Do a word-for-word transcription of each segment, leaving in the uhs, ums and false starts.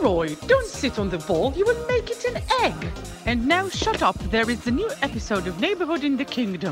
Leroy, don't sit on the ball, you will make it an egg. And now shut up, there is a new episode of Neighborhood in the Kingdom.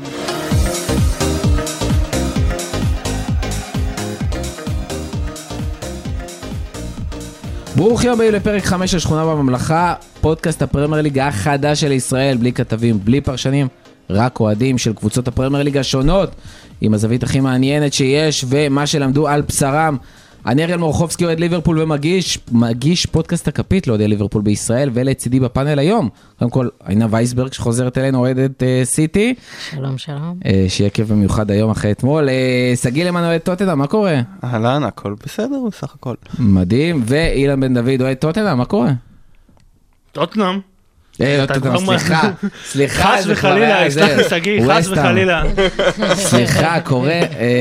ברוכים הבאים לפרק חמש של שכונה בממלכה, פודקאסט הפרמייר ליגה החדש של ישראל, בלי כתבים, בלי פרשנים, רק אוהדים של קבוצות הפרמייר ליגה שונות, עם הזווית הכי מעניינת שיש ומה שלמדו על בשרם. אני אריאל מורחובסקי, אוהד ליברפול ומגיש מגיש פודקאסט הקפית לאוהדי ליברפול בישראל, ולצידי בפאנל היום, קודם כל עינה וייסברג שחוזרת אלינו, אוהדת uh, סיטי. שלום שלום. Uh, שיהיה כיף במיוחד היום אחרי אתמול. Uh, סגי למען אוהד טוטנהאם, מה קורה? אהלן, הכל בסדר בסך הכל. מדהים. ואילן בן דוד, אוהד טוטנהאם, מה קורה? טוטנהאם. אה, לא טוטנהאם, סליחה. סליחה. חס וחלילה, אסתך מסגי, חס וחלילה. סליחה, קורה...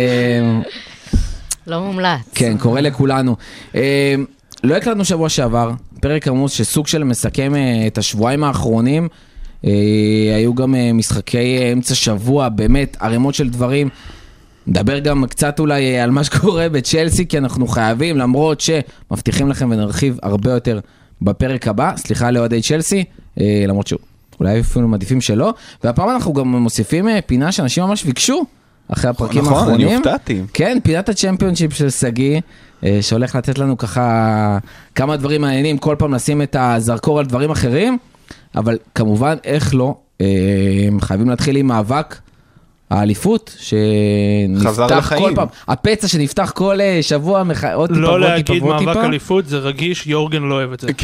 לא מומלץ. כן, קורה לכולנו. לא הקלטנו שבוע שעבר, פרק עמוס שסוג של מסכם את השבועיים האחרונים, היו גם משחקי אמצע שבוע, באמת ערימות של דברים, נדבר גם קצת אולי על מה שקורה בצ'לסי, כי אנחנו חייבים, למרות שמבטיחים לכם ונרחיב הרבה יותר בפרק הבא, סליחה לאוהדי צ'לסי, למרות שהוא אולי אפילו מעדיפים שלא, והפעם אנחנו גם מוסיפים פינה שאנשים ממש ביקשו, אחרי הפרקים נכון, האחרונים. אני הופתעתי. כן, פינת הצ'מפיונשיפ של סגי, שהולך לתת לנו ככה כמה דברים מעניינים, כל פעם לשים את הזרקור על דברים אחרים, אבל כמובן, איך לא, חייבים להתחיל עם מאבק האליפות, שנפתח כל פעם, הפצע שנפתח כל שבוע, עוד טיפה, לא להגיד מאבק אליפות, זה רגיש, יורגן לא אוהב את זה.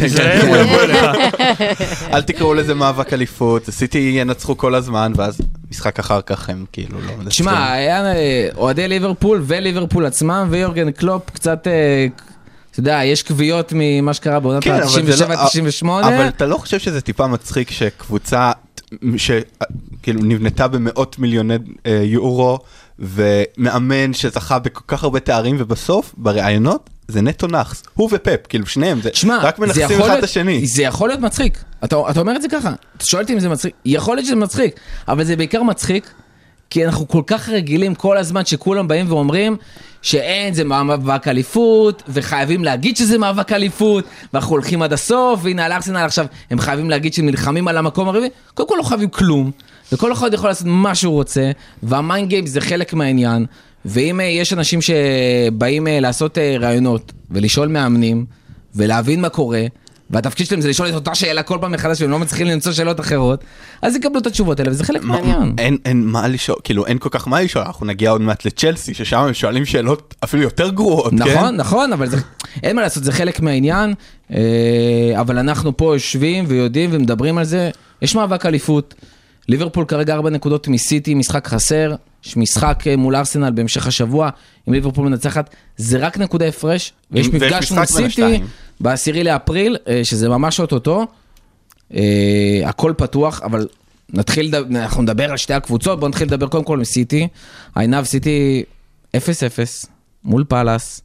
אל תקראו לזה מאבק אליפות, סיטי ינצחו כל הזמן, ואז משחק אחר כך הם כאילו לא מנצחים. תשמע, היה אוהדי ליברפול וליברפול עצמם, ויורגן קלופ קצת, אתה יודע, יש קביעות ממה שקרה בעונת ה-תשעים ושבע תשעים ושמונה. אבל אתה לא חושב שזה טיפה מצחיק שקבוצה שכאילו נבנתה במאות מיליוני יורו, ומאמן שזכה בכל כך הרבה תארים, ובסוף, ברעיונות, זה נטו נחס. הוא ופפ, כאילו שניהם, זה רק מנחסים אחד את השני. זה יכול להיות מצחיק. אתה, אתה אומר את זה ככה. אתה שואל אותי אם זה מצחיק. יכול להיות שזה מצחיק, אבל זה בעיקר מצחיק, כי אנחנו כל כך רגילים כל הזמן שכולם באים ואומרים שאין, זה מאבק אליפות, וחייבים להגיד שזה מאבק אליפות, ואנחנו הולכים עד הסוף, והנה על ארסנל עכשיו, הם חייבים להגיד שנלחמים על המקום הרביעי, קודם כל לא חייבים כלום, וכל אחד יכול לעשות מה שהוא רוצה, והמיינד גיימס זה חלק מהעניין, ואם יש אנשים שבאים לעשות רעיונות, ולשאול מאמנים, ולהבין מה קורה, והתפקיד שלהם זה לשאול את אותה שאלה כל פעם מחדש, והם לא מצליחים למצוא שאלות אחרות, אז יקבלו את התשובות האלה, וזה חלק מעניין. אין, אין מה לשאול, כאילו אין כל כך מה לשאול, אנחנו נגיע עוד מעט לצ'לסי, ששם הם שואלים שאלות אפילו יותר גרועות, נכון, כן? נכון, אבל זה, אין מה לעשות, זה חלק מהעניין, אבל אנחנו פה יושבים ויודעים ומדברים על זה, יש מאבק אליפות, ליברפול כרגע ארבע נקודות מסיטי, משחק חסר, יש משחק מול ארסנל בהמשך השבוע, אם ליברפול מנצחת, זה רק נקודה הפרש, ויש מפגש מול סיטי, בעשירי לאפריל, שזה ממש אוטוטו, הכל פתוח, אבל נתחיל, אנחנו נדבר על שתי הקבוצות, בואו נתחיל לדבר קודם כל מסיטי, העיניו סיטי אפס אפס, מול פלאס,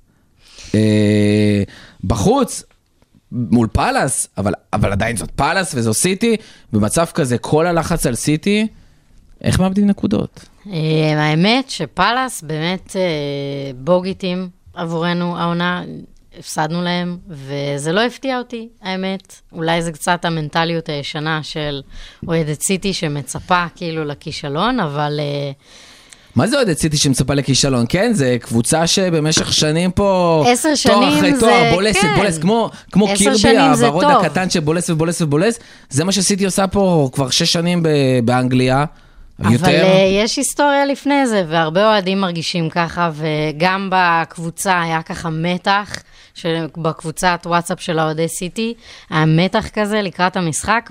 בחוץ, מול פלאס, אבל, אבל עדיין זאת פלאס וזו סיטי, במצב כזה כל הלחץ על סיטי, איך מאבדים נקודות? האמת שפלאס באמת בוגיטים עבורנו העונה, הפסדנו להם, וזה לא הפתיע אותי, האמת. אולי זה קצת המנטליות הישנה של אוהדת סיטי שמצפה כאילו לכישלון, אבל... מה זה אוהדת סיטי שמצפה לכישלון? כן, זה קבוצה שבמשך שנים פה... עשר שנים תואר אחרי זה... תואר, בולסת, כן. בולסת, כמו, כמו קירבי, הוורוד הקטן שבולס ובולס ובולס. זה מה שסיטי עושה פה כבר שש שנים באנגליה. אבל יותר... יש היסטוריה לפני זה, והרבה אוהדים מרגישים ככה, וגם בקבוצה היה ככה מתח, בקבוצת וואטסאפ של האוהדי סיטי, היה מתח כזה לקראת המשחק,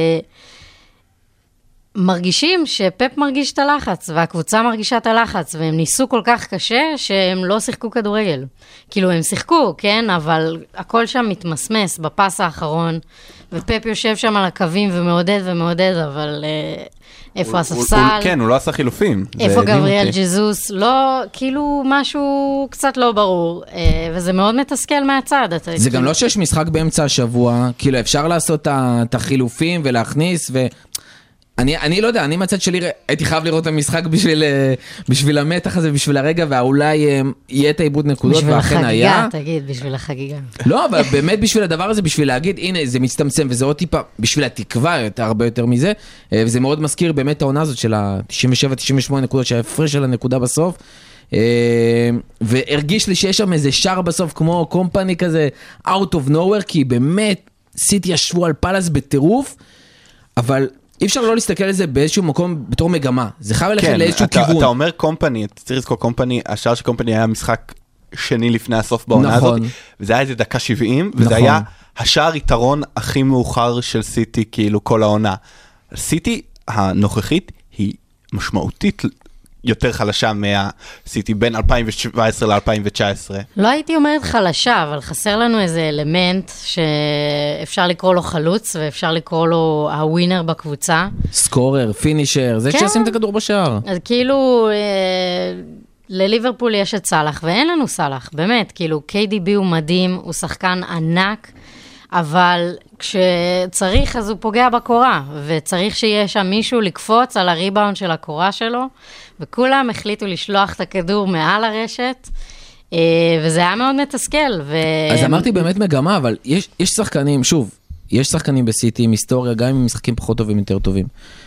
ומרגישים שפפ מרגיש את הלחץ, והקבוצה מרגישה את הלחץ, והם ניסו כל כך קשה, שהם לא שיחקו כדורגל. כאילו הם שיחקו, כן, אבל הכל שם מתמסמס בפס האחרון, ופפ יושב שם על הקווים ומעודד ומעודד, אבל... איפה הספסל? כן, הוא לא עשה חילופים. איפה גבריאל ג'זוס? לא, כאילו משהו קצת לא ברור, וזה מאוד מתסכל מהצד. זה גם לא שיש משחק באמצע השבוע, כאילו אפשר לעשות את החילופים ולהכניס, אני, אני לא יודע, אני מהצד שלי הייתי חייב לראות את המשחק בשביל, בשביל המתח הזה, בשביל הרגע, ואולי יהיה את העיבוד נקודות, ואכן היה. בשביל החגיגה, תגיד, בשביל החגיגה. לא, אבל באמת בשביל הדבר הזה, בשביל להגיד, הנה, זה מצטמצם, וזה עוד טיפה, בשביל התקווה, יותר, הרבה יותר מזה, וזה מאוד מזכיר באמת את העונה הזאת של ה-תשעים ושבע תשעים ושמונה נקודות, שההפרש של הנקודה בסוף, והרגיש לי שיש שם איזה שער בסוף, כמו קומפני כזה, out of nowhere, כי באמת, סיטי ישבו על פלס בטירוף, אבל אי אפשר לא להסתכל על זה באיזשהו מקום בתור מגמה. זה חייב ללכת לאיזשהו אתה, כיוון. אתה אומר קומפני, אתה צריך לזכור קומפני, השאר של קומפני היה משחק שני לפני הסוף בעונה נכון. הזאת, וזה היה איזה דקה שבעים, וזה נכון. היה השאר יתרון הכי מאוחר של סיטי, כאילו כל העונה. סיטי הנוכחית היא משמעותית יותר חלשה מהסיטי בין אלפיים שבע עשרה ל-אלפיים תשע עשרה. לא הייתי אומרת חלשה, אבל חסר לנו איזה אלמנט שאפשר לקרוא לו חלוץ, ואפשר לקרוא לו הווינר בקבוצה. סקורר, פינישר, זה כן. שעשים את הכדור בשער. אז כאילו, אה, לליברפול יש את סלח, ואין לנו סלח, באמת, כאילו, קיי די בי הוא מדהים, הוא שחקן ענק, אבל כשצריך אז הוא פוגע בקורה, וצריך שיהיה שם מישהו לקפוץ על הריבאונד של הקורה שלו, וכולם החליטו לשלוח את הכדור מעל הרשת, וזה היה מאוד מתסכל. ו... אז אמרתי באמת מגמה, אבל יש, יש שחקנים, שוב, יש שחקנים בסיטי עם היסטוריה, גם עם משחקים פחות טובים, יותר טובים.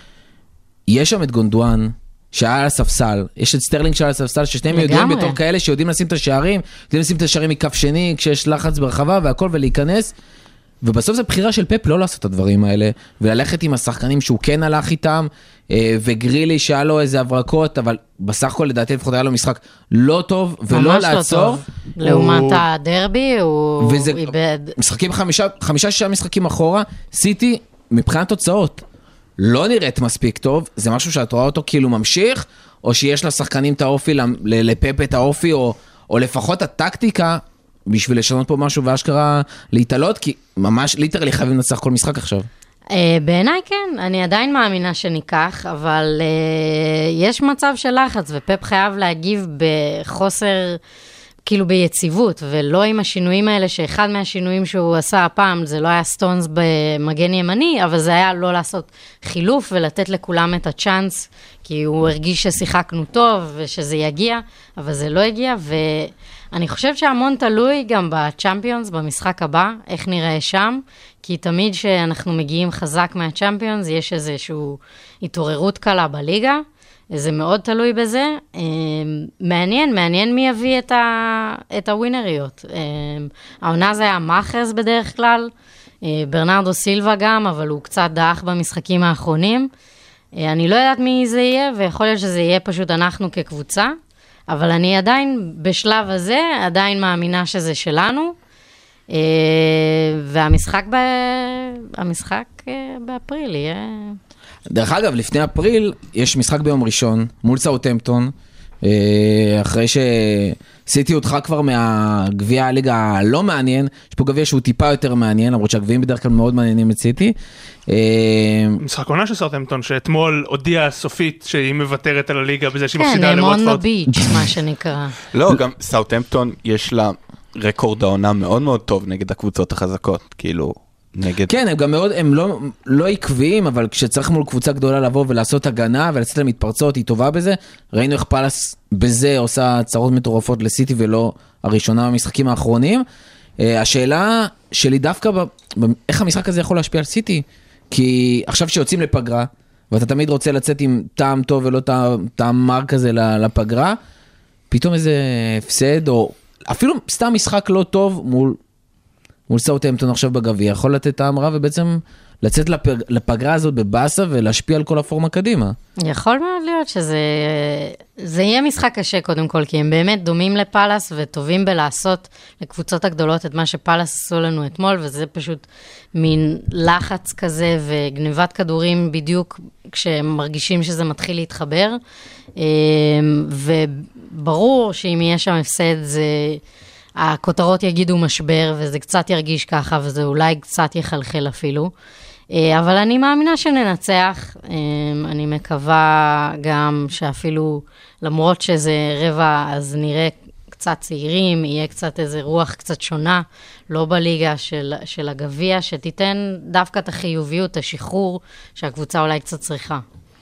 יש שם את גונדואן, שהיה על הספסל, יש את סטרלינג שהיה על הספסל, ששניהם יודעים בתור כאלה שיודעים לשים את השערים, יודעים לשים את השערים מכף שני, כשיש לחץ ברחבה והכל, ולהיכנס, ובסוף זה בחירה של פפ לא לעשות את הדברים האלה, וללכת עם השחקנים שהוא כן הלך איתם, וגרילי שהיה לו איזה הברקות, אבל בסך הכל לדעתי לפחות היה לו משחק לא טוב, ולא לעצור. לא טוב. לעומת הדרבי, הוא איבד. משחקים חמישה, חמישה שישה משחקים אחורה, סיטי מבחינת תוצאות, לא נראית מספיק טוב, זה משהו שאת רואה אותו כאילו ממשיך, או שיש לשחקנים את האופי, לפפ את האופי, או, או לפחות הטקטיקה, בשביל לשנות פה משהו ואשכרה להתעלות, כי ממש ליטרלי חייבים לנצח כל משחק עכשיו. בעיניי כן, אני עדיין מאמינה שניקח, אבל יש מצב של לחץ, ופפ חייב להגיב בחוסר, כאילו ביציבות, ולא עם השינויים האלה, שאחד מהשינויים שהוא עשה הפעם, זה לא היה סטונס במגן ימני, אבל זה היה לא לעשות חילוף, ולתת לכולם את הצ'אנס, כי הוא הרגיש ששיחקנו טוב, ושזה יגיע, אבל זה לא הגיע, ואני חושב שהמון תלוי גם בצ'אמפיונס, במשחק הבא, איך נראה שם, כי תמיד שאנחנו מגיעים חזק מהצ'אמפיונס, יש איזושהי התעוררות קלה בליגה, זה מאוד תלוי בזה. מעניין, מעניין מי יביא את, ה, את הווינריות. העונה זה היה מאחז בדרך כלל, ברנרדו סילבה גם, אבל הוא קצת דח במשחקים האחרונים. אני לא יודעת מי זה יהיה, ויכול להיות שזה יהיה פשוט אנחנו כקבוצה, אבל אני עדיין בשלב הזה, עדיין מאמינה שזה שלנו, והמשחק ב... המשחק באפריל יהיה... דרך אגב, לפני אפריל יש משחק ביום ראשון מול סאות'המפטון, אחרי שסיטי הודחה כבר מהגביע הליגה הלא מעניין, יש פה גביע שהוא טיפה יותר מעניין, למרות שהגביעים בדרך כלל מאוד מעניינים את סיטי. משחק עונה של סאות'המפטון, שאתמול הודיעה סופית שהיא מוותרת על הליגה בזה שהיא כן, מפסידה לווטפורד. למון בביץ', מה שנקרא. לא, גם סאות'המפטון יש לה רקורד העונה מאוד מאוד טוב נגד הקבוצות החזקות, כאילו... נגד... כן, הם גם מאוד, הם לא, לא עקביים, אבל כשצריך מול קבוצה גדולה לבוא ולעשות הגנה ולצאת למתפרצות, היא טובה בזה. ראינו איך פלס בזה עושה צרות מטורפות לסיטי ולא הראשונה במשחקים האחרונים. השאלה שלי דווקא, ב, ב, איך המשחק הזה יכול להשפיע על סיטי? כי עכשיו שיוצאים לפגרה, ואתה תמיד רוצה לצאת עם טעם טוב ולא טעם, טעם מר כזה לפגרה, פתאום איזה הפסד, או אפילו סתם משחק לא טוב מול... מול סאות'המפטון עכשיו בגביע, יכול לתת טעם רע ובעצם לצאת לפג... לפגרה הזאת בבאסה ולהשפיע על כל הפורמה קדימה. יכול מאוד להיות שזה זה יהיה משחק קשה קודם כל, כי הם באמת דומים לפלס וטובים בלעשות לקבוצות הגדולות את מה שפלס עשו לנו אתמול, וזה פשוט מין לחץ כזה וגניבת כדורים בדיוק כשהם מרגישים שזה מתחיל להתחבר, וברור שאם יהיה שם הפסד זה... הכותרות יגידו משבר, וזה קצת ירגיש ככה, וזה אולי קצת יחלחל אפילו. אבל אני מאמינה שננצח. אני מקווה גם שאפילו, למרות שזה רבע, אז נראה קצת צעירים, יהיה קצת איזה רוח קצת שונה, לא בליגה של, של הגביע, שתיתן דווקא את החיוביות, השחרור, שהקבוצה אולי קצת צריכה.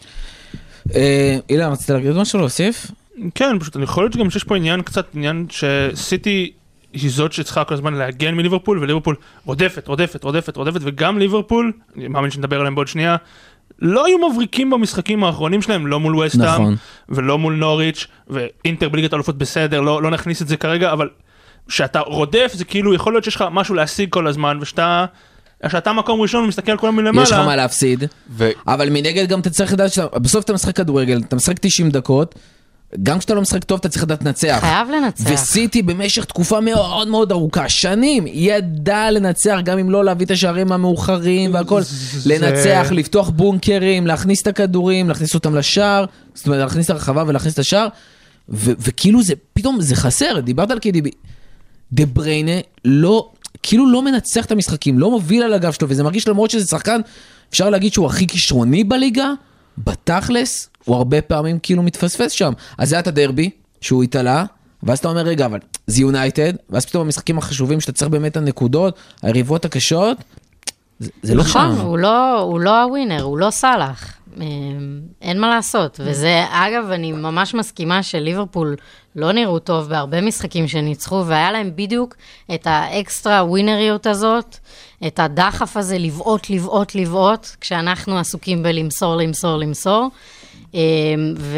אילן, רצית להגיד משהו להוסיף? כן, פשוט אני יכול להיות שגם שיש פה עניין קצת, עניין שסיטי היא זאת שצריכה כל הזמן להגן מליברפול, וליברפול רודפת, רודפת, רודפת, רודפת, וגם ליברפול, אני מאמין שנדבר עליהם בעוד שנייה, לא היו מבריקים במשחקים האחרונים שלהם, לא מול וסטהאם, נכון. ולא מול נוריץ', ואינטר בליגת האלופות בסדר, לא, לא נכניס את זה כרגע, אבל שאתה רודף, זה כאילו יכול להיות שיש לך משהו להשיג כל הזמן, ושאתה, שאתה מקום ראשון ומסתכל על כולם מלמעלה. יש לך מה להפסיד, ו... אבל מנגד גם אתה צריך לדעת, בסוף אתה משחק כדורגל, אתה משחק תשעים דקות, גם כשאתה לא משחק טוב, אתה צריך לדעת לנצח. חייב לנצח. וסיטי במשך תקופה מאוד מאוד ארוכה, שנים, ידע לנצח, גם אם לא להביא את השערים המאוחרים והכל, לנצח, לפתוח בונקרים, להכניס את הכדורים, להכניס אותם לשער, זאת אומרת, להכניס את הרחבה ולהכניס את השער, וכאילו זה, פתאום זה חסר, דיברת על קידיבי, דה בריינה לא, כאילו לא מנצח את המשחקים, לא מוביל על הגב שלו, וזה מרגיש למרות שזה שחקן, אפשר להגיד שהוא הכי כישרוני בליגה, בתכלס, הוא הרבה פעמים כאילו מתפספס שם. אז זה היה את הדרבי, שהוא התעלה, ואז אתה אומר, רגע, אבל זה יונייטד, ואז פתאום המשחקים החשובים שאתה צריך באמת הנקודות, היריבות הקשות, זה, זה לא שם. הוא לא, הוא לא הווינר, הוא לא סלח. אין מה לעשות. וזה, אגב, אני ממש מסכימה שליברפול לא נראו טוב בהרבה משחקים שניצחו, והיה להם בדיוק את האקסטרה ווינריות הזאת, את הדחף הזה לבעוט, לבעוט, לבעוט, כשאנחנו עסוקים בלמסור, למסור, למסור. ו...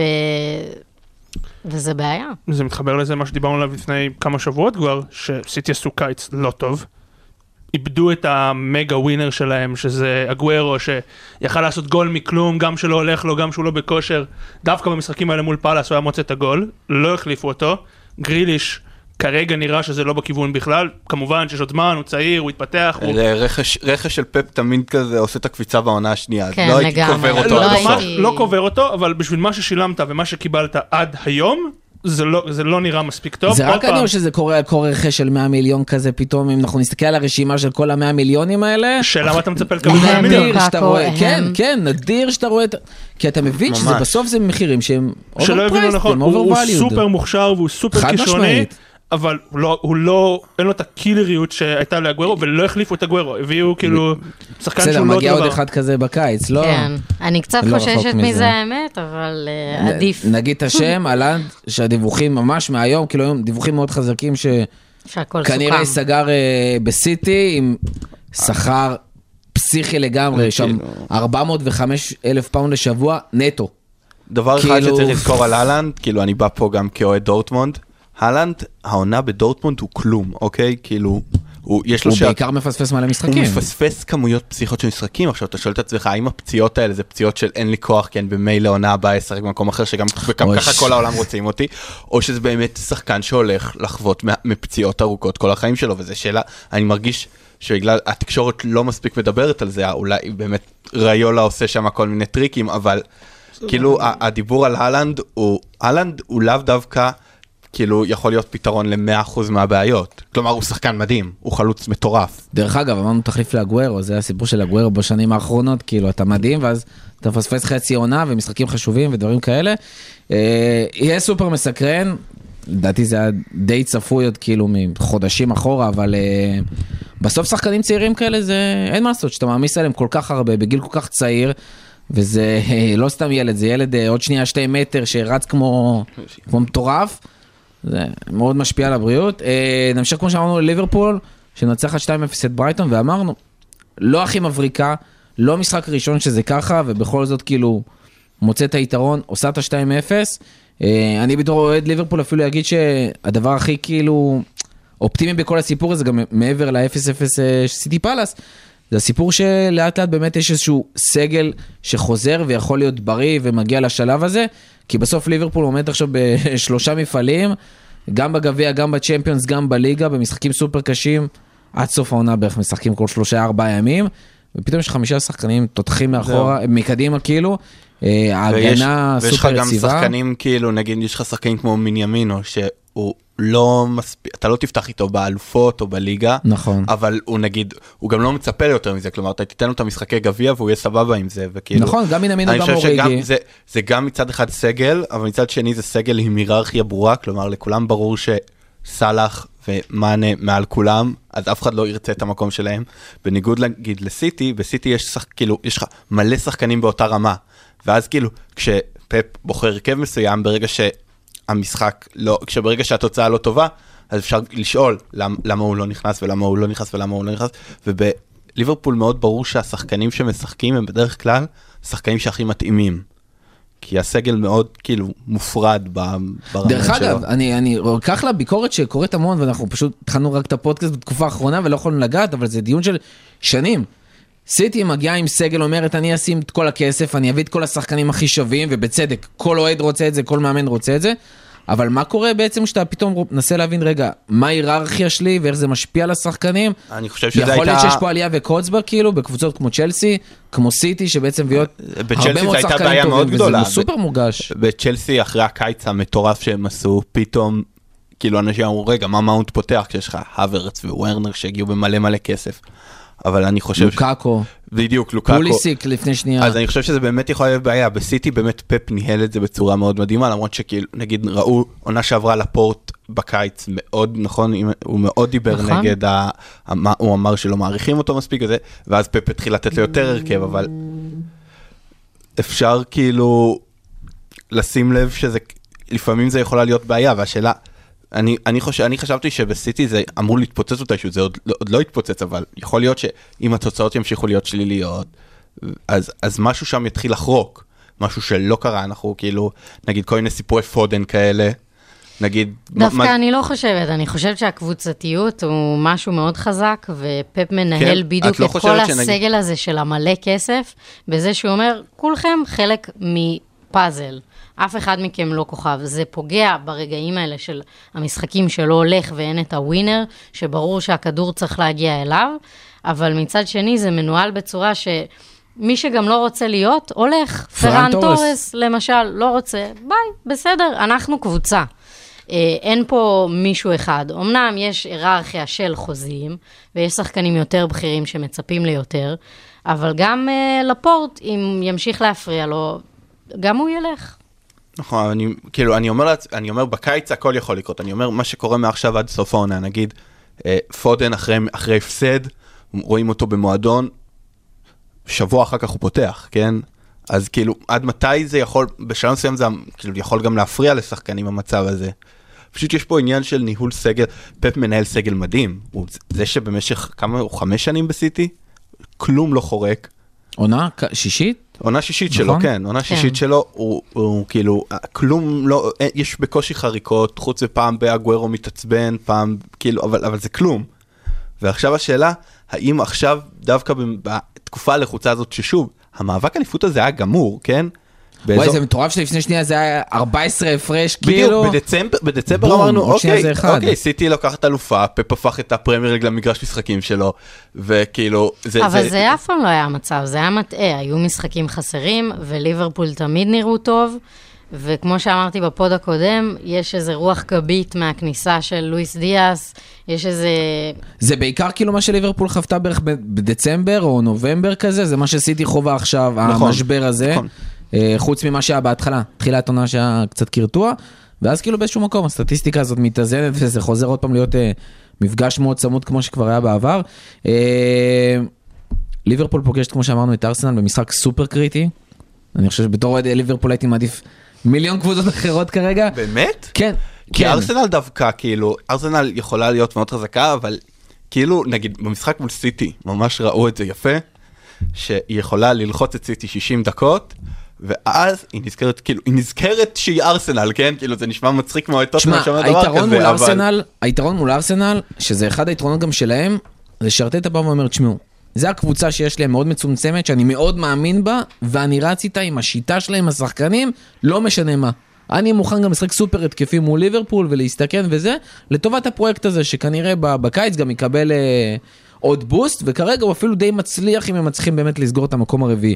וזה בעיה. זה מתחבר לזה מה שדיברנו עליו לפני כמה שבועות כבר, שסיטי עשו קיץ לא טוב, איבדו את המגה ווינר שלהם, שזה אגוארו, שיכל לעשות גול מכלום, גם שלא הולך לו, גם שהוא לא בכושר, דווקא במשחקים האלה מול פאלאס הוא היה מוצא את הגול, לא החליפו אותו, גריליש, כרגע נראה שזה לא בכיוון בכלל, כמובן שיש עוד זמן, הוא צעיר, הוא התפתח. רכש, רכש של פפ תמיד כזה עושה את הקפיצה בעונה השנייה, כן, לא הייתי קובר אותו לא עד הייתי... הסוף. לא קובר אותו, אבל בשביל מה ששילמת ומה שקיבלת עד היום, זה לא, זה לא נראה מספיק טוב. זה רק אני או שזה קורה, קורה רכש של מאה מיליון כזה פתאום, אם אנחנו נסתכל על הרשימה של כל המאה מיליונים האלה. שאלה מה אתה מצפה לקבל מאה מיליון? נדיר שאתה רואה, כן, כן, נדיר שאתה רואה, כי אתה מבין שזה בסוף זה מחירים שהם שלא הבינו נכון, הוא סופר מוכשר והוא סופר כישרוני. אבל הוא לא, הוא לא, אין לו את הקילריות שהייתה לאגוארו, ולא החליפו את אגוארו, הביאו כאילו שחקן שהוא לא דבר. בסדר, מגיע עוד אחד כזה בקיץ, לא? כן, אני קצת חוששת מזה האמת, אבל עדיף. נגיד את השם, אלן, שהדיווחים ממש מהיום, כאילו היום דיווחים מאוד חזקים, שכנראה סגר בסיטי, עם שכר פסיכי לגמרי, שם ארבע מאות וחמישה אלף פאונד לשבוע, נטו. דבר אחד שצריך לזכור על אלנד, כאילו אני בא פה גם כאוהד דורטמונד, הלנד, העונה בדורטמונד הוא כלום, אוקיי? כאילו, הוא, יש לו הוא שעה... בעיקר מפספס מלא משחקים. הוא מפספס כמויות פסיכות של משחקים, עכשיו אתה שואל את עצמך, האם הפציעות האלה זה פציעות של אין לי כוח, כי אני במילא לעונה הבאה אשחק במקום אחר, שגם ככה כל העולם רוצים אותי, או שזה באמת שחקן שהולך לחוות מפציעות ארוכות כל החיים שלו, וזו שאלה, אני מרגיש שבגלל התקשורת לא מספיק מדברת על זה, אולי באמת ריולה עושה שם כל מיני טריקים, אבל כאילו הדיבור על הלנד, הלנד הוא לאו דווקא כאילו יכול להיות פתרון ל-מאה אחוז מהבעיות. כלומר, הוא שחקן מדהים, הוא חלוץ מטורף. דרך אגב, אמרנו תחליף לאגוארו, זה הסיפור של אגוארו בשנים האחרונות, כאילו, אתה מדהים, ואז אתה מפספס חצי עונה, ומשחקים חשובים ודברים כאלה. יהיה סופר מסקרן, לדעתי זה היה די צפוי עוד כאילו מחודשים אחורה, אבל בסוף שחקנים צעירים כאלה, זה אין מה לעשות, שאתה מעמיס עליהם כל כך הרבה, בגיל כל כך צעיר, וזה לא סתם ילד, זה ילד עוד שנייה שתי מטר, שרץ כמו, כמו מטורף, זה מאוד משפיע על הבריאות. נמשיך כמו שאמרנו לליברפול, שנצח שתיים אפס את ברייטון, ואמרנו, לא הכי מבריקה, לא משחק ראשון שזה ככה, ובכל זאת כאילו מוצא את היתרון, עושה את ה-שתיים אפס. אני בתור אוהד ליברפול אפילו אגיד שהדבר הכי כאילו אופטימי בכל הסיפור הזה, גם מעבר ל-אפס אפס סיטי פלאס, זה הסיפור שלאט לאט באמת יש איזשהו סגל שחוזר ויכול להיות בריא ומגיע לשלב הזה, כי בסוף ליברפול עומד עכשיו בשלושה מפעלים, גם בגביע, גם בצ'מפיונס, גם בליגה, במשחקים סופר קשים, עד סוף העונה בערך משחקים כל שלושה ארבעה ימים, ופתאום יש חמישה שחקנים תותחים מאחורה, מקדימה כאילו, ההגנה סופר יציבה. ויש לך גם שחקנים כאילו, נגיד יש לך שחקנים כמו מיניאמינו, שהוא לא מספיק, אתה לא תפתח איתו באלופות או בליגה, נכון. אבל הוא נגיד, הוא גם לא מצפה ליותר מזה, כלומר, אתה תיתן לו את המשחקי גביע והוא יהיה סבבה עם זה, וכאילו... נכון, גם מיניאמינו, גם אוריגי. זה, זה גם מצד אחד סגל, אבל מצד שני זה סגל עם היררכיה ברורה, כלומר, לכולם ברור ש... סלאח ומאנה מעל כולם, אז אף אחד לא ירצה את המקום שלהם. בניגוד להגיד לסיטי, בסיטי יש שח, כאילו, יש לך מלא שחקנים באותה רמה, ואז כאילו, כשפפ בוחר הרכב מסוים, ברגע שהמשחק לא, כשברגע שהתוצאה לא טובה, אז אפשר לשאול למה, למה הוא לא נכנס, ולמה הוא לא נכנס, ולמה הוא לא נכנס, ובליברפול מאוד ברור שהשחקנים שמשחקים הם בדרך כלל שחקנים שהכי מתאימים. כי הסגל מאוד כאילו מופרד ברמה שלו. דרך אגב, אני, אני אקח לה ביקורת שקורית המון, ואנחנו פשוט התחלנו רק את הפודקאסט בתקופה האחרונה, ולא יכולנו לגעת, אבל זה דיון של שנים. סיטי מגיעה עם סגל, אומרת, אני אשים את כל הכסף, אני אביא את כל השחקנים הכי שווים, ובצדק, כל אוהד רוצה את זה, כל מאמן רוצה את זה, אבל מה קורה בעצם שאתה פתאום נסה להבין, רגע, מה ההיררכיה שלי, ואיך זה משפיע על השחקנים? אני חושב שזה הייתה... יכול להיות שיש פה עלייה וקוצבר, כאילו, בקבוצות כמו צ'לסי, כמו סיטי, שבעצם מביאות הרבה מאוד שחקנים טובים, וזה סופר מורגש. בצ'לסי, אחרי הקיץ המטורף שהם עשו, פתאום, כאילו, אנשים אמרו, רגע, מה מאונט פותח, כשיש לך הוורץ וורנר שהגיעו במלא מלא כסף. אבל אני חושב... לוקאקו. בדיוק, לוקאקו. פוליסיק לפני שנייה. אז אני חושב שזה באמת יכול להיות בעיה. בסיטי באמת פפ ניהל את זה בצורה מאוד מדהימה, למרות שכאילו, נגיד, ראו עונה שעברה לפורט בקיץ מאוד, נכון? הוא מאוד דיבר נכון. נגד, ה, ה, הוא אמר שלא מעריכים אותו מספיק הזה, ואז פפ התחיל לתת לו יותר הרכב, אבל אפשר כאילו לשים לב שזה, לפעמים זה יכולה להיות בעיה, והשאלה, אני, אני, חושב, אני חשבתי שבסיטי זה אמור להתפוצץ אותה, שזה עוד, עוד לא התפוצץ, אבל יכול להיות שאם התוצאות ימשיכו להיות שליליות, אז, אז משהו שם יתחיל לחרוק, משהו שלא קרה, אנחנו כאילו, נגיד כל מיני סיפורי פודן כאלה, נגיד... דווקא מה... אני לא חושבת, אני חושבת שהקבוצתיות הוא משהו מאוד חזק, ופפ מנהל כן, בדיוק לא את כל הסגל שנגיד... הזה של המלא כסף, בזה שהוא אומר, כולכם חלק מפאזל. אף אחד מכם לא כוכב. זה פוגע ברגעים האלה של המשחקים שלא הולך ואין את הווינר, שברור שהכדור צריך להגיע אליו, אבל מצד שני זה מנוהל בצורה שמי שגם לא רוצה להיות, הולך. פרן טורס, למשל, לא רוצה, ביי, בסדר, אנחנו קבוצה. אין פה מישהו אחד. אמנם יש היררכיה של חוזים, ויש שחקנים יותר בכירים שמצפים ליותר, אבל גם לפורט, אם ימשיך להפריע לו, גם הוא ילך. נכון, אני, כאילו, אני אומר, אני אומר, בקיץ הכל יכול לקרות, אני אומר, מה שקורה מעכשיו עד סוף העונה, נגיד, פודן אחרי, אחרי הפסד, רואים אותו במועדון, שבוע אחר כך הוא פותח, כן? אז כאילו, עד מתי זה יכול, בשלב מסוים זה, כאילו, יכול גם להפריע לשחקנים המצב הזה. פשוט יש פה עניין של ניהול סגל, פפ מנהל סגל מדהים, הוא, זה שבמשך כמה, הוא חמש שנים בסיטי, כלום לא חורק. עונה שישית? עונה שישית שלו, כן, עונה שישית שלו, הוא כאילו, כלום לא, יש בקושי חריקות, חוץ ופעם באגוארו מתעצבן, פעם, כאילו, אבל זה כלום. ועכשיו השאלה, האם עכשיו, דווקא בתקופה הלחוצה הזאת, ששוב, המאבק אליפות הזה היה גמור, כן? וואי, זה מטורף שלפני שנייה, זה היה ארבע עשרה הפרש, כאילו. בדיוק, בדצמבר אמרנו, אוקיי, אוקיי, סיטי לקחת אלופה, פפ הפך את הפרמייר ליג למגרש משחקים שלו, וכאילו, זה... אבל זה אף פעם לא היה המצב, זה היה מטעה, היו משחקים חסרים, וליברפול תמיד נראו טוב, וכמו שאמרתי בפוד הקודם, יש איזה רוח גבית מהכניסה של לואיס דיאס, יש איזה... זה בעיקר כאילו מה שליברפול חוותה בערך בדצמבר או נובמבר כזה, זה מה שסיטי חובה עכשיו, המשבר הזה. חוץ ממה שהיה בהתחלה, תחילת עונה שהיה קצת קרטוע, ואז כאילו באיזשהו מקום, הסטטיסטיקה הזאת מתאזנת, וזה חוזר עוד פעם להיות אה, מפגש מאוד צמוד כמו שכבר היה בעבר. אה, ליברפול פוגשת, כמו שאמרנו, את ארסנל במשחק סופר קריטי. אני חושב שבתור ליברפול הייתי מעדיף מיליון קבוצות אחרות כרגע. באמת? כן. כי כן. ארסנל דווקא, כאילו, ארסנל יכולה להיות מאוד חזקה, אבל כאילו, נגיד, במשחק מול סיטי, ממש ראו את זה יפה, שהיא יכולה ללחוץ את סיטי שישים דקות, ואז היא נזכרת, כאילו, היא נזכרת שהיא ארסנל, כן? כאילו, זה נשמע מצחיק מאוד טוב. תשמע, היתרון מול ארסנל, היתרון מול ארסנל, שזה אחד היתרונות גם שלהם, זה שארטטה בא ואומר, תשמעו, זה הקבוצה שיש לי מאוד מצומצמת, שאני מאוד מאמין בה, ואני רץ איתה עם השיטה שלהם, השחקנים, לא משנה מה. אני מוכן גם לשחק סופר התקפי מול ליברפול, ולהסתכן וזה, לטובת הפרויקט הזה, שכנראה בקיץ גם יקבל אה, עוד בוסט, וכרגע הוא אפילו די מצליח, אם הם מצליחים באמת לסגור את המקום הרביעי.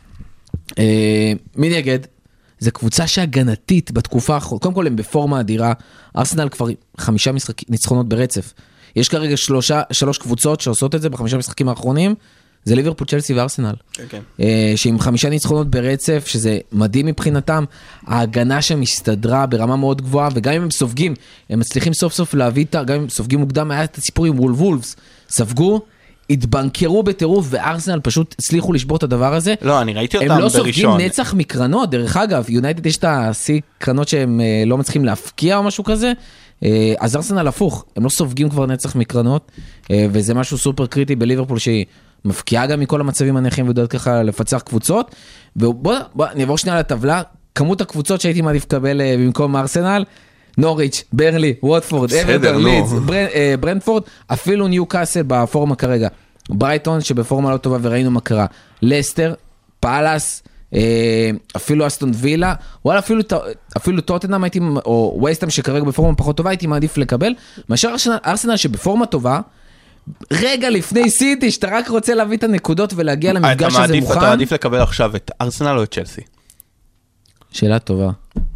אה, מי נגד? זה קבוצה שהגנתית בתקופה האחרונה, קודם כל הם בפורמה אדירה, ארסנל כבר חמישה משחק, ניצחונות ברצף. יש כרגע שלושה, שלוש קבוצות שעושות את זה בחמישה משחקים האחרונים, זה ליברפול, צ'לסי וארסנל. כן. שעם חמישה ניצחונות ברצף, שזה מדהים מבחינתם, ההגנה שם הסתדרה ברמה מאוד גבוהה, וגם אם הם סופגים, הם מצליחים סוף סוף להביא, גם אם סופגים מוקדם, היה את הסיפור עם וולפס, ספגו, התבנקרו בטירוף, וארסנל פשוט הצליחו לשבור את הדבר הזה. לא, אני ראיתי אותם בראשון. הם לא בראשון. סופגים נצח מקרנות, דרך אגב, יונייטד יש את השיא קרנות שהם לא מצליחים להפקיע או משהו כזה, אז ארסנל הפוך, הם לא סופגים כבר נצח מקרנות, וזה משהו סופר קריטי בליברפול שהיא מפקיעה גם מכל המצבים הנחים ויודעת ככה לפצח קבוצות, ובוא בוא, נעבור שנייה לטבלה, כמות הקבוצות שהייתי מעדיף לקבל במקום ארסנל, נוריץ', ברלי, ווטפורד, אברטון, לידס, ברנדפורד, אפילו ניו קאסל בפורמה כרגע, ברייטון שבפורמה לא טובה וראינו מה קרה, לסטר, פאלאס, אפילו אסטון וילה, וואלה אפילו, אפילו טוטנהאם הייתי, או ווסטהאם שכרגע בפורמה פחות טובה, הייתי מעדיף לקבל, מאשר ארסנל, ארסנל שבפורמה טובה, רגע לפני סיטי, שאתה רק רוצה להביא את הנקודות ולהגיע למפגש הזה מוכן. אתה מעדיף לקבל עכשיו את ארסנל או את צ'לסי? שאלה טובה.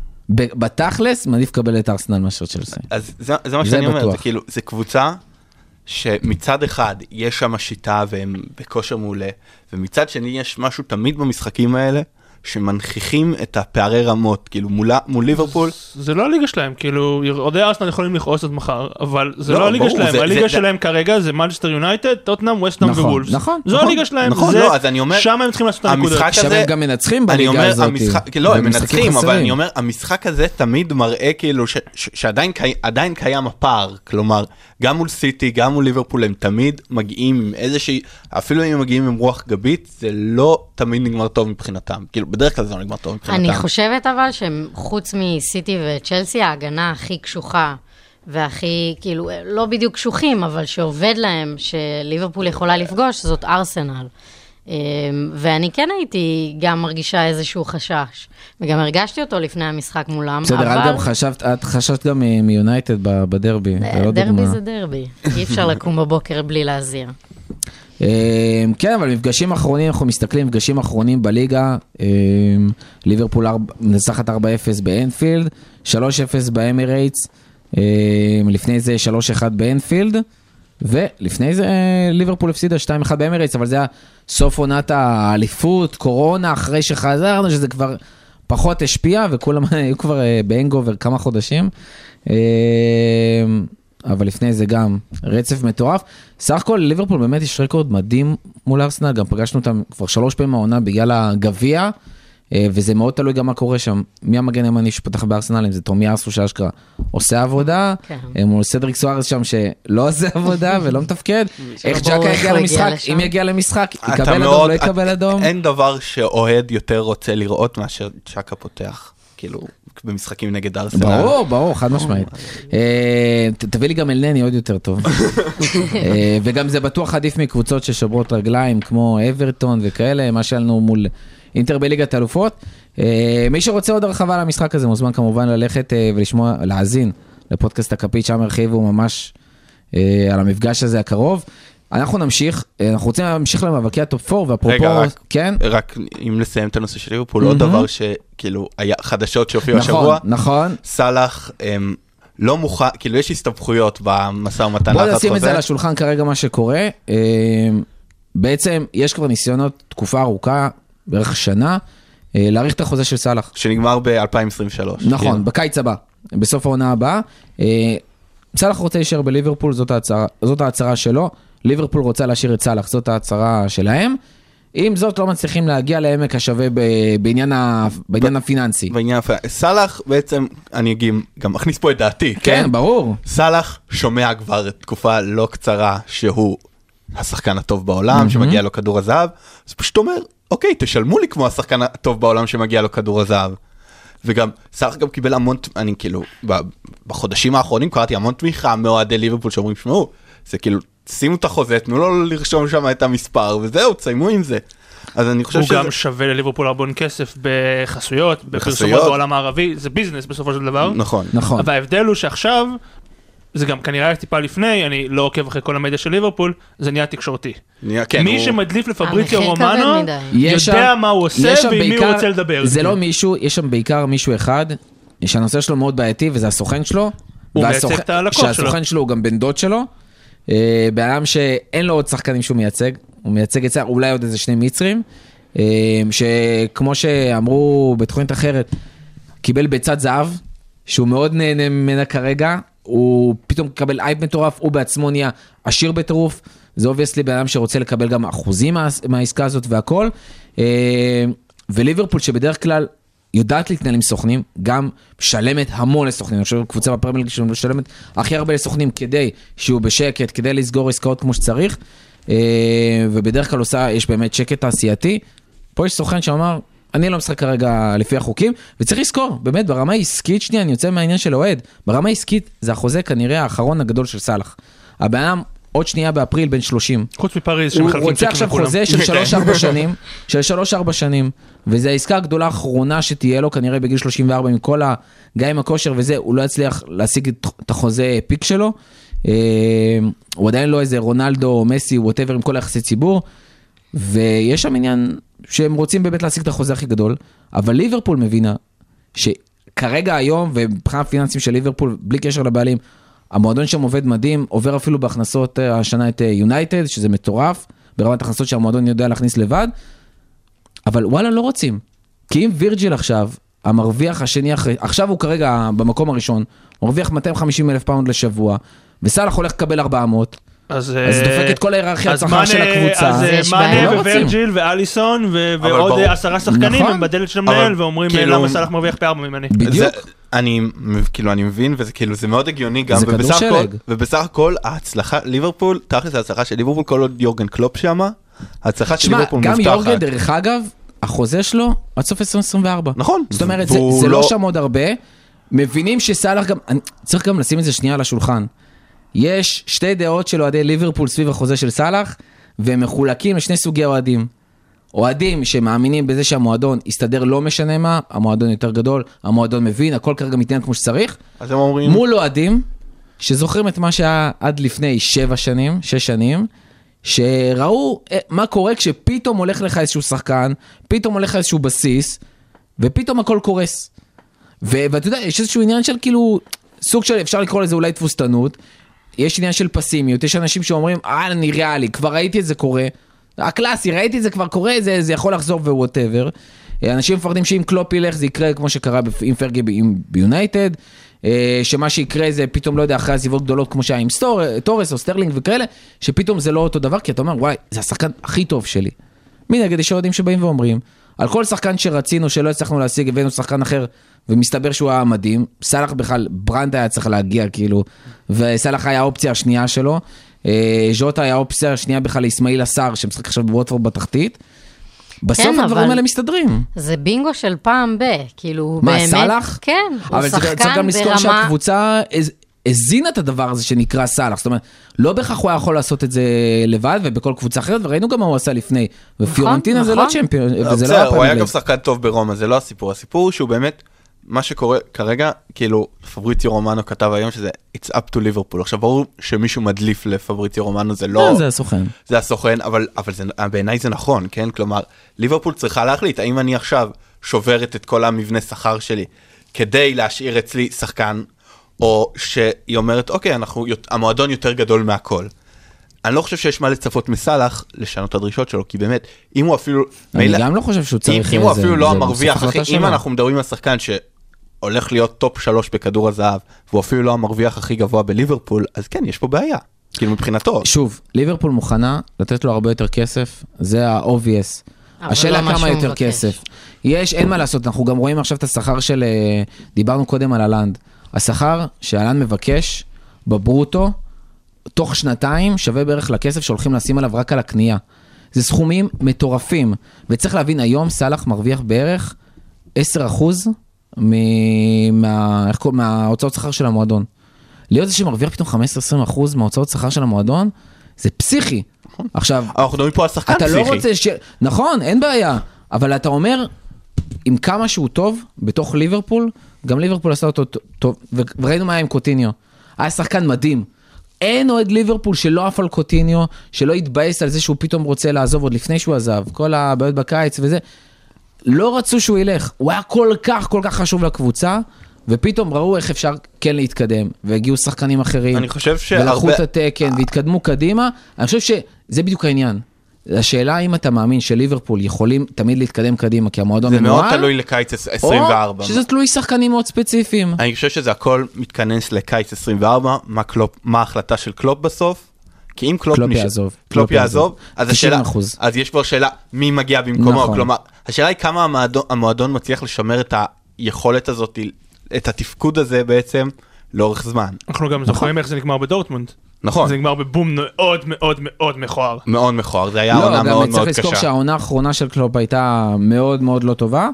בתכלס, מעדיף לקבל את ארסנל מאשר צ'לסי. אז זה, זה מה שאני אומר, זה כאילו, זה קבוצה שמצד אחד יש שם שיטה והם בכושר מעולה, ומצד שני יש משהו תמיד במשחקים האלה, שמנכיחים את הפערי רמות, כאילו מול ליברפול. זה לא הליגה שלהם, כאילו, אוהדי ארסנל יכולים לכעוס עד מחר, אבל זה לא הליגה שלהם, הליגה שלהם כרגע זה מנצ'סטר יונייטד, טוטנהאם, ווסטהאם ווולפס. זו הליגה שלהם, שם הם צריכים לעשות את הנקודות. שם הם גם מנצחים בליגה הזאת. לא, הם מנצחים, אבל אני אומר, המשחק הזה תמיד מראה כאילו שעדיין קיים הפער, כלומר, גם מול סיטי, גם מול ליברפול, הם תמיד מגיעים עם איזושהי, אפילו אם הם מגיעים עם רוח גבית, זה לא תמיד נגמר טוב מבחינתם. כאילו, בדרך כלל זה לא נגמר טוב מבחינתם. אני חושבת אבל שחוץ מסיטי וצ'לסי, ההגנה הכי קשוחה, והכי, כאילו, לא בדיוק קשוחים, אבל שעובד להם, שליברפול יכולה לפגוש, זאת ארסנל. ואני כן הייתי גם מרגישה איזשהו חשש, וגם הרגשתי אותו לפני המשחק מולם. בסדר, את גם חשבת, את חשבת גם מיונייטד בדרבי. דרבי זה דרבי, אי אפשר לקום בבוקר בלי להזיר. כן, אבל מפגשים אחרונים, אנחנו מסתכלים, מפגשים אחרונים בליגה, ליברפול נצחת ארבע אפס באנפילד, שלוש אפס באמירייטס, לפני זה שלוש אחת באנפילד, ולפני זה ליברפול הפסידה שתיים אחת באמירייטס, אבל זה היה סוף עונת האליפות, קורונה, אחרי שחזרנו, שזה כבר פחות השפיע, וכולם היו כבר באנגובר כמה חודשים, אבל לפני זה גם רצף מטורף. סך הכל ליברפול באמת יש רקורד מדהים מול ארסנל, גם פגשנו אותם כבר שלוש פעמים העונה בגלל הגביע, וזה מאוד תלוי גם מה קורה שם. מי המגן הימני שפתח בארסנל, אם זה תומי ארסו שאשכרה עושה עבודה, מול סדריק סוארס שם שלא עושה עבודה ולא מתפקד, איך ג'קה יגיע למשחק, אם יגיע למשחק, יקבל אדום, לא יקבל אדום. אין דבר שאוהד יותר רוצה לראות מאשר ג'קה פותח, כאילו במשחקים נגד ארסנל. ברור, ברור, חד משמעית. תביא לי גם אלנני עוד יותר טוב. וגם זה בטוח עדיף מקבוצות ששברות רגליים, כמו אברטון וכאלה, מה שלנו מול אינטר בליגת האלופות. מי שרוצה עוד הרחבה על המשחק הזה, מוזמן כמובן ללכת ולשמוע, להאזין לפודקאסט הכפית, שם הרחיבו ממש על המפגש הזה הקרוב. אנחנו נמשיך, אנחנו רוצים להמשיך למאבקי הטופ ארבע, ואפרופו, רגע, רק, כן? רק אם לסיים את הנושא של ליברפול, עוד דבר שכאילו היה חדשות שהופיעו נכון, השבוע, נכון. סלאח הם, לא מוכן, כאילו יש הסתבכויות במשא ומתן. בוא נשים את זה על השולחן כרגע מה שקורה, בעצם יש כבר ניסיונות תקופה ארוכה, בערך שנה, להאריך את החוזה של סלאח. שנגמר ב-אלפיים עשרים ושלוש. נכון, כן. בקיץ הבא, בסוף העונה הבאה. סלאח רוצה להישאר בליברפול, זאת ההצהרה, זאת ההצהרה שלו. ליברפול רוצה להשאיר את סלאח, זאת ההצהרה שלהם. אם זאת לא מצליחים להגיע לעמק השווה בעניין, ה... בעניין ב... הפיננסי. בעניין הפיננסי. סלאח בעצם, אני גם, גם מכניס פה את דעתי. כן, כן, ברור. סלאח שומע כבר תקופה לא קצרה שהוא השחקן הטוב בעולם, mm-hmm. שמגיע לו כדור הזהב. אז פשוט אומר, אוקיי, תשלמו לי כמו השחקן הטוב בעולם שמגיע לו כדור הזהב. וגם, סלאח גם קיבל המון, אני כאילו, בחודשים האחרונים קראתי המון תמיכה מאוהדי ליברפול שאומרים, שמעו, זה כאילו, שימו את החוזה, תנו לו לרשום שם את המספר, וזהו, תסיימו עם זה. אז אני חושב שזה... הוא גם שווה לליברפול הרבה כסף בחסויות, בפרסומות בעולם הערבי, זה ביזנס בסופו של דבר. נכון. נכון. אבל ההבדל הוא שעכשיו, זה גם כנראה טיפה לפני, אני לא עוקב אחרי כל המדיה של ליברפול, זה נהיה תקשורתי. נהיה, כן, מי הוא... שמדליף לפבריציו רומנו, יודע שם, מה הוא עושה ועם מי הוא רוצה לדבר. זה לא מישהו, יש שם בעיקר מישהו אחד, שהנושא שלו מאוד בעייתי, וזה הסוכן שלו. הוא מייצג את הלקוח שלו. שהסוכן שלו הוא גם בן דוד שלו. בעולם שאין לו עוד שחקנים שהוא מייצג, הוא מייצג את סלח, אולי עוד איזה שני מצרים, שכמו שאמרו בתוכנית אחרת, קיבל ביצת זהב, שהוא מאוד נהנה ממנה כרגע, הוא פתאום מקבל אייפ מטורף, הוא בעצמו נהיה עשיר בטירוף, זה אובייסלי באדם שרוצה לקבל גם אחוזים מה, מהעסקה הזאת והכל, וליברפול שבדרך כלל יודעת להתנהל עם סוכנים, גם משלמת המון לסוכנים, אני חושב קבוצה בפרמייר ליג שמשלמת הכי הרבה לסוכנים כדי שהוא בשקט, כדי לסגור עסקאות כמו שצריך, ובדרך כלל עושה, יש באמת שקט תעשייתי, פה יש סוכן שאומר, אני לא משחק כרגע לפי החוקים, וצריך לזכור, באמת ברמה העסקית, שנייה, אני יוצא מהעניין של אוהד, ברמה העסקית זה החוזה כנראה האחרון הגדול של סלח. הבן עוד שנייה באפריל בין שלושים. חוץ מפריז הוא רוצה עכשיו חוזה של שלוש ארבע שנים, של שלוש ארבע שנים, וזו העסקה הגדולה האחרונה שתהיה לו כנראה בגיל שלושים וארבע, עם כל הגיא עם הכושר וזה, הוא לא יצליח להשיג את החוזה פיק שלו, הוא עדיין לא איזה רונלדו או מסי, whatever, עם כל היחסי ציבור, ויש שם עניין שהם רוצים באמת להשיג את החוזה הכי גדול, אבל ליברפול מבינה שכרגע היום, ובבחינה הפיננסים של ליברפול, בלי קשר לבעלים, המועדון שם עובד מדהים, עובר אפילו בהכנסות השנה את יונייטד, שזה מטורף, ברמת הכנסות שהמועדון יודע להכניס לבד, אבל וואלה לא רוצים. כי אם וירג'יל עכשיו, המרוויח השני אחרי, עכשיו הוא כרגע במקום הראשון, הוא מרוויח מאתיים וחמישים אלף פאונד לשבוע, וסלח הולך לקבל ארבע מאות, אז דופק את כל ההיררכיה השכר של הקבוצה. אז מאנה ווירג'יל ואליסון ועוד עשרה שחקנים הם בדלת של המנהל, ואומרים למה סלח מרוויח פי ארבע ממני. בדיוק. אני כאילו אני מבין וזה כאילו זה מאוד הגיוני גם ובסך הכל ההצלחה ליברפול תכלס ההצלחה של ליברפול כל עוד יורגן קלופ שמה ההצלחה של ליברפול מובטחת. גם יורגן דרך אגב החוזה שלו עד סוף עשרים עשרים וארבע. נכון. זאת אומרת זה לא שם עוד הרבה, מבינים שסלח גם, צריך גם לשים את זה שנייה על השולחן, יש שתי דעות של אוהדי ליברפול סביב החוזה של סלח והם מחולקים לשני סוגי אוהדים. אוהדים שמאמינים בזה שהמועדון יסתדר לא משנה מה, המועדון יותר גדול, המועדון מבין, הכל כרגע מתנהל כמו שצריך. אז הם אומרים... מול אוהדים שזוכרים את מה שהיה עד לפני שבע שנים, שש שנים, שראו מה קורה כשפתאום הולך לך איזשהו שחקן, פתאום הולך לך איזשהו בסיס, ופתאום הכל קורס. ואתה יודע, יש איזשהו עניין של כאילו, סוג של, אפשר לקרוא לזה אולי תבוסתנות, יש עניין של פסימיות, יש אנשים שאומרים, אה, אני ריאלי, כבר ראיתי את זה קורה, הקלאסי, ראיתי את זה כבר קורה, זה, זה יכול לחזור ווואטאבר. אנשים מפחדים שאם קלופ ילך, זה יקרה כמו שקרה עם פרגי ביונייטד, שמה שיקרה זה פתאום, לא יודע, אחרי עזיבות גדולות כמו שהיה עם סטור, טורס או סטרלינג וכאלה, שפתאום זה לא אותו דבר, כי אתה אומר, וואי, זה השחקן הכי טוב שלי. מנגד, יש אוהדים שבאים ואומרים, על כל שחקן שרצינו, שלא הצלחנו להשיג, הבאנו שחקן אחר, ומסתבר שהוא היה מדהים, סלח בכלל, ברנד היה צריך להגיע, כאילו, וסלח היה האופציה השנייה שלו, ז'וטה היה האופציה השנייה בכלל לאסמאעיל אסר, שמשחק עכשיו בווטפורד בתחתית, בסוף הדברים האלה מסתדרים. זה בינגו של פעם ב, כאילו, מה, באמת, סלח? כן, הוא אבל שחקן צריך גם לזכור ברמה... שהקבוצה הזינה את הדבר הזה שנקרא סלח, זאת אומרת, לא בכך הוא יכול לעשות את זה לבד, ובכל קבוצה אחרת, וראינו גם מה הוא עשה לפני, ופיורנטינה זה לא צ'מפיון, וזה לא הוא היה גם שחקן טוב ברומא, זה לא הסיפור, הסיפור שהוא באמת, מה שקורה כרגע, כאילו, פבריציו רומנו כתב היום שזה It's up to Liverpool. עכשיו, ברור שמישהו מדליף לפבריציו רומנו, זה לא... זה הסוכן. זה הסוכן, אבל, אבל זה, בעיניי זה נכון, כן? כלומר, ליברפול צריכה להחליט, האם אני עכשיו שוברת את כל המבנה שכר שלי, כדי להשאיר אצלי שחקן, או שהיא אומרת, אוקיי, אנחנו, המועדון יותר גדול מהכל. אני לא חושב שיש מה לצפות מסלח לשנות את הדרישות שלו, כי באמת, אם הוא אפילו... אני גם לא חושב שהוא צריך... אם הוא אפילו לא המרוויח, אם אנחנו מדברים על שחקן ש... הולך להיות טופ שלוש בכדור הזהב, והוא אפילו לא המרוויח הכי גבוה בליברפול, אז כן, יש פה בעיה, כאילו מבחינתו. שוב, ליברפול מוכנה לתת לו הרבה יותר כסף, זה ה-obvious. השאלה לא כמה יותר מבקש. כסף. יש, אין מה לעשות, אנחנו גם רואים עכשיו את השכר של, דיברנו קודם על הלנד, השכר שהלנד מבקש בברוטו, תוך שנתיים שווה בערך לכסף שהולכים לשים עליו רק על הקנייה. זה סכומים מטורפים, וצריך להבין, היום סלח מרוויח בערך עשרה אחוז, מההוצאות שכר של המועדון. להיות זה שמרוויח פתאום חמישה עשר עשרים אחוז מההוצאות שכר של המועדון, זה פסיכי. עכשיו, אנחנו מדברים פה על שחקן פסיכי. אתה לא רוצה ש... נכון, אין בעיה, אבל אתה אומר, עם כמה שהוא טוב, בתוך ליברפול, גם ליברפול עשה אותו טוב, וראינו מה היה עם קוטיניו. היה שחקן מדהים. אין אוהד ליברפול שלא עף על קוטיניו, שלא יתבאס על זה שהוא פתאום רוצה לעזוב עוד לפני שהוא עזב, כל הבעיות בקיץ וזה. לא רצו שהוא ילך, הוא היה כל כך, כל כך חשוב לקבוצה, ופתאום ראו איך אפשר כן להתקדם, והגיעו שחקנים אחרים, אני חושב שהרבה... ולקחו את התקן, והתקדמו קדימה, אני חושב שזה בדיוק העניין. השאלה אם אתה מאמין שליברפול יכולים תמיד להתקדם קדימה, כי המועדון זה מנוהל, מאוד תלוי לקיץ עשרים וארבע. או שזה תלוי שחקנים מאוד ספציפיים. אני חושב שזה הכל מתכנס לקיץ עשרים וארבע, מה, קלופ, מה ההחלטה של קלופ בסוף, כי אם קלופ, קלופ נש... יעזוב. קלופ קלופ יעזוב, אז, השאלה, אחוז. אז יש כבר שאלה מי מגיע במקומו, נכון. כלומר, השאלה היא כמה המועדון, המועדון מצליח לשמר את היכולת הזאת, את התפקוד הזה בעצם, לאורך זמן. אנחנו גם זוכרים איך זה נגמר בדורטמונד. נכון. זה נגמר בבום מאוד מאוד מאוד מכוער. מאוד מכוער, זה היה לא, עונה מאוד מאוד קשה. גם צריך לזכור שהעונה האחרונה של קלופ הייתה מאוד מאוד לא טובה.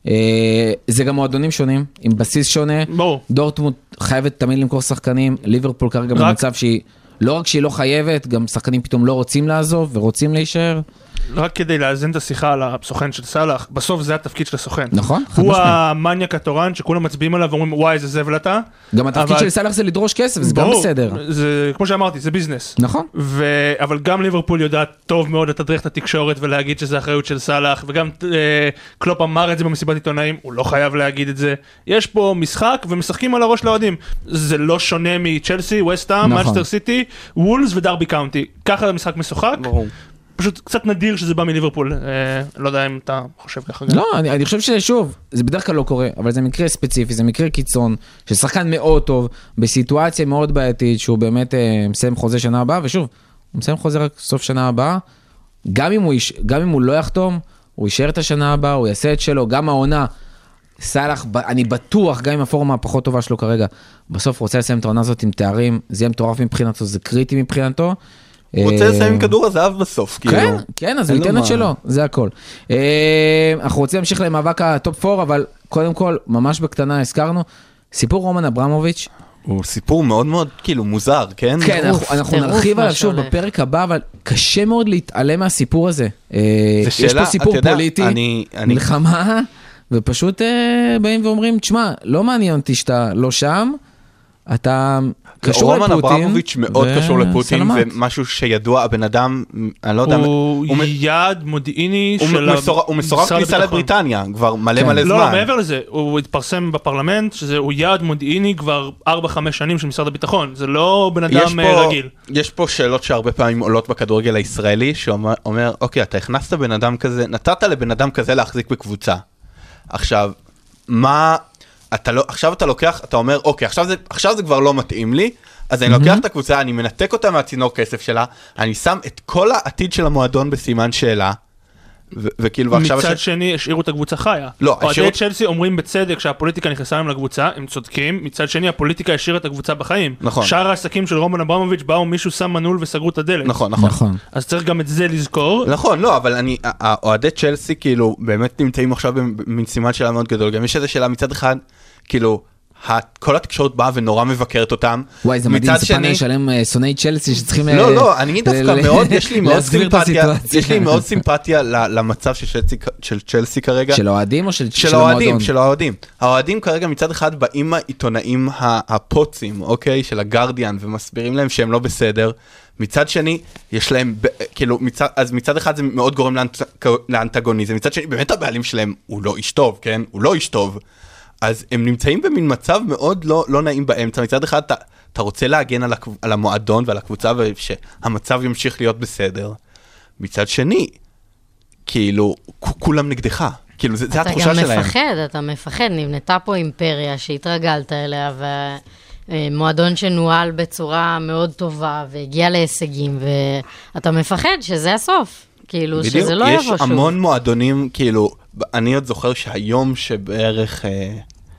זה גם מועדונים שונים, עם בסיס שונה. ברור. דורטמונד חייבת תמיד למכור שחקנים, ליברפול כרגע במצב שהיא, לא רק שהיא לא חייבת, גם שחקנים פתאום לא רוצים לעזוב ורוצים להישאר. רק כדי לאזן את השיחה על הסוכן של סלאח, בסוף זה התפקיד של הסוכן. נכון, חד הוא משמעית. המניאק התורן שכולם מצביעים עליו ואומרים וואי איזה זבל אתה. גם התפקיד אבל- של סלאח זה לדרוש כסף, זה גם ברור, בסדר. זה כמו שאמרתי, זה ביזנס. נכון. ו... אבל גם ליברפול יודעת טוב מאוד לתדרך את התקשורת ולהגיד שזה אחריות של סלאח, וגם אה, קלופ אמר את זה במסיבת עיתונאים, הוא לא חייב להגיד את זה. יש פה משחק ומשחקים על הראש לאוהדים. זה לא שונה מצ'לסי, ווסט-האם, נכון. מנצ'סטר סיטי, וולס ודרבי קאונטי. ככה המשחק משוחק. ברור. פשוט קצת נדיר שזה בא מליברפול. אה, לא יודע אם אתה חושב ככה גם. לא, אני, אני חושב ששוב, זה בדרך כלל לא קורה, אבל זה מקרה ספציפי, זה מקרה קיצון, ששחקן מאוד טוב, בסיטואציה מאוד בעייתית, שהוא באמת אה, מסיים חוזה שנה הבאה, ושוב, הוא מסיים חוזה רק סוף שנה הבאה, גם אם הוא, יש, גם אם הוא לא יחתום, הוא יישאר את השנה הבאה, הוא יעשה את שלו, גם העונה, סלאח, אני בטוח, גם עם הפורמה הפחות טובה שלו כרגע, בסוף רוצה לסיים את העונה הזאת עם תארים, זה יהיה מטורף מבחינתו, זה קריטי מבחינתו, הוא רוצה לסיים עם כדור הזהב בסוף, כן, כאילו. כן, אז הוא ייתן את שלו, זה הכל. אנחנו רוצים להמשיך למאבק הטופ ארבע, אבל קודם כל, ממש בקטנה הזכרנו, סיפור רומן אברמוביץ'. הוא סיפור מאוד מאוד כאילו מוזר, כן? כן, אנחנו- טירוף, אנחנו טירוף נרחיב מה עליו שוב שהולך. בפרק הבא, אבל קשה מאוד להתעלם מהסיפור הזה. אה, זה יש שאלה, פה סיפור אתה יודע, פוליטי, אני- אני- מלחמה, ופשוט אה, באים ואומרים, תשמע, לא מעניין אותי שאתה לא שם, אתה קשור לפוטין. רומן אברמוביץ' מאוד קשור לפוטין, וסלמת. ומשהו שידוע, הבן אדם, אני לא יודע, הוא הוא מ- יעד מודיעיני הוא של מסור- הוא מסורב משרד כניסה הביטחון. לבריטניה, כבר מלא כן. מלא זמן. לא, לא, מעבר לזה, הוא התפרסם בפרלמנט, שהוא יעד מודיעיני כבר ארבע חמש שנים של משרד הביטחון, זה לא בן יש אדם פה- אה, רגיל. יש פה שאלות שהרבה פעמים עולות בכדורגל הישראלי, שאומר, אומר, אוקיי, אתה הכנסת בן אדם כזה, נתת לבן אדם כזה להחזיק בקבוצה. עכשיו, מה, אתה לא, עכשיו אתה לוקח, אתה אומר, אוקיי, עכשיו זה, עכשיו זה כבר לא מתאים לי, אז אני לוקח את הקבוצה, אני מנתק אותה מהצינור כסף שלה, אני שם את כל העתיד של המועדון בסימן שאלה, ו- וכאילו, ועכשיו... מצד הש- שני, השאירו את הקבוצה חיה. לא, אוהדי השאירו- צ'לסי אומרים בצדק שהפוליטיקה נכנסה להם לקבוצה, הם צודקים, מצד שני הפוליטיקה השאירה את הקבוצה בחיים. נכון. שאר העסקים של רומן אברמוביץ' באו, מישהו שם מנעול וסגרו את הדלת. נכון, נכון. נכון. אז צריך גם את זה לזכור. נכון, לא, אבל אני, האוהדי צ'לסי כאילו באמת נמצאים עכשיו במין סימן שאלה מאוד גדול, גם יש איזו שאלה מצד אחד, כאילו, ה- כל התקשורת באה ונורא מבקרת אותם, וואי, זה מדהים, מצד זה פאנל שני, שלם אה, שונאי צ'לסי שצריכים... לא, אה, לא, אני דווקא ל- מאוד, יש לי מאוד להסביר את סימפתיה, הסיטואציה. יש לי מאוד סימפתיה ל- למצב של צ'לסי- של צ'לסי כרגע, של האוהדים או של של האוהדים, של האוהדים. האוהדים כרגע מצד אחד באים העיתונאים ה- הפוצים, אוקיי, של הגרדיאן, ומסבירים להם שהם לא בסדר. מצד שני, יש להם, ב- כאילו, מצד, אז מצד אחד זה מאוד גורם לאנט- לאנטגוניזם, מצד שני, באמת הבעלים שלהם הוא לא איש טוב, כן? הוא לא איש טוב. אז הם נמצאים במין מצב מאוד לא, לא נעים באמצע. מצד אחד, אתה, אתה רוצה להגן על, הקב, על המועדון ועל הקבוצה, ושהמצב ימשיך להיות בסדר. מצד שני, כאילו, כ- כולם נגדך. כאילו, זה, זה התחושה אתה שלהם. גם מפחד, אתה מפחד, נבנתה פה אימפריה שהתרגלת אליה, ומועדון שנוהל בצורה מאוד טובה, והגיע להישגים, ואתה מפחד שזה הסוף, כאילו, בדיוק, שזה לא יש יבוא שוב. המון מועדונים, כאילו, אני עוד זוכר שהיום שבערך, אה,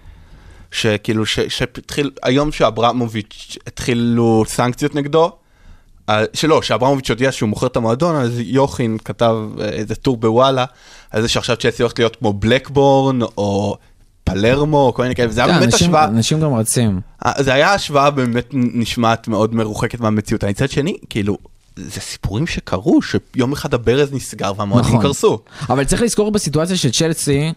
שכאילו, ש- שהתחיל, היום שאברמוביץ' התחילו סנקציות נגדו, אה, שלא, שאברמוביץ' הודיע שהוא מוכר את המועדון, אז יוחין כתב אה, איזה טור בוואלה, על זה שעכשיו צ'לסי הולכת להיות כמו בלקבורן, או פלרמו, או כל מיני כאלה, וזה היה כן, באמת אנשים- השוואה, אנשים גם רצים. אה, זה היה השוואה באמת נשמעת מאוד מרוחקת מהמציאות. מצד שני, כאילו, זה סיפורים שקרו, שיום אחד הברז נסגר והמועדים נכון. קרסו. אבל צריך לזכור בסיטואציה של צ'לסי,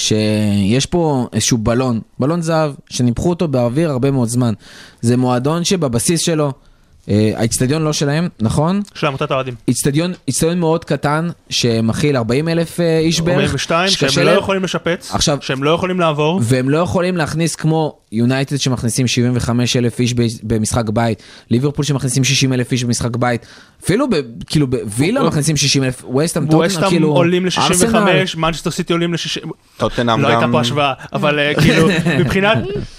שיש פה איזשהו בלון, בלון זהב, שניפחו אותו באוויר הרבה מאוד זמן. זה מועדון שבבסיס שלו, האצטדיון לא שלהם, נכון? של עמותת האוהדים. אצטדיון, אצטדיון מאוד קטן, שמכיל ארבעים אלף איש בערך. ארבעים ושתיים, שהם לא יכולים לשפץ, עכשיו, שהם לא יכולים לעבור. והם לא יכולים להכניס כמו יונייטד שמכניסים שבעים וחמישה אלף איש במשחק בית, ליברפול שמכניסים שישים אלף איש במשחק בית, אפילו כאילו בווילה מכניסים שישים אלף, ווסטהאם, טוטנהאם כאילו, עולים ל-שישים וחמש, מנצ'סטר סיטי עולים ל-שישים, טוטנהאם לא גם... הייתה פה השוואה, אבל כאילו, מבחינת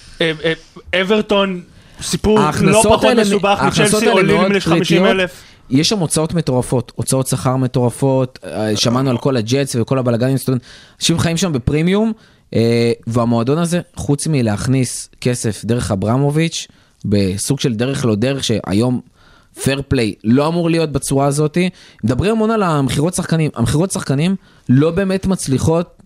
אברטון, סיפור לא פחות מסובך, מצ'לסי עולים ל-חמישים אלף. יש שם הוצאות מטורפות, הוצאות שכר מטורפות, שמענו על כל הג'טס וכל הבלגנים, אנשים חיים שם בפרימיום, והמועדון הזה, חוץ מלהכניס כסף דרך אברמוביץ', בסוג של דרך לא דרך, שהיום פייר פליי לא אמור להיות בצורה הזאת, מדברים המון על המחירות שחקנים, המחירות שחקנים לא באמת מצליחות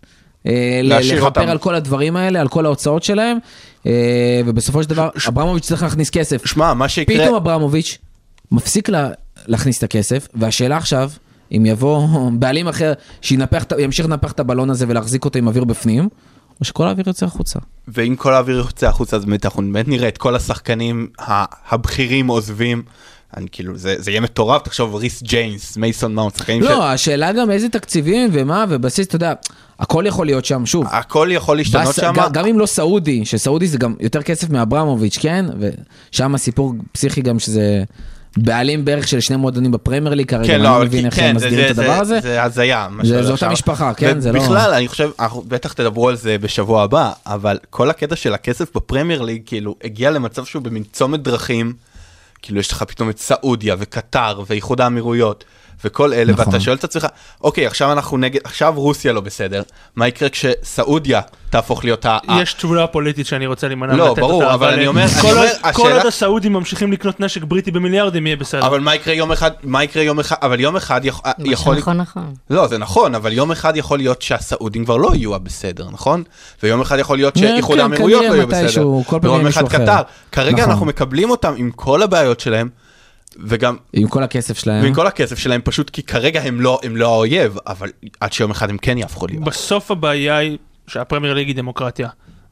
לחפר על כל הדברים האלה, על כל ההוצאות שלהם, ובסופו של דבר, אברמוביץ' צריך להכניס כסף. שמע, מה שיקרה... פתאום אברמוביץ' מפסיק להכניס את הכסף, והשאלה עכשיו, אם יבוא בעלים אחר, שימשיך לנפח את הבלון הזה ולהחזיק אותו עם אוויר בפנים, או שכל האוויר יוצא החוצה. ואם כל האוויר יוצא החוצה, אז באמת אנחנו באמת נראה את כל השחקנים הבכירים עוזבים, אני כאילו, זה, זה יהיה מטורף, תחשוב, ריס ג'יינס, מייסון מאונט, שחקנים לא, של... השאלה גם איזה תקציבים ומה, ובסיס, אתה יודע, הכל יכול להיות שם, שוב. הכל יכול להשתנות בס... שם. גם, גם אם לא סעודי, שסעודי זה גם יותר כסף מאברמוביץ', כן? ושם הסיפור פסיכי גם שזה בעלים בערך של שני מועדונים בפרמייר ליג, כרגע כן, אני לא, מבין איך כן, הם מסדירים את הדבר זה, הזה. זה הזיה. זה, זה אותה משפחה, כן? זה לא... ובכלל, אני חושב, אנחנו בטח תדברו על זה בשבוע הבא, אבל כל הקטע של הכסף בפרמייר ליג, כאילו, הגיע למצב שהוא במין צומת דרכים, כאילו יש לך פתאום את סעודיה וקטר ואיחוד האמירויות וכל אלה, נכון. ואתה שואל את עצמך, אוקיי, עכשיו אנחנו נגד, עכשיו רוסיה לא בסדר, מה יקרה כשסעודיה תהפוך להיות ה... יש תבולה פוליטית שאני רוצה להימנע לא, לתת ברור, אותה, אבל אני אומר, כל, אני אומר, עוד, השאלה... כל עוד הסעודים ממשיכים לקנות נשק בריטי במיליארדים יהיה בסדר. אבל מה יקרה יום אחד, מה יקרה יום אחד, אבל יום אחד יכול... מה שנכון, נכון. לא, זה נכון, אבל יום אחד יכול להיות שהסעודים כבר לא יהיו בסדר, נכון? ויום אחד יכול להיות שאיחוד האמירויות לא יהיו בסדר. ויום אחד קטר. כרגע אנחנו מקבלים אותם עם כל הבעיות שלהם, וגם... עם כל הכסף שלהם. ועם כל הכסף שלהם, פשוט כי כרגע הם לא, הם לא האויב, אבל עד שיום אחד הם כן יהפכו להיות. בסוף הבעיה היא שהפרמייר ליג היא דמוקרטיה,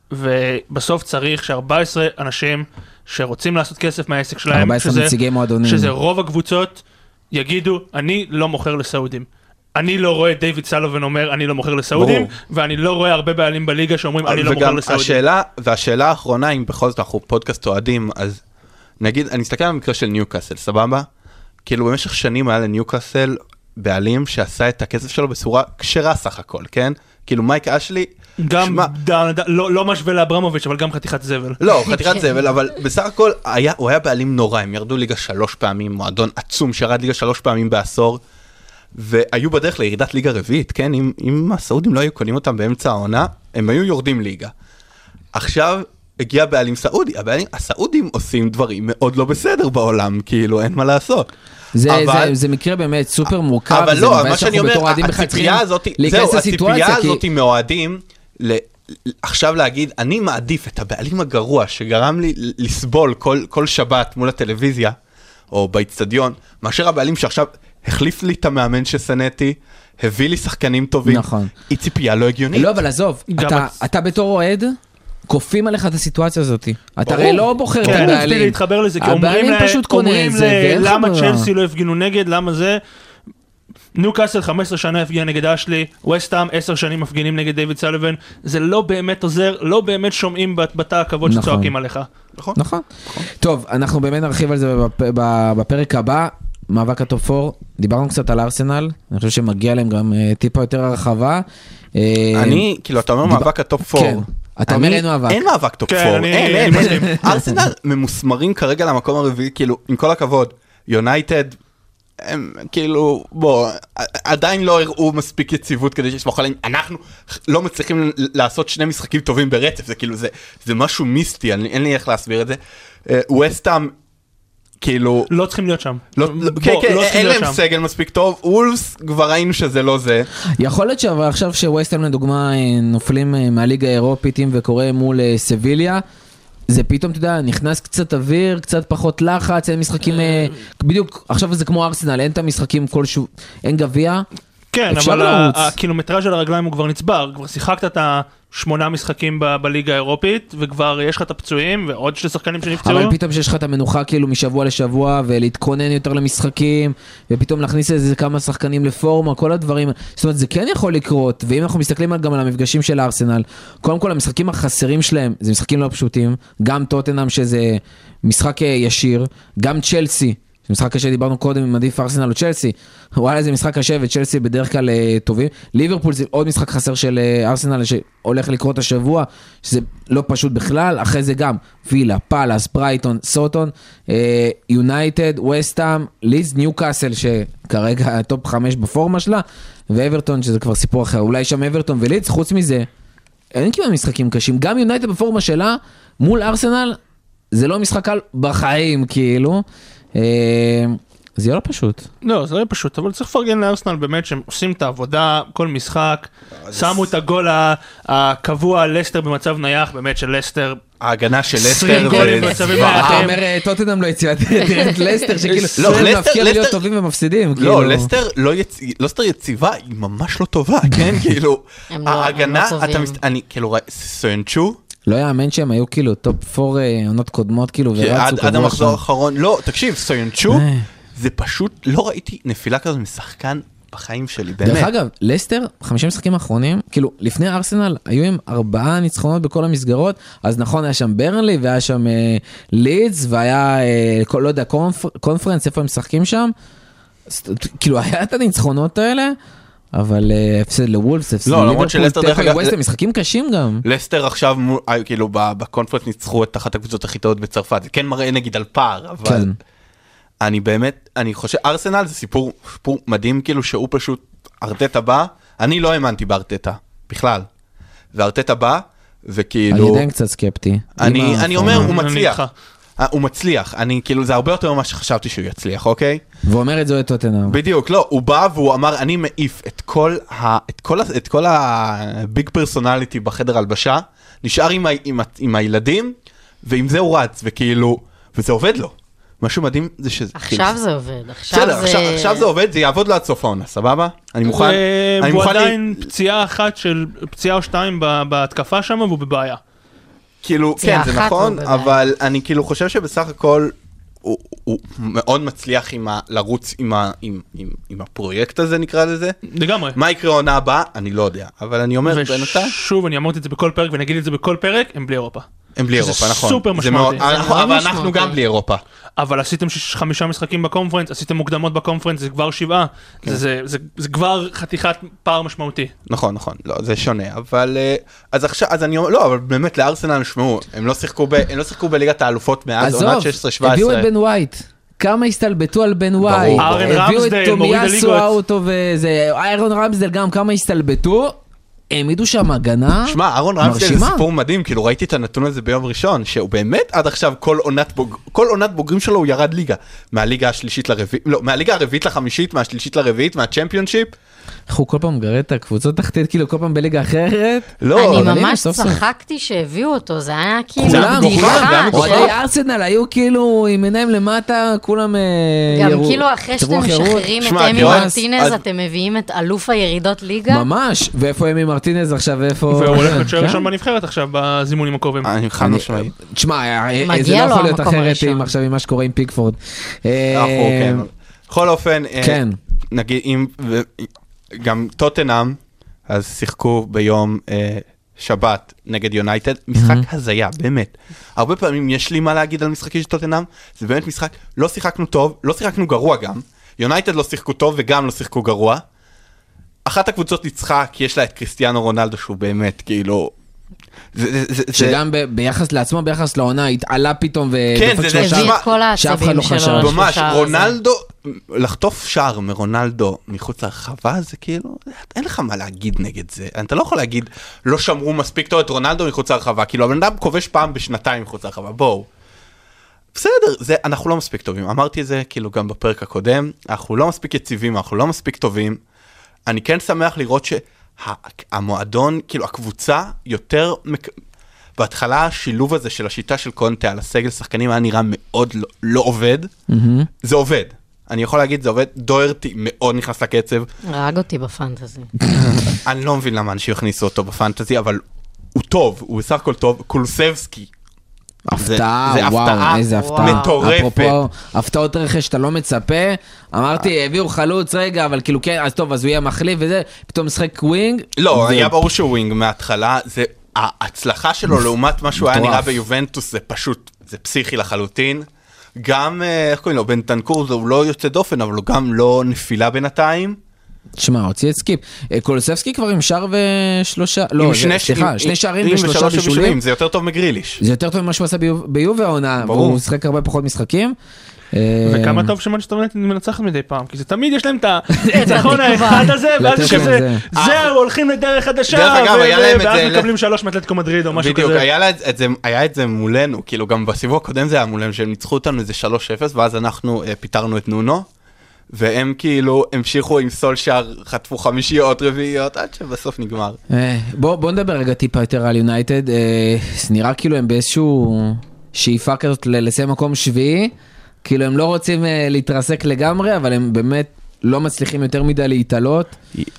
ובסוף צריך ש-ארבעה עשר אנשים שרוצים לעשות כסף מהעסק שלהם, ארבעה עשר נציגי מועדונים. שזה רוב הקבוצות, יגידו, אני לא מוכר לסעודים. אני לא רואה דיוויד סלובן אומר, אני לא מוכר לסעודים, ברור. ואני לא רואה הרבה בעלים בליגה שאומרים, אני לא מוכר לסעודים. השאלה, והשאלה האחרונה, אם בכל זאת אנחנו פודקאסט אוהדים, אז נגיד, אני אסתכל על המקרה של ניוקאסל, סבבה? כאילו במשך שנים היה לניוקאסל בעלים שעשה את הכסף שלו בצורה כשרה סך הכל, כן? כאילו מייק אשלי... גם, שמה... ד, ד, לא, לא משווה לאברמוביץ', אבל גם חתיכת זבל. לא, חתיכת זבל, אבל בסך הכל היה, הוא היה בעלים נורא, הם ירדו ליגה שלוש פעמים, מועדון עצום שירד ליגה שלוש פעמים בעשור, והיו בדרך לירידת ליגה רביעית, כן? אם, אם הסעודים לא היו קונים אותם באמצע העונה, הם היו יורדים ליגה. עכשיו... הגיע בעלים סעודי, הבעלים, הסעודים עושים דברים מאוד לא בסדר בעולם, כאילו אין מה לעשות. זה, אבל, זה, זה מקרה באמת סופר מורכב. אבל לא, מה שאני אומר, הציפייה הזאת, זהו, הציפייה הזאת כי... מאוהדים, ל, עכשיו להגיד, אני מעדיף את הבעלים הגרוע, שגרם לי לסבול כל, כל שבת מול הטלוויזיה, או באצטדיון, מאשר הבעלים שעכשיו החליף לי את המאמן שסנאתי, הביא לי שחקנים טובים. נכון. היא ציפייה לא הגיונית. לא, אבל עזוב, אתה, אתה בתור אוהד, כופים עליך את הסיטואציה הזאת. אתה הרי לא בוחר את הבעלים. כן, רציתי להתחבר לזה, כי אומרים למה צ'לסי לא הפגינו נגד, למה זה... ניוקאסל חמש עשרה שנה הפגינה נגד אשלי, ווסטהאם עשר שנים מפגינים נגד דיוויד סלובן, זה לא באמת עוזר, לא באמת שומעים בתא הכבוד שצועקים עליך. נכון. נכון. טוב, אנחנו באמת נרחיב על זה בפרק הבא, מאבק הטופ ארבע, דיברנו קצת על ארסנל, אני חושב שמגיע להם גם טיפה יותר הרחבה. אני, כאילו, אתה אומר מאבק הטופ ארבע, אתה אומר אין מאבק. אין מאבק טופ ארבע, אין, אין. ארסנל ממוסמרים כרגע למקום הרביעי, כאילו, עם כל הכבוד, יונייטד, הם כאילו, בוא, עדיין לא הראו מספיק יציבות כדי שיסמוך עליהם, אנחנו לא מצליחים לעשות שני משחקים טובים ברצף, זה כאילו, זה משהו מיסטי, אין לי איך להסביר את זה. ווסטהאם, כאילו... לא צריכים להיות שם. כן, כן, אין להם סגל מספיק טוב, וולפס כבר ראינו שזה לא זה. יכול להיות שעכשיו שווסטהאם לדוגמה נופלים מהליגה האירופית וקורא מול סביליה, זה פתאום, אתה יודע, נכנס קצת אוויר, קצת פחות לחץ, אין משחקים, בדיוק, עכשיו זה כמו ארסנל, אין את המשחקים כלשהו, אין גביע. כן, אבל הקילומטראז' של הרגליים הוא כבר נצבר, כבר שיחקת את שמונה משחקים ב- בליגה האירופית, וכבר יש לך את הפצועים, ועוד שני שחקנים שנפצעו. אבל פתאום שיש לך את המנוחה כאילו משבוע לשבוע, ולהתכונן יותר למשחקים, ופתאום להכניס איזה כמה שחקנים לפורמה, כל הדברים. זאת אומרת, זה כן יכול לקרות, ואם אנחנו מסתכלים גם על המפגשים של הארסנל, קודם כל המשחקים החסרים שלהם, זה משחקים לא פשוטים, גם טוטנהאם שזה משחק ישיר, גם צ'לסי, משחק קשה, דיברנו קודם עם עדיף ארסנל או צ'לסי, וואלה זה משחק קשה וצ'לסי בדרך כלל טובים, ליברפול זה עוד משחק חסר של ארסנל שהולך לקרות השבוע, שזה לא פשוט בכלל, אחרי זה גם וילה, פאלאס, ברייטון, סוטון, יונייטד, וסטהאם, לידס, ניוקאסל שכרגע טופ חמש בפורמה שלה, ואברטון שזה כבר סיפור אחר, אולי שם אברטון ולידס, חוץ מזה, אין כמעט משחקים קשים, גם יונייטד בפורמה שלה מול ארסנל, זה לא משחק קל בחיים כאילו, זה יהיה לא פשוט. לא, זה לא פשוט, אבל צריך לפרגן לארסנל באמת שהם עושים את העבודה, כל משחק, שמו את הגול הקבוע לסטר במצב נייח, באמת של לסטר. ההגנה של לסטר. עשרים גולים במצבים אתה נייחים. אומר, טוטנהאם לא יציבה, תראה את לסטר שכאילו, לא, מפקיע להיות טובים ומפסידים. לא, לסטר יציבה היא ממש לא טובה, כן? כאילו, ההגנה, אני כאילו, סוינצ'ו, לא יאמן שהם היו כאילו טופ פור עונות קודמות כאילו ורצו עד המחזור האחרון, לא, תקשיב, סוינצ'ו, זה פשוט, לא ראיתי נפילה כזו משחקן בחיים שלי, באמת. דרך אגב, לסטר, חמישים משחקים האחרונים, כאילו, לפני ארסנל, היו עם ארבעה ניצחונות בכל המסגרות, אז נכון, היה שם ברנלי, והיה שם לידס, והיה, לא יודע, קונפרנס, איפה הם משחקים שם, כאילו, היה את הניצחונות האלה, אבל הפסד לוולפס, הפסד ליברפול, ווסטר, משחקים קשים גם. לסטר עכשיו, כאילו, בקונפרנס ניצחו את אחת הקבוצות הכי טובות בצרפת, זה כן מראה נגיד על פער, אבל אני באמת, אני חושב, ארסנל זה סיפור מדהים, כאילו שהוא פשוט, ארטטה בא, אני לא האמנתי בארטטה, בכלל, וארטטה בא, וכאילו... אני עדיין קצת סקפטי. אני אומר, הוא מצליח. הוא מצליח, אני כאילו, זה הרבה יותר ממה שחשבתי שהוא יצליח, אוקיי? והוא אומר את זה את טוטנהאם. בדיוק, לא, הוא בא והוא אמר, אני מעיף את כל ה... את כל ה... את כל הביג פרסונליטי בחדר הלבשה, נשאר עם, ה... עם, ה... עם הילדים, ועם זה הוא רץ, וכאילו, וזה עובד לו. משהו מדהים זה שזה... עכשיו זה עובד, עכשיו בסדר, זה... עכשיו, עכשיו זה עובד, זה יעבוד לו עד סוף העונה, סבבה? אני מוכן... אני הוא מוכן עדיין פציעה אחת של... פציעה או שתיים בהתקפה שם, והוא בבעיה. כאילו, כן, זה נכון, אבל אני כאילו חושב שבסך הכל הוא, הוא מאוד מצליח עם ה, לרוץ עם, ה, עם, עם, עם הפרויקט הזה, נקרא לזה. לגמרי. מה יקרה עונה הבאה? אני לא יודע, אבל אני אומר בינתיים. ושוב, אני אמרתי את זה בכל פרק, ואני אגיד את זה בכל פרק, הם בלי אירופה. הם בלי אירופה, נכון. זה סופר משמעותי. אבל אנחנו גם בלי אירופה. אבל עשיתם חמישה משחקים בקונפרנס, עשיתם מוקדמות בקונפרנס, זה כבר שבעה. זה כבר חתיכת פער משמעותי. נכון, נכון. לא, זה שונה. אבל אז עכשיו, אז אני אומר, לא, אבל באמת לארסנל נשמעו, הם לא שיחקו בליגת האלופות מאז עונת שש עשרה שבע עשרה. הביאו את בן ווייט. כמה הסתלבטו על בן ווייט. איירון הביאו את רמסדל, מוריד תומיאסו הליגות. אוטו וזה, איירון רמסדל גם כמה הסתלבטו. העמידו שם הגנה. שמע, אהרון רמסדל זה סיפור מדהים, כאילו ראיתי את הנתון הזה ביום ראשון, שהוא באמת עד עכשיו כל עונת בוג... כל עונת בוגרים שלו הוא ירד ליגה. מהליגה השלישית לרביעית, לא, מהליגה הרביעית לחמישית, מהשלישית לרביעית, מהצ'מפיונשיפ. איך הוא כל פעם גרד את הקבוצות תחתית, כאילו כל פעם בליגה אחרת. לא, אני ממש צחקתי שהביאו אותו, זה היה כאילו... כולם, בדיחה. אוהדי ארסנל היו כאילו עם עיניים למטה, כולם גם כאילו אחרי שאתם משחררים את אמי מרטינז, אתם מביאים את אלוף הירידות ליגה. ממש, ואיפה אמי מרטינז עכשיו, ואיפה... והוא הולך לצ'אר ראשון בנבחרת עכשיו, בזימונים הקרובים. אני חד משמעי. תשמע, זה לא יכול להיות אחרת עכשיו עם מה שקורה עם פיקפורד. בכל אופן, כן. נגיד, אם... גם טוטנהאם, אז שיחקו ביום אה, שבת נגד יונייטד, משחק mm-hmm. הזיה, באמת. הרבה פעמים יש לי מה להגיד על משחקים של טוטנהאם, זה באמת משחק, לא שיחקנו טוב, לא שיחקנו גרוע גם, יונייטד לא שיחקו טוב וגם לא שיחקו גרוע. אחת הקבוצות ניצחה, כי יש לה את קריסטיאנו רונלדו, שהוא באמת, כאילו... זה, זה, שגם זה... ביחס לעצמו, ביחס לעונה, התעלה פתאום כן, זה, זה, הביא את כל העצבים שלו. ממש, רונלדו, לחטוף שער מרונלדו מחוץ להרחבה, זה כאילו, אין לך מה להגיד נגד זה. אתה לא יכול להגיד, לא שמרו מספיק טוב את רונלדו מחוץ להרחבה, כאילו הבן אדם כובש פעם בשנתיים מחוץ להרחבה, בואו. בסדר, זה, אנחנו לא מספיק טובים. אמרתי את זה כאילו גם בפרק הקודם, אנחנו לא מספיק יציבים, אנחנו לא מספיק טובים. אני כן שמח לראות שהמועדון, כאילו הקבוצה יותר, בהתחלה השילוב הזה של השיטה של קונטה על הסגל שחקנים היה נראה מאוד לא, לא עובד, mm-hmm. זה עובד. אני יכול להגיד, זה עובד, דוירטי מאוד נכנס לקצב. רג אותי בפנטזי. אני לא מבין למה אנשים הכניסו אותו בפנטזי, אבל הוא טוב, הוא בסך הכל טוב, קולוסבסקי. הפתעה, זה וואו, הפתעה איזה הפתעה. מטורפת. אפרופו, הפתעות רכש שאתה לא מצפה. אמרתי, הביאו חלוץ רגע, אבל כאילו כן, אז טוב, אז הוא יהיה מחליף וזה, פתאום משחק ווינג. לא, היה ברור שהוא ווינג מההתחלה, זה ההצלחה שלו לעומת מה שהוא היה נראה ביובנטוס, זה פשוט, זה פסיכי לחלוטין. גם, איך קוראים לו, בנטנקור הוא לא יוצא דופן, אבל הוא גם לא נפילה בינתיים. תשמע, הוציא את סקיפ. קולוסבסקי כבר עם שער ושלושה, לא, סליחה, שני שערים ושלושה בישולים. זה יותר טוב מגריליש. זה יותר טוב ממה שהוא עשה ביובה העונה, והוא משחק הרבה פחות משחקים. וכמה טוב שמנצ'סטר יונייטד מנצחת מדי פעם, כי זה תמיד יש להם את הניצחון האחד הזה, ואז יש כזה, זהו, הולכים לדרך חדשה, ואז מקבלים שלוש מאתלטיקו מדריד או משהו כזה. בדיוק, היה את זה מולנו, כאילו גם בסיבוב הקודם זה היה מולנו, שהם ניצחו אותנו איזה שלוש אפס, ואז אנחנו פיתרנו את נונו, והם כאילו המשיכו עם סולשאר, חטפו חמישיות, רביעיות, עד שבסוף נגמר. בוא נדבר רגע טיפה יותר על יונייטד, נראה כאילו הם באיזשהו שאיפה כזאת לסיים מקום שביעי, כאילו הם לא רוצים להתרסק לגמרי, אבל הם באמת לא מצליחים יותר מדי להתעלות.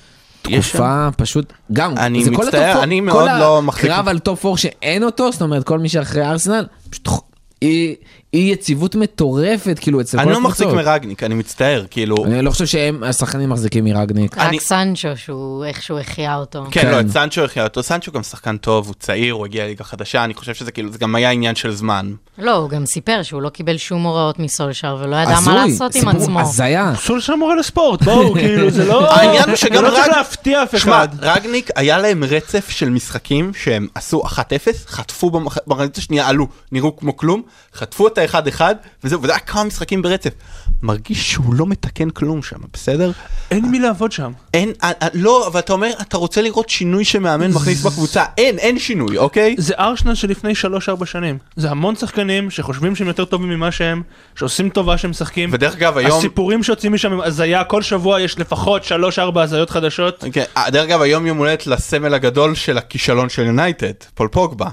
תקופה פשוט, גם, אני מצטער, אני מאוד לא מחזיק. כל הקרב על טופ פור שאין אותו, זאת אומרת, כל מי שאחרי ארסנל, פשוט היא יציבות מטורפת, כאילו, אצל כל הקבוצות. אני לא מחזיק מרגניק, אני מצטער, כאילו. אני לא חושב שהם, השחקנים מחזיקים מרגניק. רק סנצ'ו, שהוא איכשהו החיה אותו. כן, לא, את סנצ'ו החיה אותו. סנצ'ו גם שחקן טוב, הוא צעיר, הוא הגיע ליגה חדשה, אני חושב שזה כאילו, זה גם היה עניין של זמן. לא, הוא גם סיפר שהוא לא קיבל שום הוראות מסולשר, ולא ידע מה לעשות עם עצמו. הזיה. סולשר מורה לספורט, בואו, כאילו, זה לא... העניין הוא שגם לא צריך להפתיע אף אחד. רגניק, היה להם רצף של משחקים שהם עשו אחת אפס, חטפו במחצית השנייה, עלו, נראו כמו כלום, חטפו את ה-אחד אחד, וזהו, וזה היה כמה משחקים ברצף. מרגיש שהוא לא מתקן כלום שם, בסדר? אין מי לעבוד שם. אין, לא, אבל אתה אומר, אתה רוצה לראות שינוי שמאמן מכניס בקבוצה. אין, אין שינוי, אוקיי? זה ארסנל שלפני שלוש ארבע שנים. זה המון שחקנים שחושבים שהם יותר טובים ממה שהם, שעושים טובה שהם משחקים. ודרך אגב, היום... הסיפורים שיוצאים משם הם הזיה, כל שבוע יש לפחות שלוש ארבע הזיות חדשות. Okay. דרך אגב, היום יום הולדת לסמל הגדול של הכישלון של יונייטד, פול פוגבה.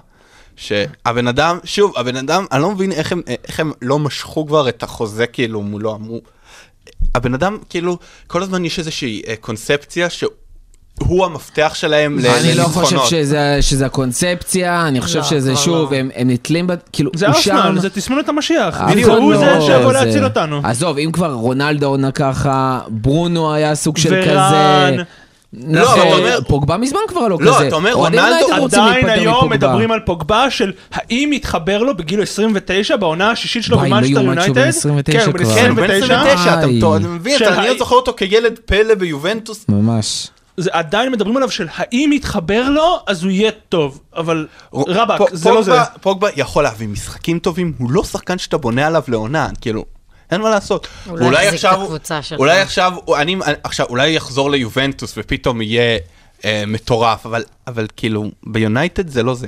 שהבן אדם, שוב, הבן אדם, אני לא מבין איך הם, איך הם לא משכו כבר את החוזה, כאילו, מולו אמרו. הבן אדם, כאילו, כל הזמן יש איזושהי קונספציה שהוא המפתח שלהם לניצחונות. אני לא חושב שזה, שזה הקונספציה, אני חושב שזה שוב, הם, הם נתלים, כאילו, זה ארסנל, זה תסמונת המשיח. הוא זה שיבוא להציל אותנו. עזוב, אם כבר רונלדו עונה ככה, ברונו היה סוג של ורן, כזה... לא, אתה אומר... פוגבה מזמן כבר לא כזה. לא, אתה אומר, רונלדו... עדיין היום מדברים על פוגבה של האם יתחבר לו בגיל עשרים ותשע, בעונה השישית שלו במאנצ'סטר יונייטד? כן, הוא בן עשרים ותשע. אתה מבין, אני זוכר אותו כילד פלא ביובנטוס. ממש. זה עדיין מדברים עליו של האם יתחבר לו, אז הוא יהיה טוב. אבל רבק, זה לא זה. פוגבה יכול להביא משחקים טובים, הוא לא שחקן שאתה בונה עליו לעונה, כאילו... אין מה לעשות. אולי יחזיק את הקבוצה שלך. אולי עכשיו, אני, עכשיו, אולי יחזור ליובנטוס ופתאום יהיה אה, מטורף, אבל, אבל כאילו, ביונייטד זה לא זה.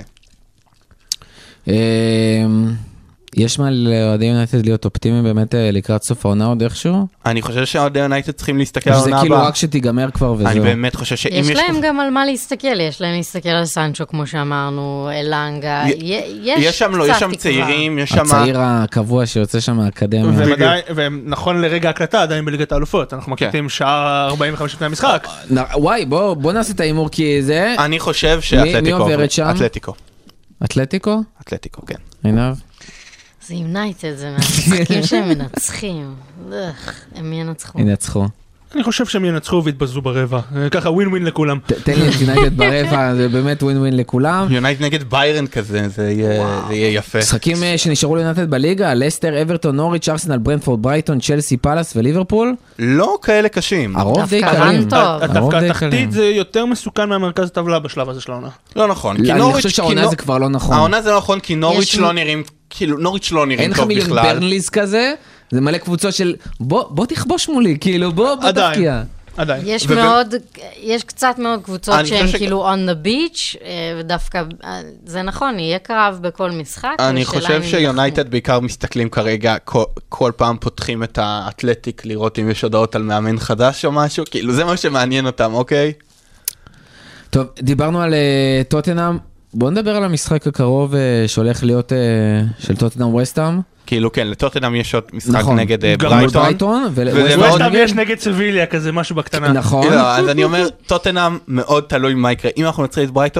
יש מה לאוהדי יונייטד להיות אופטימיים באמת לקראת סוף העונה עוד איכשהו? אני חושב שאוהדי יונייטד צריכים להסתכל על העונה הבאה. זה כאילו רק שתיגמר כבר וזהו. אני באמת חושב שאם יש... יש להם גם על מה להסתכל, יש להם להסתכל על סנצ'ו כמו שאמרנו, אלנגה, יש קצת תקווה. יש שם צעירים, יש שם... הצעיר הקבוע שיוצא שם מהאקדמיה. והם נכון לרגע הקלטה עדיין בליגת האלופות, אנחנו מקליטים שעה ארבעים וחמש לפני המשחק. וואי, בוא נעשה את האימור כי זה... אני חושב שאתלטיקו... אתלטיקו. אתלטיקו? אתלטיקו, כן. עינב? זה יונייטד, זה מהמשחקים שהם מנצחים. הם ינצחו. ינצחו. אני חושב שהם ינצחו והתבזו ברבע. ככה ווין ווין לכולם. תן לי את יונייטד ברבע, זה באמת ווין ווין לכולם. יונייטד נגד ביירן כזה, זה יהיה יפה. משחקים שנשארו ליונייטד בליגה, לסטר, אברטון, נוריץ', ארסנל, ברנפורד, ברייטון, צ'לסי, פאלאס וליברפול. לא כאלה קשים. הרוב די קלים. דווקא התחתית זה יותר מסוכן מהמרכז הטבלה בשלב הזה של העונה. לא נכון. אני חושב שהעונה זה כבר לא נכון. העונה זה לא נכון כי נוריץ' לא נראים, כאילו נוריץ' לא נראים טוב בכלל. אין לך מיליון ברנליז כזה, זה מלא קבוצות של בוא תכבוש מולי, כאילו בוא תפקיע. עדיין. יש מאוד, יש קצת מאוד קבוצות שהן כאילו on the beach, ודווקא, זה נכון, יהיה קרב בכל משחק. אני חושב שיונייטד בעיקר מסתכלים כרגע, כל פעם פותחים את האתלטיק, לראות אם יש הודעות על מאמן חדש או משהו, כאילו זה מה שמעניין אותם, אוקיי? טוב, דיברנו על טוטנהאם, בואו נדבר על המשחק הקרוב שהולך להיות של טוטנהאם וסטהאם. כאילו כן, לטוטנהאם יש עוד משחק נכון. נגד ברייטון, וווסטהאם יש נגד סביליה כזה, משהו בקטנה. נכון. אז אני אומר, טוטנהאם מאוד תלוי מה יקרה. אם אנחנו נצחק את ברייטון,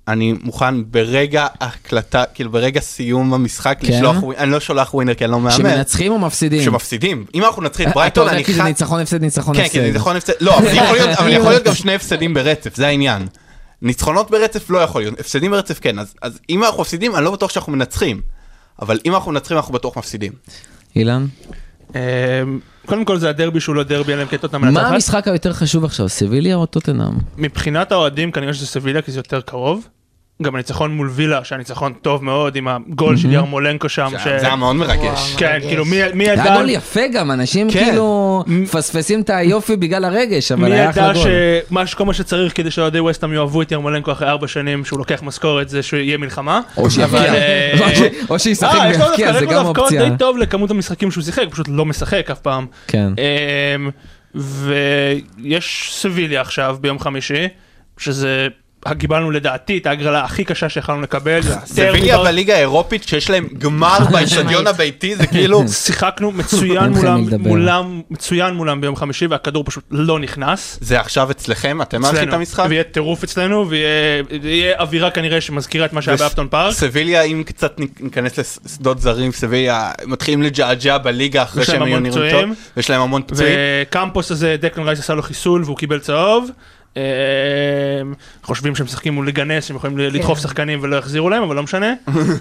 אני מוכן ברגע הקלטה, כאילו ברגע סיום המשחק, לשלוח, אני לא שולח ווינר כי אני לא מאמן. שמנצחים או מפסידים? שמפסידים. אם אנחנו נצחים את ברייטון, אני חי... אתה אומר כי זה ניצחון הפסד, ניצחון הפסד. כן, כי ניצחון הפסד. לא, אבל יכול להיות גם שני הפסדים ברצף, זה העניין. ניצחונות ברצף לא יכול להיות, הפסדים ברצף כן, אז, אז אם אנחנו מפסידים, אני לא בטוח שאנחנו מנצחים, אבל אם אנחנו מנצחים, אנחנו בטוח מפסידים. אילן? קודם כל זה הדרבי שהוא לא דרבי, אלא אם כן טוטנהאם מנצחת. מה המשחק היותר חשוב עכשיו, סביליה או טוטנהאם? מבחינת האוהדים כנראה שזה סביליה, כי זה יותר קרוב. גם הניצחון מול וילה, שהניצחון טוב מאוד, עם הגול של ירמולנקו שם. זה היה מאוד מרגש. כן, כאילו מי ידע... זה היה גול יפה גם, אנשים כאילו פספסים את היופי בגלל הרגש, אבל היה אחלה גול. מי ידע שכל מה שצריך כדי שאוהדי ווסטהאם יאהבו את ירמולנקו אחרי ארבע שנים, שהוא לוקח משכורת, זה שיהיה מלחמה. או שיפקיע. או שישחק ויפקיע, זה גם אופציה. די טוב לכמות המשחקים שהוא שיחק, פשוט לא משחק אף פעם. כן. ויש סביליה עכשיו ביום חמישי, שזה... קיבלנו לדעתי את ההגרלה הכי קשה שיכולנו לקבל. סביליה בליגה האירופית שיש להם גמר באצטדיון הביתי, זה כאילו... שיחקנו מצוין מולם, מצוין מולם ביום חמישי, והכדור פשוט לא נכנס. זה עכשיו אצלכם? אתם מארחים את המשחק? ויהיה טירוף אצלנו, ויהיה אווירה כנראה שמזכירה את מה שהיה באפטון פארק. סביליה, אם קצת ניכנס לשדות זרים, סביליה מתחילים לג'עג'ע בליגה אחרי שהם היו נראים טוב, ויש להם המון פצועים. וקמפוס הזה, דקלן רייס עשה לו חיסול, והוא קיבל צהוב. חושבים שהם משחקים מול לגנס, הם יכולים לדחוף שחקנים ולא יחזירו להם, אבל לא משנה.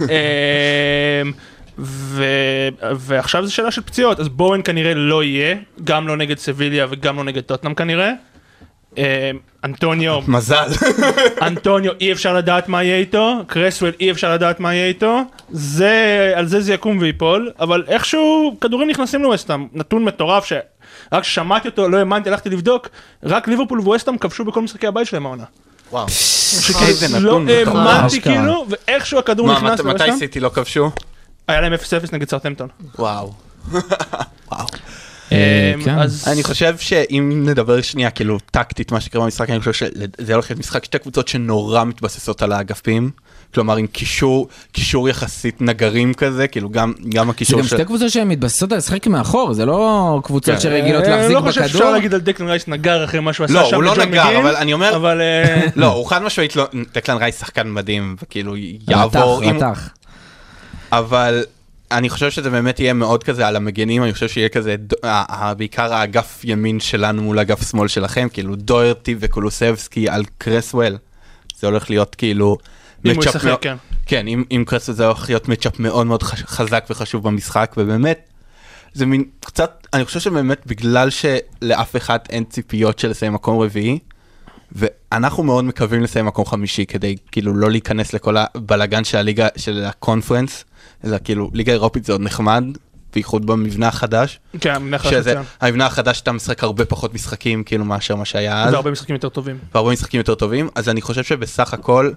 ועכשיו זו שאלה של פציעות, אז בואן כנראה לא יהיה, גם לא נגד סביליה וגם לא נגד טוטנהאם כנראה. אנטוניו, מזל. אנטוניו אי אפשר לדעת מה יהיה איתו, קרסוול אי אפשר לדעת מה יהיה איתו, על זה זה יקום ויפול, אבל איכשהו כדורים נכנסים לווסטהאם, נתון מטורף ש... רק ששמעתי אותו, לא האמנתי, הלכתי לבדוק, רק ליברפול וווסטהאם כבשו בכל משחקי הבית שלהם העונה. וואו. לא האמנתי כאילו, ואיכשהו הכדור נכנס לווסטהאם. מתי סיטי לא כבשו? היה להם אפס אפס נגד סאות'המפטון. וואו. וואו. אז אני חושב שאם נדבר שנייה כאילו טקטית מה שקרה במשחק, אני חושב שזה הולך להיות משחק שתי קבוצות שנורא מתבססות על האגפים, כלומר עם קישור, קישור יחסית נגרים כזה, כאילו גם, גם הקישור של... זה גם שתי קבוצות שהן מתבססות על לשחק מאחור, זה לא קבוצות שרגילות להחזיק בכדור. לא חושב שאפשר להגיד על דקלן רייס נגר אחרי מה שהוא עשה שם. לא, הוא לא נגר, אבל אני אומר... לא, הוא חד משמעית לא... דקלן רייס שחקן מדהים, וכאילו יעבור... רתח, אבל... אני חושב שזה באמת יהיה מאוד כזה על המגנים, אני חושב שיהיה כזה, בעיקר האגף ימין שלנו מול אגף שמאל שלכם, כאילו דוירטי וקולוסבסקי על קרסוול, זה הולך להיות כאילו... אם הוא ישחק, כן. כן, עם קרסוול זה הולך להיות מצ'אפ מאוד מאוד חזק וחשוב במשחק, ובאמת, זה מין קצת, אני חושב שבאמת בגלל שלאף אחד אין ציפיות של לסיים מקום רביעי, ואנחנו מאוד מקווים לסיים מקום חמישי, כדי כאילו לא להיכנס לכל הבלגן של הליגה, של הקונפרנס, אלא כאילו, ליגה אירופית זה עוד נחמד, בייחוד במבנה החדש. כן, המבנה החדש. המבנה החדש אתה משחק הרבה פחות משחקים, כאילו, מאשר מה שהיה אז. והרבה משחקים יותר טובים. והרבה משחקים יותר טובים, אז אני חושב שבסך הכל,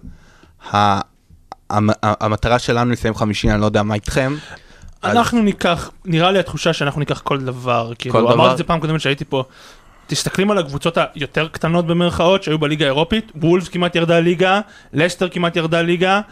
המטרה שלנו לסיים חמישי, אני לא יודע מה איתכם. אנחנו ניקח, נראה לי התחושה שאנחנו ניקח כל דבר, כאילו, אמרתי את זה פעם קודמת שהייתי פה, תסתכלים על הקבוצות היותר קטנות במרכאות, שהיו בליגה האירופית, וולפס כמעט ירדה ליגה, לסטר כמעט ירדה ליגה,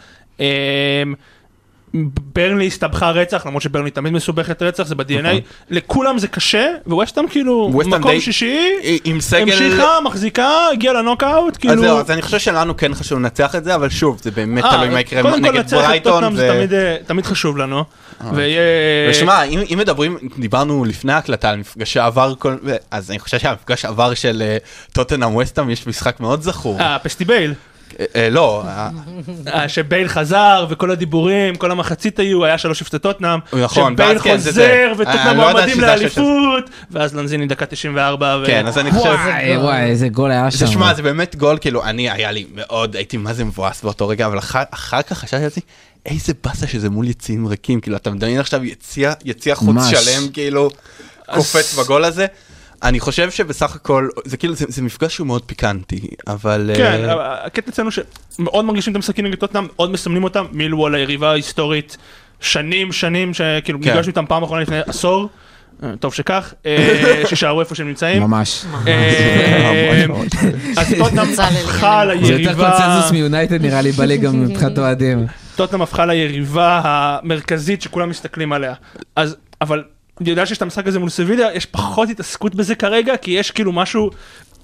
ברנלי הסתבכה רצח, למרות שברנלי תמיד מסובכת רצח, זה ב-די אן איי, לכולם זה קשה, וווסטהאם כאילו מקום שישי, המשיכה, מחזיקה, הגיעה לנוקאוט, כאילו... אז זהו, אז אני חושב שלנו כן חשוב לנצח את זה, אבל שוב, זה באמת תלוי מה יקרה נגד ברייטון. זה תמיד חשוב לנו. ושמע, אם מדברים, דיברנו לפני ההקלטה על מפגש העבר, אז אני חושב שהמפגש העבר של טוטנהאם ווסטהאם יש משחק מאוד זכור. אה, פסטי בייל. לא. שבייל חזר וכל הדיבורים, כל המחצית היו, היה שלוש הפסד טוטנהאם, נכון, שבייל חוזר וטוטנהאם מועמדים לאליפות, ואז לנזיני דקה תשעים וארבע. כן, אז אני חושב... וואי, וואי, איזה גול היה שם. תשמע, זה באמת גול, כאילו, אני, היה לי מאוד, הייתי מה זה מבואס באותו רגע, אבל אחר כך חשבתי על זה, איזה בסה שזה מול יציאים ריקים, כאילו, אתה מדמיין עכשיו יציע חוץ שלם, כאילו, קופץ בגול הזה. אני חושב שבסך הכל, זה כאילו, זה, זה מפגש שהוא מאוד פיקנטי, אבל... כן, uh... הקטע אצלנו שמאוד מרגישים את המשחקים נגד טוטנהאם, מאוד מסמנים אותם, מילוול, היריבה ההיסטורית, שנים, שנים, שכאילו כן. נפגשנו איתם פעם אחרונה לפני עשור, טוב שכך, שישארו איפה שהם נמצאים. ממש. אז טוטנהאם הפכה ליריבה... זה יותר קונצנזוס מיונייטד נראה לי בליגה מבחינת אוהדים. טוטנהאם הפכה ליריבה המרכזית שכולם מסתכלים עליה. אז, אבל... אני יודע שיש את המשחק הזה מול סביליה, יש פחות התעסקות בזה כרגע, כי יש כאילו משהו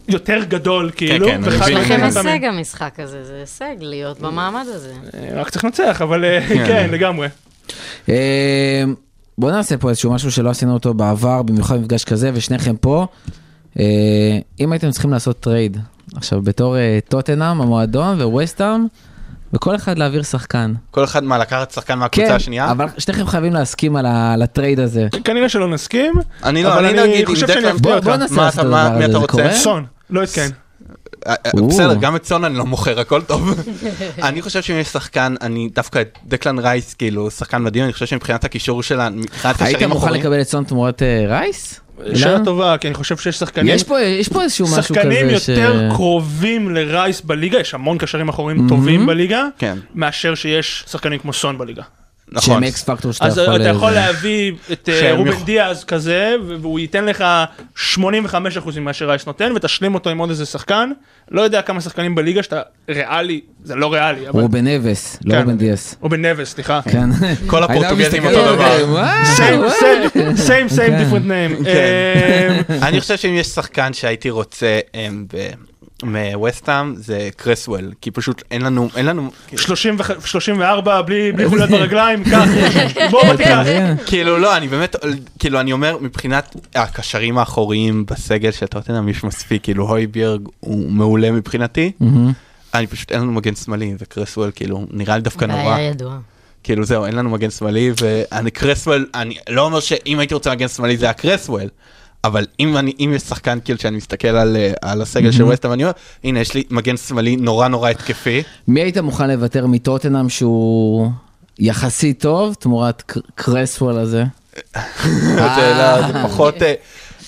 יותר גדול, כאילו. כן, וחד- אני יש לכם חד- הישג המשחק הזה, זה הישג להיות במעמד הזה. רק צריך לנצח, אבל אה, כן, לגמרי. אה, בוא נעשה פה איזשהו משהו שלא עשינו אותו בעבר, במיוחד מפגש כזה, ושניכם פה. אה, אם הייתם צריכים לעשות טרייד, עכשיו בתור אה, טוטנהאם, המועדון וווסטהאם, וכל אחד להעביר שחקן. כל אחד מה, לקחת שחקן מהקבוצה כן, השנייה? אבל שניכם חייבים להסכים על ה- על הטרייד הזה. כנראה שלא נסכים, אני לא, אבל אני אני נגיד, חושב עם שאני דקלן- אפתיע בוא- בוא אותך. נעשה מה את אתה- הדבר מה- מי הזה, אתה זה רוצה? קורה? סון, לא התקן. אה, אה, או. בסדר, גם את סון אני לא מוכר, הכל טוב. אני חושב שאם יש שחקן, אני דווקא את דקלן רייס, כאילו, שחקן מדהים, אני חושב שמבחינת הקישור שלה, מבחינת היית קשרים מוכן אחוריים, לקבל את סון תמורת אה, רייס? שאלה אילן? טובה, כי אני חושב שיש שחקנים... יש פה, יש פה איזשהו משהו כזה שחקנים ש... יותר קרובים לרייס בליגה, יש המון קשרים אחוריים טובים בליגה, כן. מאשר שיש שחקנים כמו סון בליגה. נכון. שהם אקס פקטור שאתה אז יכול... אתה יכול זה- להביא את אה, שהם רובן יכול- דיאז כזה, והוא ייתן לך שמונים וחמישה אחוז ממה שרייס נותן, ותשלים אותו עם עוד איזה שחקן. לא יודע כמה שחקנים בליגה שאתה ריאלי, זה לא ריאלי, אבל... רובן נבס, לא כן. רובן דיאס. או בנבס, סליחה. כן. כל הפורטוגזים הייתה אותו מסתכל דבר. על זה, same, וואו, same, same, same, כן. different name. כן. אה, אני חושב שאם יש שחקן שהייתי רוצה אמ, ב- מווסטהאם, זה קרסוול, כי פשוט אין לנו, אין לנו, שלושים וח- שלושים וארבע בלי בלי חוליות ברגליים, קח, בוא תיקח. כאילו לא, אני באמת, כאילו אני אומר, מבחינת הקשרים האחוריים בסגל של טוטנהאם יש מספיק, כאילו הויברג הוא מעולה מבחינתי, אני פשוט, אין לנו מגן שמאלי, וקרסוול כאילו נראה לי דווקא נורא, בעיה ידועה. כאילו זהו, אין לנו מגן שמאלי, ואני קרסוול, אני לא אומר שאם הייתי רוצה מגן שמאלי זה היה קרסוול, אבל אם אני, אם יש שחקן כאילו שאני מסתכל על, אה, על הסגל של ווסטהאם, אני אומר, הנה יש לי מגן שמאלי נורא נורא התקפי, מי היית מוכן לוותר מטוטנהאם שהוא יחסית טוב, תמורת קר- קרסוול הזה? זה לא, זה פחות, אה,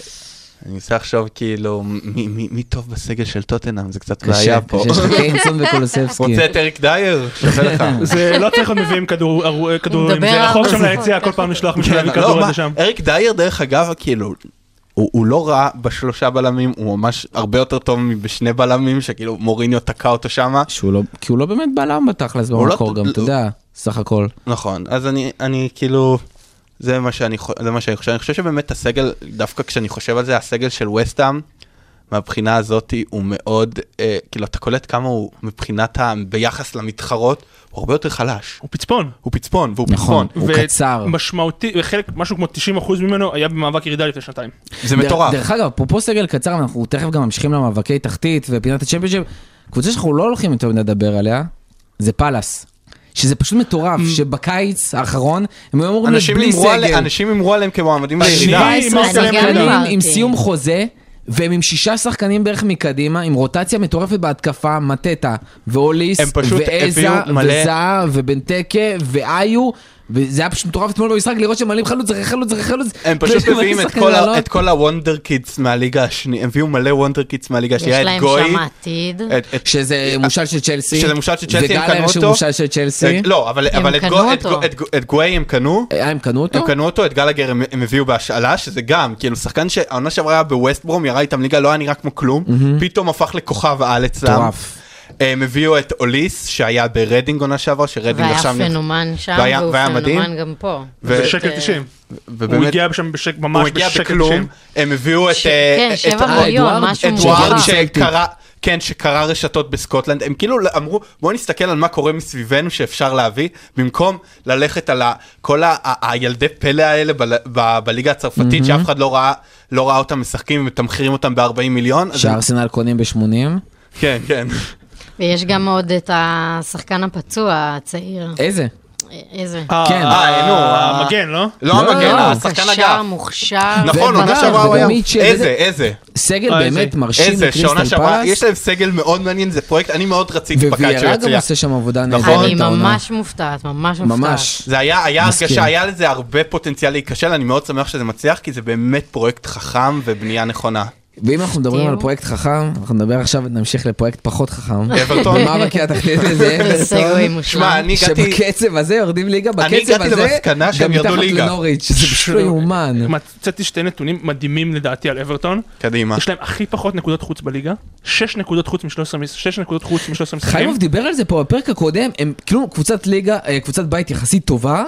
אני מנסה לחשוב כאילו, מי- מי מי טוב בסגל של טוטנהאם, זה קצת קשה, בעיה פה. קשה, יש לך קינסון וקולוסבסקי. רוצה את אריק דייר? שווה לך. זה לא צריך להיות מביאים כדור, ארו- כדורים, מדבר זה על רחוק שם נוספות. ליציאה, כל פעם לשלוח מישהו כן, להביא לא, כדור מה, הזה שם. אריק דייר דרך אגב, כאילו, הוא הוא לא רע בשלושה בלמים, הוא ממש הרבה יותר טוב מבשני בלמים, שכאילו מוריניו תקע אותו שמה. שהוא לא, כי הוא לא באמת בלם בתכלס הוא לא- במקור גם, אתה לא- יודע, סך הכל. נכון, אז אני, אני כאילו, זה מה שאני, חו- זה מה שאני חושב, אני חושב שבאמת הסגל, דווקא כשאני חושב על זה, הסגל של ווסטהאם, מהבחינה הזאת הוא מאוד, אה, כאילו אתה קולט כמה הוא מבחינת, ה, ביחס למתחרות, הוא הרבה יותר חלש. הוא פצפון. הוא פצפון, והוא נכון, פצפון. הוא קצר. ומשמעותי, וחלק, משהו כמו תשעים אחוז ממנו היה במאבק ירידה לפני שנתיים. זה דרך- מטורף. דרך אגב, אפרופו סגל קצר, אנחנו תכף גם ממשיכים למאבקי תחתית ופינת הצ'מפיונשיפ, קבוצה שאנחנו לא הולכים יותר לדבר עליה, זה פלאס. שזה פשוט מטורף, שבקיץ האחרון, הם היו אמורים להיות אנשים בלי הימרו עלי- סגל. אנשים הימרו עליהם כמועמדים אני- לירידה. שבע עשרה אני גם שחקנים אמרתי. עם סיום חוזה, והם עם שישה שחקנים בערך מקדימה, עם רוטציה מטורפת בהתקפה, מטטה, ואוליס, הם פשוט ועזה, הביאו מלא- וזהה, ובנטקה, ואיו, וזה היה פשוט מטורף אתמול במשחק, לראות שמעלים חלוץ, אחרי חלוץ, אחרי חלוץ. הם פשוט ומלא מביאים את שחקנים כל ה- לעלות. את כל הוונדר קידס מהליגה השנייה, הם הביאו מלא וונדר קידס מהליגה יש השנייה, את להם גוי, שם עתיד. את- את- שזה מושל של צ'לסי. שזה מושל של צ'לסי, הם קנו וגלר שהוא אותו. מושל של צ'לסי. את- לא, אבל אבל את קנו גוי- את אותו. גוי- את גוי- את גוי הם קנו, אה, הם קנו אותו? הם קנו אותו, את גלגר הם הם הביאו בהשאלה, שזה גם, כאילו שחקן שהעונה שעברה היה בווסט ברום, ירה איתם ליגה, לא היה נראה כמו כלום, פתאום הפך לכוכב העל אצלם. מטורף. הם הביאו את אוליס, שהיה ברדינג עונה שעברה, שרדינג והיה עכשיו... פנומן שם, והיה- והוא והיה מדהים. פנומן גם פה. ו- זה שקל תשעים. הוא ובאמת, הגיע שם בשק, הוא ממש הגיע בשקל בכלום, תשעים. הם הביאו את... ש- אה, כן, את- שבע אה, מיליון, אדוארד- משהו אדוארד מוזר. שקרא, כן, שקרא רשתות בסקוטלנד, הם כאילו אמרו, בואו נסתכל על מה קורה מסביבנו שאפשר להביא, במקום ללכת על ה- כל ה- ה- הילדי פלא האלה בל- ב- בליגה הצרפתית, שאף אחד לא ראה לא ראה אותם משחקים ומתמחרים אותם ב-ארבעים מיליון. אז- שארסנל קונים ב-שמונים. כן, כן. ויש גם עוד את השחקן הפצוע הצעיר. איזה? איזה? כן. אה, נו, המגן, לא? לא לא, המגן, לא, השחקן קשר, אגף. מוכשר. נכון, ובגב, עונה שעברה הוא היה... וגם מיטשל, איזה, וזה- איזה. סגל אה, באמת איזה- מרשים איזה, שעונה מקריסטל שעברה, פלאס. יש להם סגל מאוד מעניין, זה פרויקט, אני מאוד רציתי בקיץ שהוא וויארה גם יצליח. עושה שם עבודה נהדרת. נכון. אני העונה. ממש מופתעת, ממש מופתעת. ממש. זה היה, היה מסכים. הרגשה, היה לזה הרבה פוטנציאל להיכשל, אני מאוד שמח שזה מצליח, כי זה באמת פרויקט חכם ובנייה נכונה. ואם אנחנו מדברים תראו. על פרויקט חכם, אנחנו נדבר עכשיו, נמשיך לפרויקט פחות חכם. אברטון. במאבקי התחתית הזה, זה אברטון. סגווי מושלם. שמע, אני הגעתי... שבקצב הזה יורדים ליגה, אני בקצב הגעתי הזה, למסקנה שהם גם ירדו מתחת ליגה. לנוריץ', זה פשוט לא יאומן. מצאתי שתי נתונים מדהימים לדעתי על אברטון. קדימה. יש להם הכי פחות נקודות חוץ בליגה, שש נקודות חוץ מ-שלוש עשרה, שש נקודות חוץ מ-שלוש עשרה משחקים. חיימוב דיבר על זה פה בפרק הקודם, הם כאילו קבוצת ליגה, אה, קבוצת בית יחסית טובה,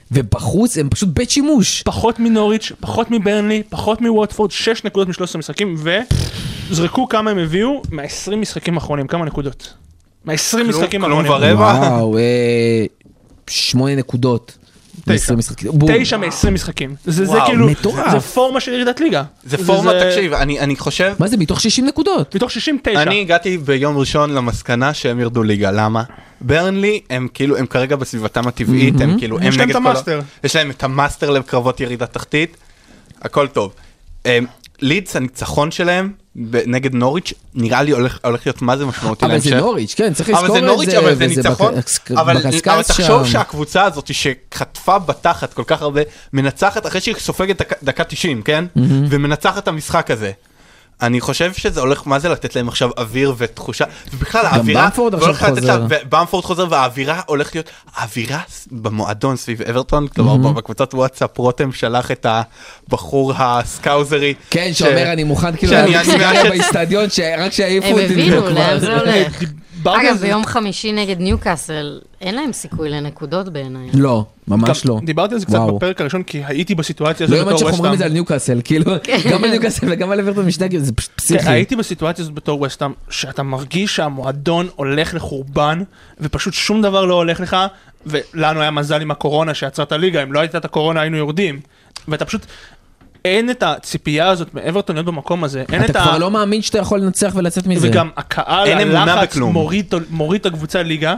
ובחוץ הם פשוט בית שימוש. פחות מנוריץ', פחות מברנלי, פחות מווטפורד, שש נקודות מ-שלוש עשרה משחקים, זרקו כמה הם הביאו מה-עשרים משחקים האחרונים, כמה נקודות? מה-עשרים משחקים כלום האחרונים. ורבע. וואו, אה, שמונה נקודות. תשע. משחקים. בום. תשע מ-עשרים משחקים. זה זה וואו, כאילו, מטורף. זה פורמה של ירידת ליגה. זה פורמה, תקשיב, אני אני חושב, מה זה, מתוך שישים נקודות? מתוך שישים ותשע. אני הגעתי ביום ראשון למסקנה שהם ירדו ליגה, למה? ברנלי הם כאילו, הם כרגע בסביבתם הטבעית, הם כאילו, הם יש להם נגד את כל ה- המאסטר. יש להם את המאסטר לקרבות ירידת תחתית, הכל טוב. הם- לידס, הניצחון שלהם ב- נגד נוריץ', נראה לי הולך הולך להיות מה זה משמעותי אבל זה להמשך. נוריץ', כן, צריך אבל לזכור זה את נוריץ', זה, אבל זה וזה ניצחון, בקס- אבל בקשקש אבל תחשוב שם. שהקבוצה הזאת שחטפה בתחת כל כך הרבה, מנצחת אחרי שהיא סופגת דק- דקה תשעים, כן? ומנצחת את המשחק הזה. אני חושב שזה הולך, מה זה לתת להם עכשיו אוויר ותחושה, ובכלל האווירה, במפורד עכשיו והולך לתת חוזר. לה- ובמפורד חוזר, והאווירה הולכת להיות, האווירה במועדון סביב אברטון, כלומר בקבוצת וואטסאפ רותם שלח את הבחור הסקאוזרי, כן, ש- שאומר, אני מוכן כאילו שאני- להביא אני סיגריה מאשש- באיצטדיון, שרק שיעיפו הם אותי. הבינו כבר. לאן זה הולך. דיברתי על אגב, זה- ביום חמישי נגד ניוקאסל, אין להם סיכוי לנקודות בעיניי. לא, ממש גם לא. דיברתי על זה קצת וואו. בפרק הראשון, כי הייתי בסיטואציה לא הזאת יאמן בתור שאנחנו אומרים את זה ווסטהאם. על ניוקאסל, כאילו, גם על ניוקאסל וגם על אברטון משני הגילים, זה פשוט כן, פסיכי. הייתי בסיטואציה הזאת בתור ווסטהאם, שאתה מרגיש שהמועדון הולך לחורבן, ופשוט שום דבר לא הולך לך, ולנו היה מזל עם הקורונה שיצרה את הליגה, אם לא הייתה את הקורונה היינו יורדים. ואתה פשוט, אין את הציפייה הזאת מאברטון להיות במקום הזה, אין את אתה ה... כבר לא מאמין שאתה יכול לנצח ולצאת מזה. וגם הקהל, אין אמונה הלחץ בכלום. מוריד מוריד את הקבוצה ליגה,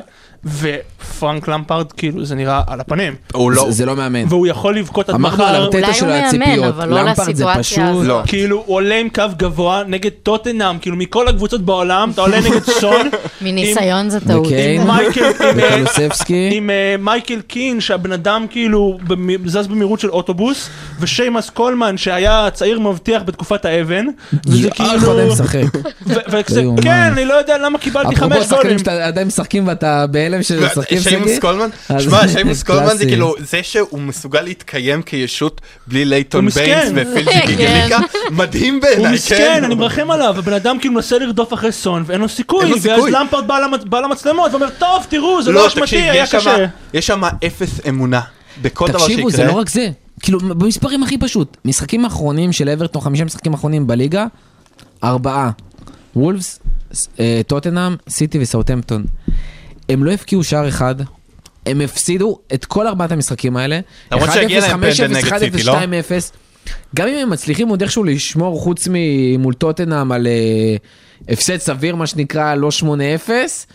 ופרנק למפרד כאילו זה נראה על הפנים. הוא לא, זה- זה לא מאמן. והוא יכול לבכות עד אמרנו על מחר. ארטטה אולי שלו הוא היה מאמן, ציפיות. אבל לא למפרד זה לסיטואציה פשוט... הזאת. לא. כאילו הוא עולה עם קו גבוה נגד טוטנהאם, כאילו מכל הקבוצות בעולם, אתה עולה נגד סון, מניסיון זה טעות. וקיין. עם מייקל, עם, אה, וקלוספסקי. עם אה, מייקל קין, שהבן אדם כאילו במ- זז במהירות של אוטובוס, ושיימס קולמן שהיה צעיר מבטיח בתקופת האבן, וזה יאללה, כאילו, עדיין משחק. ו- וכזה, יאומן. כן, אני לא יודע למה קיבלתי אפרופו חמש גולים. שחקנים שאתה עדיין משחקים ואתה בהלם שמשחקים שיימוס סגי. קולמן, אז- שמע, שיימוס קולמן זה קלאסי. כאילו, זה שהוא מסוגל להתקיים כישות בלי לייטון הוא מסכן. ביינס ופילג'י כן. גיגליקה, מדהים הוא בעיניי, מסכן, כן. אני מרחם עליו, הבן אדם כאילו מנסה לרדוף אחרי סון, ואין לו סיכוי, אין לו ואז סיכוי. למפרד בא למצ- בא למצלמות ואומר, טוב, תראו, זה לא לא, אשמתי, תקשיב, היה יש שמה- קשה. יש שם אפס אמונה בכל דבר תקשיבו, זה לא שיקרה. רק זה. כאילו, במספרים הכי פשוט. משחקים האחרונים של אברטון, חמישה משחקים האחרונים בליגה, ארבעה. וולפס, אה, טוטנהאם, סיטי וסאוטהמפטון. הם לא הפקיעו שער אחד, הם הפסידו את כל ארבעת המשחקים האלה. למרות אחד שהגיע אפס, להם חמש פנדל אפס, נגד אחד סיטי, אפס, לא? שתיים אפס. גם אם הם מצליחים עוד איכשהו לשמור חוץ ממול טוטנהאם על אה, הפסד סביר, מה שנקרא, לא שמונה אפס,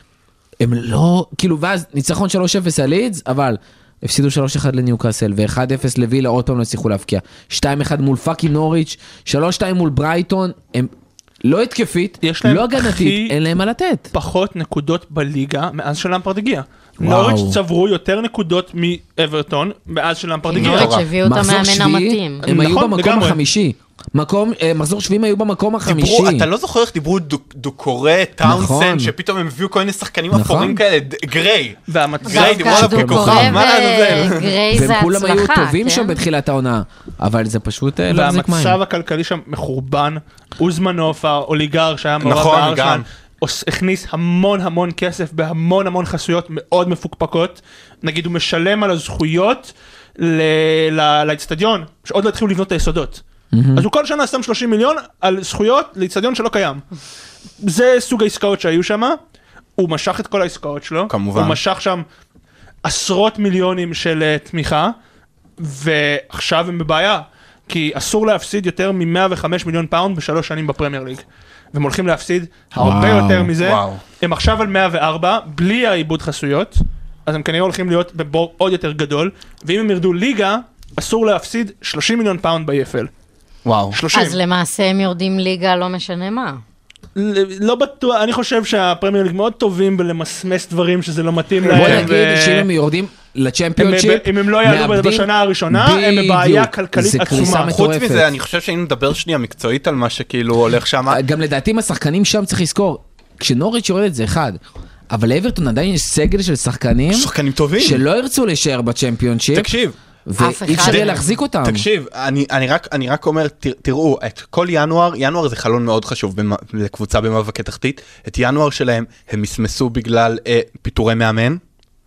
הם לא, כאילו, ואז ניצחון שלוש אפס על לידס, אבל הפסידו שלוש אחד לניוקאסל, ו-אחד אפס לווילה, עוד פעם לא הצליחו להפקיע. שתיים אחד מול פאקינג נוריץ', שלוש שתיים מול ברייטון, הם לא התקפית, יש להם לא הגנתית, הכי- אין להם מה לתת. פחות נקודות בליגה מאז שלמפרד הגיע. וואו. נוריץ' צברו יותר נקודות מאברטון מאז שלמפרד הגיע. נוריץ' הביאו את מחזור המאמן שביעי, המתאים. הם היו נכון, במקום לגמרי. החמישי. מקום, אה, מחזור שביעי הם היו במקום החמישי. דיברו, אתה לא זוכר איך דיברו דו- דוקורי, נכון. טאונסן, שפתאום הם הביאו כל מיני שחקנים נכון. אפורים כאלה, ד- גריי. והמצב, גריי, דיברו עליו דווקא ככוכב, דוקורב מה לעזאזל? וגריי זה והם כולם היו הצלחה, טובים כן? שם בתחילת העונה, אבל זה פשוט אה, לא החזיק מים. והמצב הכלכלי שם מחורבן. אוזמנוף, האוליגר שהיה מעורב נכון, בארסנל, גם. עוש- הכניס המון המון כסף בהמון המון חסויות מאוד מפוקפקות. נגיד הוא משלם על הזכויות ל- ל- לאצטדיון, שעוד לא התחילו לבנות את היסודות. אז הוא כל שנה שם שלושים מיליון על זכויות לאצטדיון שלא קיים. זה סוג העסקאות שהיו שם. הוא משך את כל העסקאות שלו. כמובן. הוא משך שם עשרות מיליונים של אה, תמיכה, ועכשיו הם בבעיה. כי אסור להפסיד יותר מ-מאה וחמישה מיליון פאונד בשלוש שנים בפרמייר ליג. והם הולכים להפסיד הרבה וואו, יותר מזה. וואו. הם עכשיו על מאה וארבע, בלי העיבוד חסויות, אז הם כנראה הולכים להיות בבור עוד יותר גדול, ואם הם ירדו ליגה, אסור להפסיד שלושים מיליון פאונד ב-אי אף אל. וואו. שלושים. אז למעשה הם יורדים ליגה, לא משנה מה. ל- לא בטוח, אני חושב שהפרמייר ליג מאוד טובים בלמסמס דברים שזה לא מתאים להם. בוא ו- נגיד שאם הם יורדים הם- לצ'מפיונשיפ, אם הם לא יעלו מאבדים- בשנה הראשונה, הם בבעיה בדיוק. כלכלית זה קריסה עצומה. מטורפת. חוץ מטורפת. מזה, אני חושב שאם נדבר שנייה מקצועית על מה שכאילו הולך שם, גם לדעתי עם השחקנים שם צריך לזכור, כשנוריץ' יורדת זה אחד, אבל לאברטון עדיין יש סגל של שחקנים, שחקנים טובים. שלא ירצו להישאר בצ'מפיונשיפ, תקשיב, אף ואי אחד אפשר יהיה לא. להחזיק אותם. תקשיב, אני, אני, רק, אני רק אומר, ת, תראו, את כל ינואר, ינואר זה חלון מאוד חשוב במ, לקבוצה במאבקי תחתית, את ינואר שלהם הם מסמסו בגלל אה, פיטורי מאמן,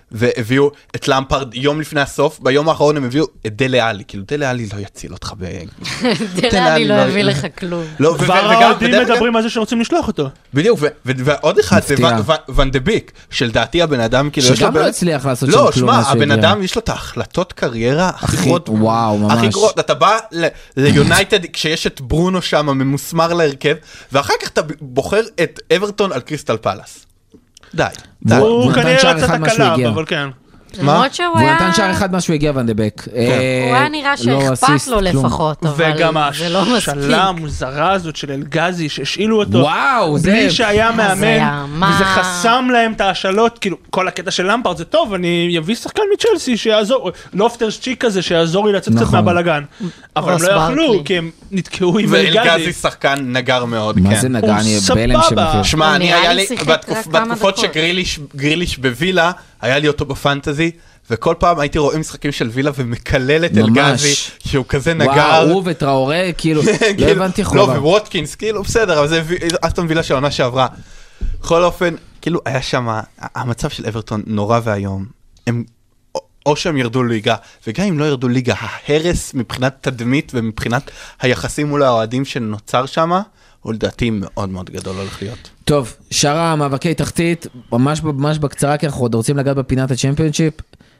והביאו את למפרד יום לפני הסוף, ביום האחרון הם הביאו את דלה אלי, כאילו דלה אלי לא יציל אותך ב... דלה אלי לא הביא לך כלום. כבר העודים מדברים על זה שרוצים לשלוח אותו. בדיוק, ועוד אחד זה ון דה ביק, שלדעתי הבן אדם כאילו... שגם לא הצליח לעשות שם כלום. לא, שמע, הבן אדם יש לו את ההחלטות קריירה הכי גרועות. וואו, ממש. הכי גרועות, אתה בא ליונייטד כשיש את ברונו שם ממוסמר להרכב, ואחר כך אתה בוחר את אברטון על קריסטל פלאס. די. הוא כנראה רצה את הקלאב, אבל כן. למרות שהוא והוא היה... נתן שער אחד מה שהוא הגיע ונדבק. הוא היה נראה שאכפת לו לפחות, אבל וגם זה לא מספיק. השאלה המוזרה הזאת של אלגזי, שהשאילו אותו, וואו, זה... בלי שהיה מאמן, וזה חסם להם את השאלות, כאילו, כל הקטע של למפרד זה טוב, אני אביא שחקן מצ'לסי שיעזור, לופטרס צ'יק כזה שיעזור לי לצאת קצת מהבלגן. אבל הם לא יכלו, כי הם נתקעו עם אלגזי. ואלגזי שחקן נגר מאוד, כן. מה זה נגר? אני בלם שמכיר. שמע, אני היה לי, בתקופות שגריליש בווילה, היה לי אותו בפנטזי, וכל פעם הייתי רואה משחקים של וילה ומקלל את אלגזי, שהוא כזה נגר. וואו, הוא וטראורה, כאילו, לא הבנתי חובה. לא, וווטקינס, כאילו, בסדר, אבל זה אסטון וילה של העונה שעברה. בכל אופן, כאילו, היה שם, המצב של אברטון נורא והיום. הם, או שהם ירדו ליגה, וגם אם לא ירדו ליגה, ההרס מבחינת תדמית ומבחינת היחסים מול האוהדים שנוצר שם, הוא לדעתי מאוד מאוד גדול הולך להיות. טוב, שאר המאבקי תחתית, ממש ממש בקצרה, כי אנחנו עוד רוצים לגעת בפינת הצ'מפיונשיפ.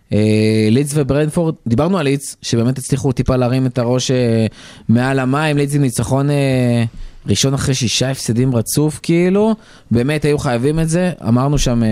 לידס וברנפורד, דיברנו על לידס, שבאמת הצליחו טיפה להרים את הראש מעל המים, לידס עם ניצחון ראשון אחרי שישה הפסדים רצוף, כאילו, באמת היו חייבים את זה, אמרנו שם,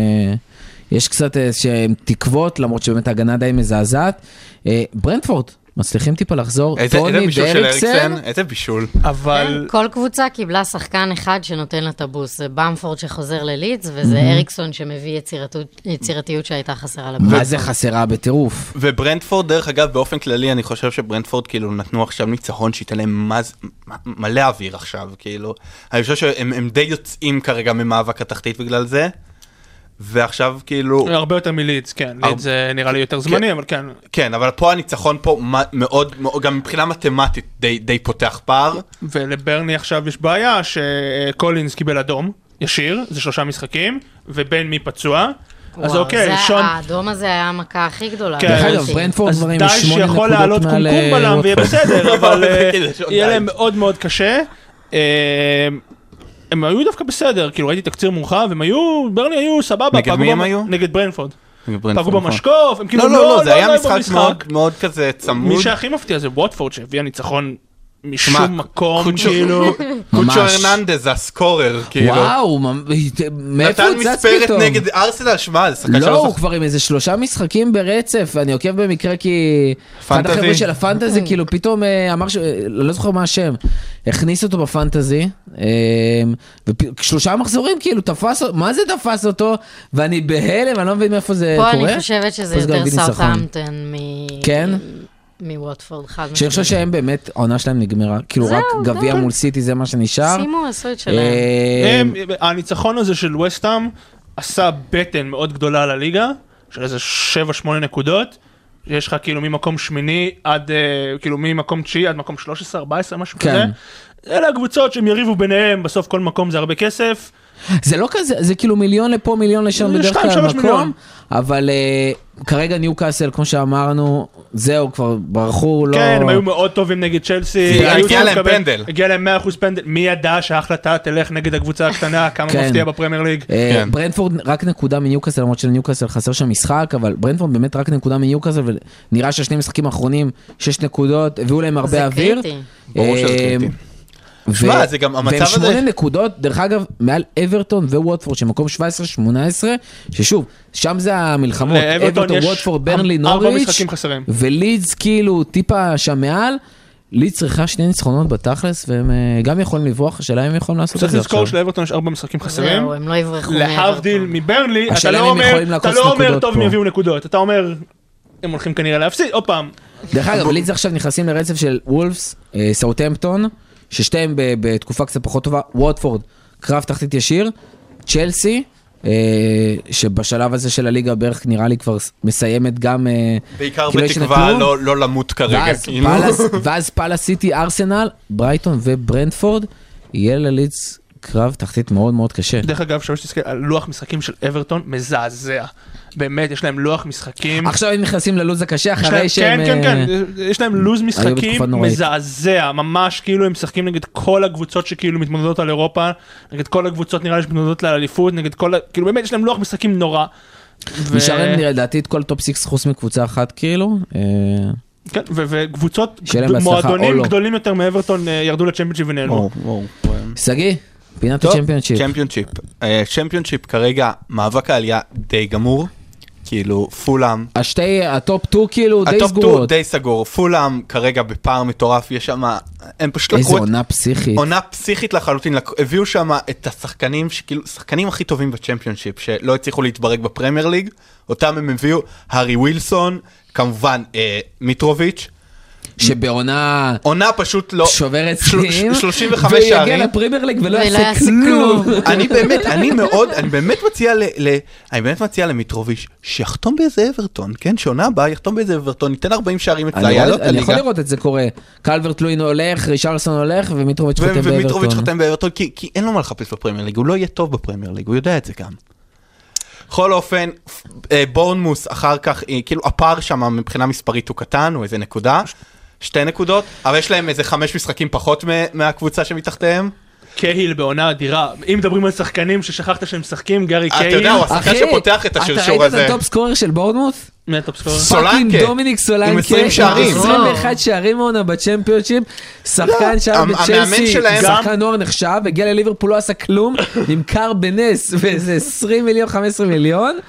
יש קצת שהם תקוות, למרות שבאמת ההגנה די מזעזעת. ברנפורד, מצליחים טיפה לחזור, טוני ואריקסן. איזה בישול. אבל... כל קבוצה קיבלה שחקן אחד שנותן לה את הבוס, זה במפורד שחוזר ללידס, וזה אריקסון שמביא יצירתיות שהייתה חסרה לבוס. מה זה חסרה בטירוף? וברנטפורד, דרך אגב, באופן כללי, אני חושב שברנטפורד כאילו נתנו עכשיו ניצחון שייתן להם מלא אוויר עכשיו, כאילו. אני חושב שהם די יוצאים כרגע ממאבק התחתית בגלל זה. ועכשיו כאילו... הרבה יותר מלידס, כן. לידס זה נראה לי יותר זמני, אבל כן. כן, אבל פה הניצחון פה מאוד, גם מבחינה מתמטית די פותח פער. ולברני עכשיו יש בעיה שקולינס קיבל אדום, ישיר, זה שלושה משחקים, ובן מי פצוע. אז אוקיי, שון... האדום הזה היה המכה הכי גדולה. דרך אגב, ברנטפורד דברים אז די שיכול לעלות קומקום בלם ויהיה בסדר, אבל יהיה להם מאוד מאוד קשה. הם היו דווקא בסדר, כאילו ראיתי תקציר מורחב, הם היו, ברני היו סבבה. נגד מי הם היו? נגד ברנפורד. פגעו במשקוף, הם כאילו לא, לא, לא, זה היה משחק מאוד כזה צמוד. מי שהכי מפתיע זה ווטפורד שהביא הניצחון משום מקום, כאילו. קוצ'ו הרננדז, הסקורר, כאילו. וואו, מאיפה הוא צץ פתאום? נתן מספרת נגד ארסנל, שמע, זה שחקן לא, הוא כבר עם איזה שלושה משחקים ברצף, ואני עוקב במקרה כי... אחד החבר'ה של הפנטזי, כאילו פתאום אמר, לא זוכר מה השם, הכניס אותו בפנטזי, ושלושה מחזורים, כאילו, תפס, מה זה תפס אותו? ואני בהלם, אני לא מבין מאיפה זה קורה. פה אני חושבת שזה יותר סאות'המפטון מ... כן? מווטפורד, חד משמעית. שאני חושב שהם באמת, העונה שלהם נגמרה, כאילו רק גביע מול סיטי זה מה שנשאר. שימו, עשו את שלהם. הניצחון הזה של ווסטהאם עשה בטן מאוד גדולה לליגה, של איזה שבע שמונה נקודות, יש לך כאילו ממקום שמיני עד, כאילו ממקום תשיעי עד מקום שלוש עשרה ארבע עשרה, משהו כזה. אלה הקבוצות שהם יריבו ביניהם, בסוף כל מקום זה הרבה כסף. זה לא כזה, זה כאילו מיליון לפה, מיליון לשם בדרך כלל המקום, אבל uh, כרגע ניוקאסל, כמו שאמרנו, זהו, כבר ברחו, לא... כן, הם היו מאוד טובים נגד צ'לסי. הגיע להם פנדל. הגיע להם מאה אחוז פנדל. מי ידע שההחלטה תלך נגד הקבוצה הקטנה, כמה מפתיע בפרמייר ליג? ברנטפורד רק נקודה מניוקאסל, למרות שלניוקאסל חסר שם משחק, אבל ברנטפורד באמת רק נקודה מניוקאסל, ונראה שהשני משחקים האחרונים, שש נקודות, הביאו להם הרבה אוויר. זה קריטי. ברור שזה קריטי. שמע, זה גם המצב הזה... והם שמונה נקודות, דרך אגב, מעל אברטון וווטפורד, שמקום שבע עשרה שמונה עשרה, ששוב, שם זה המלחמות, אברטון, ווטפורד, ברנלי, נוריץ', ולידס כאילו טיפה שם מעל, לידס צריכה שני ניצחונות בתכלס, והם גם יכולים לברוח, השאלה אם הם יכולים לעשות את זה עכשיו. צריך לזכור שלאברטון יש ארבע משחקים חסרים, זהו, הם לא יברחו להבדיל מברנלי, אתה לא אומר טוב הם יביאו נקודות, אתה אומר, הם הולכים כנראה להפסיד, עוד פעם. דרך אגב, לידס עכשיו נכנסים לרצף של וולפס, סאות'המפטון, ששתיהם בתקופה קצת פחות טובה, ווטפורד, קרב תחתית ישיר, צ'לסי, שבשלב הזה של הליגה בערך נראה לי כבר מסיימת גם... בעיקר בתקווה לא למות כרגע. ואז פאלאס סיטי, ארסנל, ברייטון וברנטפורד, יהיה ללידס קרב תחתית מאוד מאוד קשה. דרך אגב, שווה שתסתכל על לוח משחקים של אברטון, מזעזע. באמת, יש להם לוח משחקים. עכשיו הם נכנסים ללוז הקשה אחרי שהם... כן, כן, כן, יש להם לוז משחקים מזעזע, ממש כאילו הם משחקים נגד כל הקבוצות שכאילו מתמודדות על אירופה, נגד כל הקבוצות נראה לי שמתמודדות על אליפות, נגד כל... כאילו באמת יש להם לוח משחקים נורא. נשארים נראה לדעתי את כל טופ סיקס חוץ מקבוצה אחת כאילו. כן, וקבוצות, מועדונים גדולים יותר מאברטון ירדו לצ'מפיונשיפ ונעלמו. סגי, פינת הצ'מפיונשיפ. צ'מפיונשיפ. צ'מפיונשיפ כרגע, מאבק העלייה די גמור. כאילו, פולאם. השתי, הטופ טו כאילו די סגורות. הטופ טו די סגור. פולאם כרגע בפער מטורף, יש שם, הם פשוט לקחו... איזה עונה פסיכית. עונה פסיכית לחלוטין. הביאו שם את השחקנים, שכאילו, שחקנים הכי טובים בצ'מפיונשיפ, שלא הצליחו להתברג בפרמייר ליג. אותם הם הביאו, הארי ווילסון, כמובן, אה, מיטרוביץ', שבעונה... עונה פשוט לא... שוברת שיאים. שלושים וחמש שערים. ויגיע לפרימייר ליג ולא יעשה כלום. אני באמת, אני מאוד, אני באמת מציע ל... אני באמת מציע למיטרוביץ' שיחתום באיזה אברטון, כן? שעונה הבאה יחתום באיזה אברטון, ניתן ארבעים שערים אצלה, יעלה אותה ליגה. אני יכול לראות את זה קורה. קלברט לוין הולך, רישרלסון הולך, ומיטרוביץ' חותם באברטון. ומיטרוביץ' חותם באברטון, כי אין לו מה לחפש בפרמייר ליג, הוא לא יהיה טוב בפרמייר ליג, הוא יודע את זה גם. בכל אופן, בורנמוס אחר כך, כאילו הפער שם מבחינה מספרית הוא קטן, הוא איזה נקודה, שתי נקודות, אבל יש להם איזה חמש משחקים פחות מהקבוצה שמתחתיהם. קהיל בעונה אדירה, אם מדברים על שחקנים ששכחת שהם משחקים, גארי קהיל. אתה יודע, הוא השחקן שפותח את השרשור הזה. אתה ראית את הטופ סקורר של בורנמוס? מי הטופ סקורר? סולנקה. דומיניק סולנקה. עם עשרים שערים. עשרים ואחד שערים מעונה בצ'מפיונשיפ. שחקן שהיה בצ'לסי, שחקן נוער נחשב, הגיע לליברפול, לא עשה כלום, נמכר בנס, ואיזה עשרים מיליון, חמישה עשר מיליון.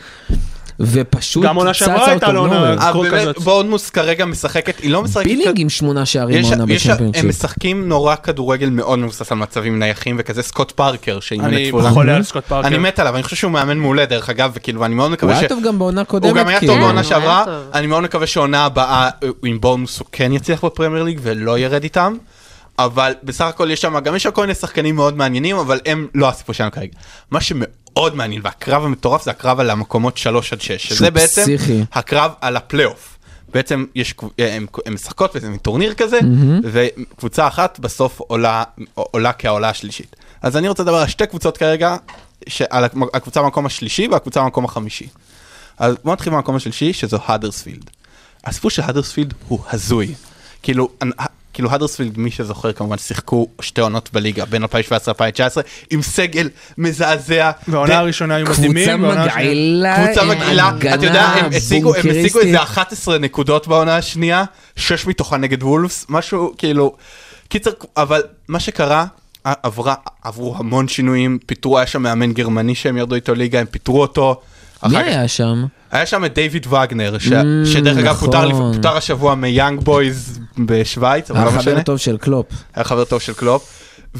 ופשוט גם עונה שעברה הייתה לו עונה כזאת. בורנמוס כרגע משחקת, היא לא משחקת... בילינג עם שמונה שערים עונה בצ'מפיונשיפ. הם משחקים נורא כדורגל מאוד מבוסס על מצבים נייחים, וכזה סקוט פארקר, אני חולה על סקוט פארקר. אני מת עליו, אני חושב שהוא מאמן מעולה דרך אגב, וכאילו אני מאוד מקווה ש... הוא היה טוב גם בעונה קודמת. הוא גם היה טוב בעונה שעברה, אני מאוד מקווה שעונה הבאה עם בורנמוס הוא כן יצליח בפרמייר ליג ולא ירד איתם. אבל בסך הכל יש שם, גם יש שם כל מיני שחקנים מאוד מעניינים, אבל הם לא הסיפור שלנו כרגע. מה שמאוד מעניין, והקרב המטורף זה הקרב על המקומות שלוש עד שש, שזה בעצם הקרב על הפלייאוף. בעצם יש, הם, הם משחקות וזה טורניר כזה, וקבוצה אחת בסוף עולה, עולה כעולה השלישית. אז אני רוצה לדבר על שתי קבוצות כרגע, על הקבוצה במקום השלישי והקבוצה במקום החמישי. אז בוא נתחיל במקום השלישי, שזו האדרספילד. הסיפור של האדרספילד הוא הזוי. כאילו, כאילו הדרספילד, מי שזוכר כמובן, שיחקו שתי עונות בליגה, בין אלפיים שבע עשרה אלפיים תשע עשרה, עם סגל מזעזע. והעונה הראשונה היו מדהימים. קבוצה מגעילה. קבוצה מגעילה. אתה יודע, הם השיגו איזה אחת עשרה נקודות בעונה השנייה, שש מתוכה נגד וולפס, משהו כאילו, קיצר, אבל מה שקרה, עברה, עברו המון שינויים, פיתרו, היה שם מאמן גרמני שהם ירדו איתו ליגה, הם פיתרו אותו. מי היה שם? היה שם את דיוויד וגנר, שדרך אגב פוטר השבוע מיאנג בויז בשוויץ. היה חבר טוב של קלופ. היה חבר טוב של קלופ.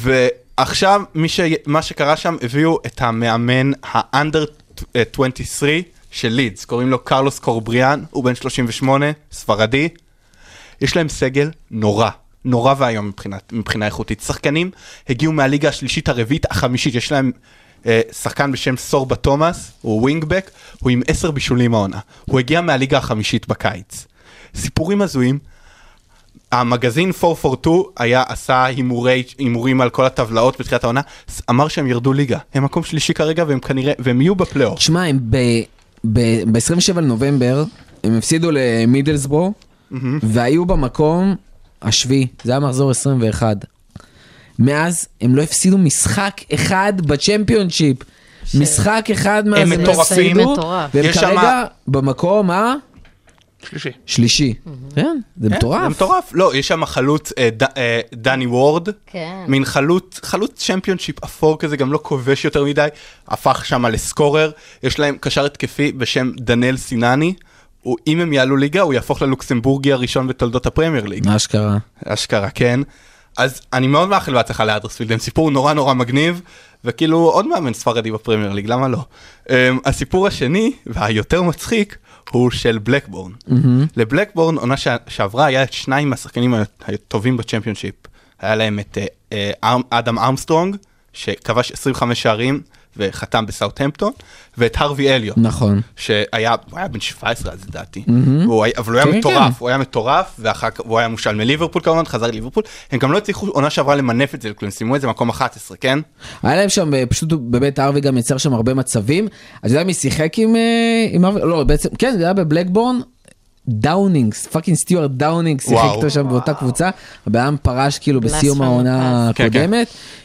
ועכשיו מה שקרה שם, הביאו את המאמן האנדר עשרים ושלוש של לידס, קוראים לו קרלוס קורבריאן, הוא בן שלושים ושמונה, ספרדי. יש להם סגל נורא, נורא והיום מבחינה איכותית. שחקנים הגיעו מהליגה השלישית הרביעית, החמישית, יש להם... שחקן בשם סורבה תומאס, הוא ווינגבק, הוא עם עשר בישולים העונה. הוא הגיע מהליגה החמישית בקיץ. סיפורים הזויים, המגזין ארבע ארבע שתיים היה, עשה הימורי, הימורים על כל הטבלאות בתחילת העונה, אמר שהם ירדו ליגה. הם מקום שלישי כרגע והם כנראה, והם יהיו בפלייאוף. תשמע, הם ב-עשרים ושבעה לנובמבר, הם הפסידו למידלסבורו, והיו במקום השביעי, זה היה מחזור עשרים ואחת. מאז הם לא הפסידו משחק אחד בצ'מפיונשיפ. משחק אחד מאז הם מטורפים. והם כרגע במקום ה... שלישי. שלישי. כן, זה מטורף. זה מטורף. לא, יש שם חלוץ דני וורד. כן. מין חלוץ, חלוץ צ'מפיונשיפ אפור כזה, גם לא כובש יותר מדי. הפך שם לסקורר. יש להם קשר התקפי בשם דנאל סינני. אם הם יעלו ליגה, הוא יהפוך ללוקסמבורגי הראשון בתולדות הפרמייר ליג. אשכרה. אשכרה, כן. אז אני מאוד מאחל בהצלחה להדרספילד, הם סיפור נורא נורא מגניב, וכאילו עוד מאמן ספרדי בפרמייר ליג, למה לא? Um, הסיפור השני, והיותר מצחיק, הוא של בלקבורן. Mm-hmm. לבלקבורן, עונה ש... שעברה, היה את שניים מהשחקנים הטובים בצ'מפיונשיפ. היה להם את uh, uh, אדם ארמסטרונג, שכבש עשרים וחמישה שערים, וחתם בסאות'המפטון, ואת הרווי אליוט. נכון. שהיה, הוא היה בן שבע עשרה אז לדעתי, אבל הוא היה מטורף, הוא היה מטורף, ואחר כך הוא היה מושל מליברפול כמובן, חזר לליברפול, הם גם לא הצליחו עונה שעברה למנף את זה, הם שימו את זה מקום אחת עשרה, כן? היה להם שם, פשוט באמת הרווי גם יצר שם הרבה מצבים, אז אתה יודע מי שיחק עם הרווי, לא, בעצם, כן, זה היה בבלקבורן, דאונינגס, פאקינג סטיוארט דאונינגס, שיחק איתו שם באותה קבוצה, הבעם פרש כאילו בסיום העונה הקודמת.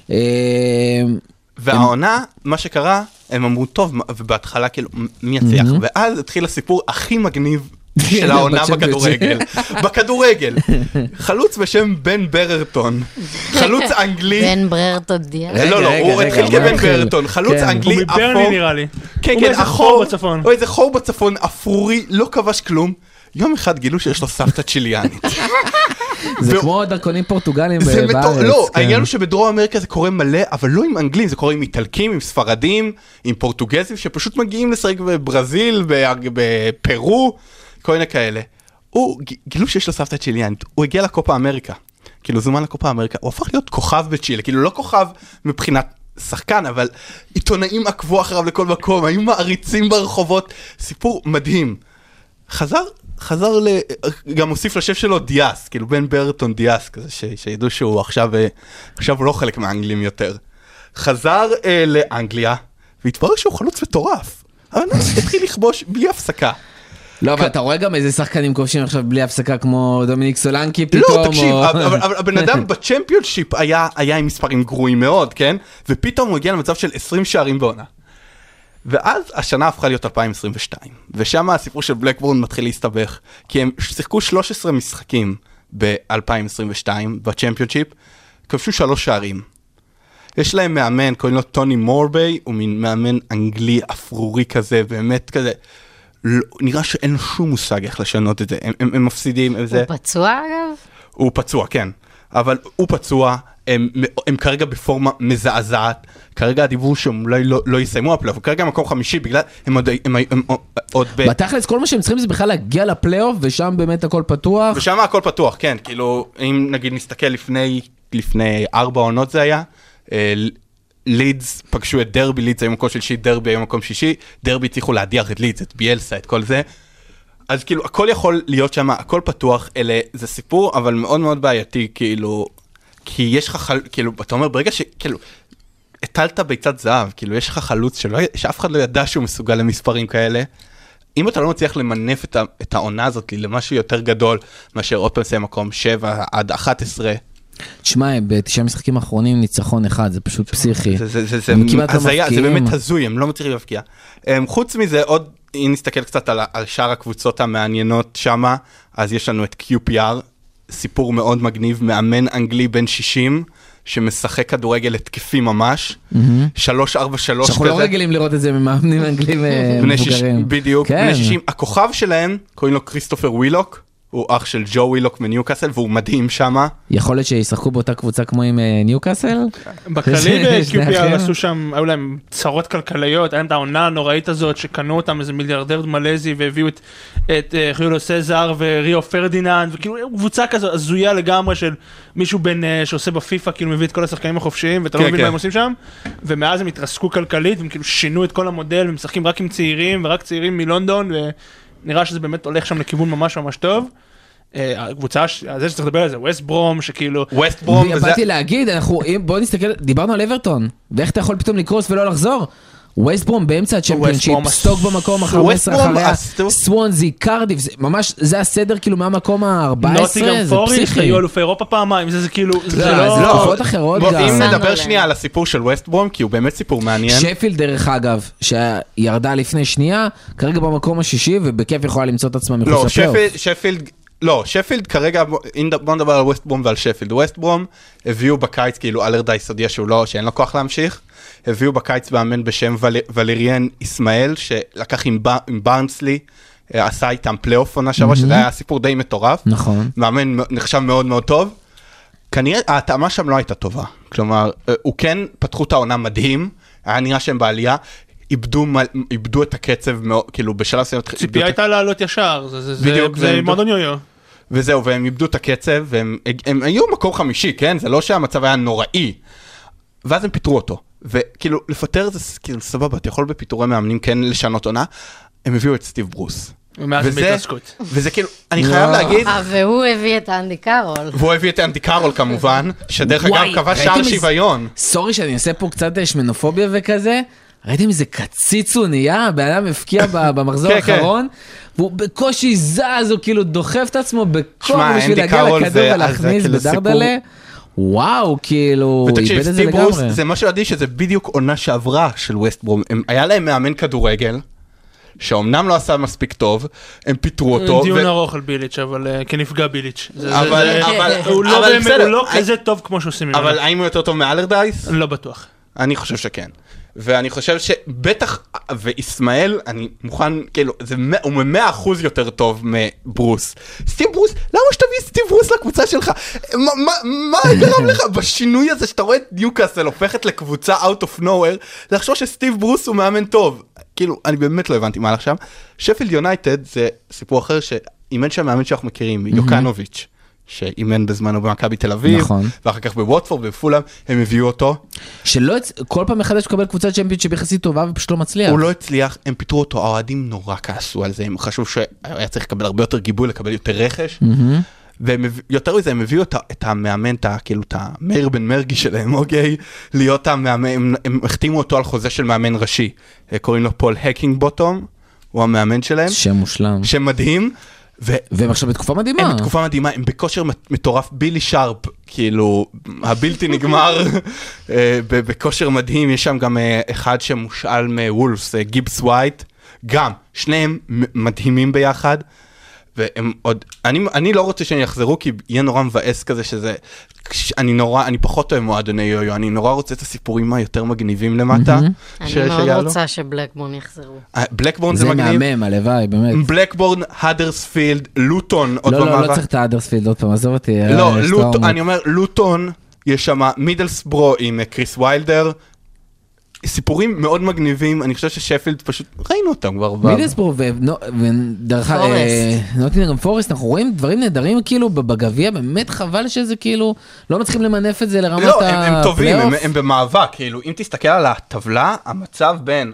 והעונה, מה שקרה, הם אמרו טוב, ובהתחלה כאילו, מי יצליח? ואז התחיל הסיפור הכי מגניב של העונה בכדורגל. בכדורגל. חלוץ בשם בן בררטון. חלוץ אנגלי. בן בררטון דיאס. לא, לא, הוא התחיל כבן בררטון. חלוץ אנגלי אפור. הוא מברני נראה לי. כן, כן, אחור בצפון. או איזה חור בצפון, אפרורי, לא כבש כלום. יום אחד גילו שיש לו סבתא צ'יליאנית. זה כמו דרכונים פורטוגלים בארץ. לא, העניין הוא שבדרום אמריקה זה קורה מלא, אבל לא עם אנגלים, זה קורה עם איטלקים, עם ספרדים, עם פורטוגזים, שפשוט מגיעים לשחק בברזיל, בפרו, כל מיני כאלה. הוא, גילו שיש לו סבתא צ'יליאנית, הוא הגיע לקופה אמריקה, כאילו זומן לקופה אמריקה, הוא הפך להיות כוכב בצ'ילה, כאילו לא כוכב מבחינת שחקן, אבל עיתונאים עקבו אחריו לכל מקום, היו מעריצים ברחובות, סיפור מדהים. חזר, חזר ל... גם הוסיף לשף שלו דיאס, כאילו בן ברטון דיאס, כזה ש... שידעו שהוא עכשיו, עכשיו הוא לא חלק מהאנגלים יותר. חזר אה, לאנגליה, והתברר שהוא חלוץ מטורף. אבל התחיל לכבוש בלי הפסקה. לא, אבל אתה רואה גם איזה שחקנים כובשים עכשיו בלי הפסקה, כמו דומיניק סולנקי פתאום. לא, תקשיב, אבל הבן אדם בצ'מפיונשיפ היה עם מספרים גרועים מאוד, כן? ופתאום הוא הגיע למצב של עשרים שערים בעונה. ואז השנה הפכה להיות אלפיים עשרים ושתיים, ושם הסיפור של בלקבורן מתחיל להסתבך, כי הם שיחקו שלושה עשר משחקים ב-אלפיים עשרים ושתיים בצ'מפיונשיפ, כבשו שלוש שערים. יש להם מאמן, קוראים לו טוני מורביי, הוא מין מאמן אנגלי אפרורי כזה, באמת כזה, לא, נראה שאין לו שום מושג איך לשנות את זה, הם, הם, הם מפסידים. הוא זה... פצוע אגב? הוא פצוע, כן. אבל הוא פצוע, הם, הם כרגע בפורמה מזעזעת, כרגע הדיבור שהם אולי לא, לא יסיימו הפלייאוף, כרגע מקום חמישי, בגלל, הם עוד, הם, הם, הם עוד ב... בתכלס, כל מה שהם צריכים זה בכלל להגיע לפלייאוף, ושם באמת הכל פתוח. ושם הכל פתוח, כן, כאילו, אם נגיד נסתכל לפני, לפני ארבע עונות זה היה, לידס פגשו את דרבי, לידס היום מקום שלישי, דרבי היום מקום שישי, דרבי הצליחו להדיח את לידס, את ביאלסה, את כל זה, אז כאילו, הכל יכול להיות שם, הכל פתוח, אלה, זה סיפור, אבל מאוד מאוד בעייתי, כאילו, כי יש לך, כאילו, אתה אומר, ברגע שכאילו, הטלת ביצת זהב, כאילו, יש לך חלוץ שלא, שאף אחד לא ידע שהוא מסוגל למספרים כאלה, אם אתה לא מצליח למנף את, ה, את העונה הזאת למשהו יותר גדול, מאשר עוד פעם זה מקום שבע עד אחת עשרה. תשמע, בתשעה משחקים האחרונים ניצחון אחד, זה פשוט פסיכי. זה, זה, זה, זה, זה באמת הזוי, הם לא מצליחים להפקיע. חוץ מזה, עוד, אם נסתכל קצת על, על שאר הקבוצות המעניינות שמה, אז יש לנו את קיו פי אר, סיפור מאוד מגניב, מאמן אנגלי בן שישים, שמשחק כדורגל התקפי ממש, שלוש ארבע שלוש כזה. שאנחנו לא רגילים לראות את זה ממאמנים אנגלים מבוגרים. בדיוק, בני שישים. הכוכב שלהם, קוראים לו כריסטופר ווילוק, הוא אח של ג'ו ווילוק מניוקאסל, והוא מדהים שמה. יכול להיות שישחקו באותה קבוצה כמו עם ניוקאסל? בכללי ב-קיו פי אר עשו שם, היו להם צרות כלכליות, היה להם את העונה הנוראית הזאת, שקנו אותם איזה מיליארדר מלזי, והביאו את חיולו סזר וריו פרדיננד, וכאילו קבוצה כזו הזויה לגמרי של מישהו בין שעושה בפיפה, כאילו מביא את כל השחקנים החופשיים, ואתה לא מבין מה הם עושים שם, ומאז הם התרסקו כלכלית, והם כאילו שינו את כל המודל, ומשחקים רק עם צעירים, ורק צעירים מלונדון, ונראה שזה באמת הולך שם לכיוון ממש ממש טוב. הקבוצה, זה שצריך לדבר על זה, ווסט ברום, שכאילו... ווסט ברום... באתי להגיד, בואו נסתכל, דיברנו על אברטון, ואיך אתה יכול פתאום לקרוס ולא לחזור? ווסט ברום באמצע הצ'מפיונשיפ, סטוק במקום ה-חמש עשרה אחריה, סוונזי, קרדיף, ממש זה הסדר כאילו מהמקום ה-ארבע עשרה, זה פסיכי. נוטינגהאם פורסט, היו אלופי אירופה פעמיים, זה כאילו... זה לא... תקופות אחרות גם. אם נדבר שנייה על הסיפור של ווסט ברום, כי הוא באמת סיפור מעניין. שפילד דרך אגב, שירדה לפני שנייה, כרגע במקום השישי, ובכיף יכולה למצוא את עצמה מחוץ לפלייאוף. שפילד לא, שפילד כרגע, בוא נדבר על ווסט ברום ועל שפילד. ווסט ברום הביאו בקיץ, כאילו אלרדייס הודיע שהוא לא, שאין לו כוח להמשיך, הביאו בקיץ מאמן בשם ולריאן איסמאעיל, שלקח עם ברנסלי, עשה איתם פלייאוף עונה שעברה, שזה היה סיפור די מטורף. נכון. מאמן נחשב מאוד מאוד טוב. כנראה, ההתאמה שם לא הייתה טובה. כלומר, הוא כן פתחו את העונה מדהים, היה נראה שהם בעלייה, איבדו, איבדו את הקצב, כאילו בשלב סיימת... ציפייה הייתה לעלות ישר, זה מועדון יו-יו. וזהו, והם איבדו את הקצב, והם הם היו מקום חמישי, כן? זה לא שהמצב היה נוראי. ואז הם פיתרו אותו. וכאילו, לפטר זה כאילו סבבה, אתה יכול בפיטורי מאמנים כן לשנות עונה, הם הביאו את סטיב ברוס. וזה, וזה כאילו, אני חייב להגיד... והוא הביא את אנדי קארול. והוא הביא את אנדי קארול כמובן, שדרך אגב קבע שער שוויון. סורי שאני עושה פה קצת שמנופוביה וכזה, ראיתם איזה קציץ הוא נהיה, בן אדם הפקיע במחזור האחרון, והוא בקושי זז, הוא כאילו דוחף את עצמו בכוח בשביל להגיע לכדור ולהכניס בדרדלה. וואו, כאילו, הוא איבד את זה לגמרי. זה משהו עדי שזה בדיוק עונה שעברה של ווסט ברום. היה להם מאמן כדורגל, שאומנם לא עשה מספיק טוב, הם פיתרו אותו. דיון ארוך על ביליץ', אבל כנפגע ביליץ'. אבל הוא לא כזה טוב כמו שעושים ממנו. אבל האם הוא יותר טוב מאלרדייס? לא בטוח. אני חושב שכן. ואני חושב שבטח, וישמעל, אני מוכן, כאילו, הוא מ-מאה אחוז יותר טוב מברוס. סטיב ברוס, למה שתביא סטיב ברוס לקבוצה שלך? מה גרם לך בשינוי הזה שאתה רואה את ניוקאסל הופכת לקבוצה out of nowhere, לחשוב שסטיב ברוס הוא מאמן טוב? כאילו, אני באמת לא הבנתי מה הלך שם. שפילד יונייטד זה סיפור אחר שאימן שם מאמן שאנחנו מכירים, יוקנוביץ'. שאימן בזמנו במכבי תל אביב, נכון. ואחר כך בווטפורד ובפולאם, הם הביאו אותו. שלא, כל פעם מחדש קבל קבוצת צ'מפיונשיפ יחסית טובה ופשוט לא מצליח. הוא לא הצליח, הם פיתרו אותו, האוהדים נורא כעסו על זה, הם חשבו שהיה צריך לקבל הרבה יותר גיבוי, לקבל יותר רכש, ויותר מזה, הם הביאו את המאמן, כאילו את המאיר בן מרגי שלהם, אוקיי? להיות המאמן, הם החתימו אותו על חוזה של מאמן ראשי, קוראים לו פול הקינג בוטום, הוא המאמן שלהם. שם מושלם. שם מדהים. והם עכשיו בתקופה מדהימה. הם בתקופה מדהימה, הם בכושר מטורף, בילי שרפ, כאילו, הבלתי נגמר, בכושר מדהים, יש שם גם אחד שמושאל מוולפס, גיבס ווייט, גם, שניהם מדהימים ביחד, והם עוד, אני, אני לא רוצה שהם יחזרו, כי יהיה נורא מבאס כזה שזה, אני נורא, אני פחות אוהב מועדוני יו-יו, אני נורא רוצה את הסיפורים היותר מגניבים למטה. אני מאוד רוצה שבלקבורן יחזרו. בלקבורן זה מגניב. זה מהמם, הלוואי, באמת. בלקבורן, האדרספילד, לוטון, עוד לא, לא, לא צריך את האדרספילד, עוד פעם, עזוב אותי. לא, לוטון, אני אומר, לוטון, יש שם מידלסברו עם קריס ויילדר, סיפורים מאוד מגניבים, אני חושב ששפילד פשוט, ראינו אותם כבר. מידלסבורו ודרך נוטינגהאם פורסט, אנחנו רואים דברים נהדרים כאילו בגביע, באמת חבל שזה כאילו, לא מצליחים למנף את זה לרמת הפלייאוף. לא, הם טובים, הם במאבק, כאילו, אם תסתכל על הטבלה, המצב בין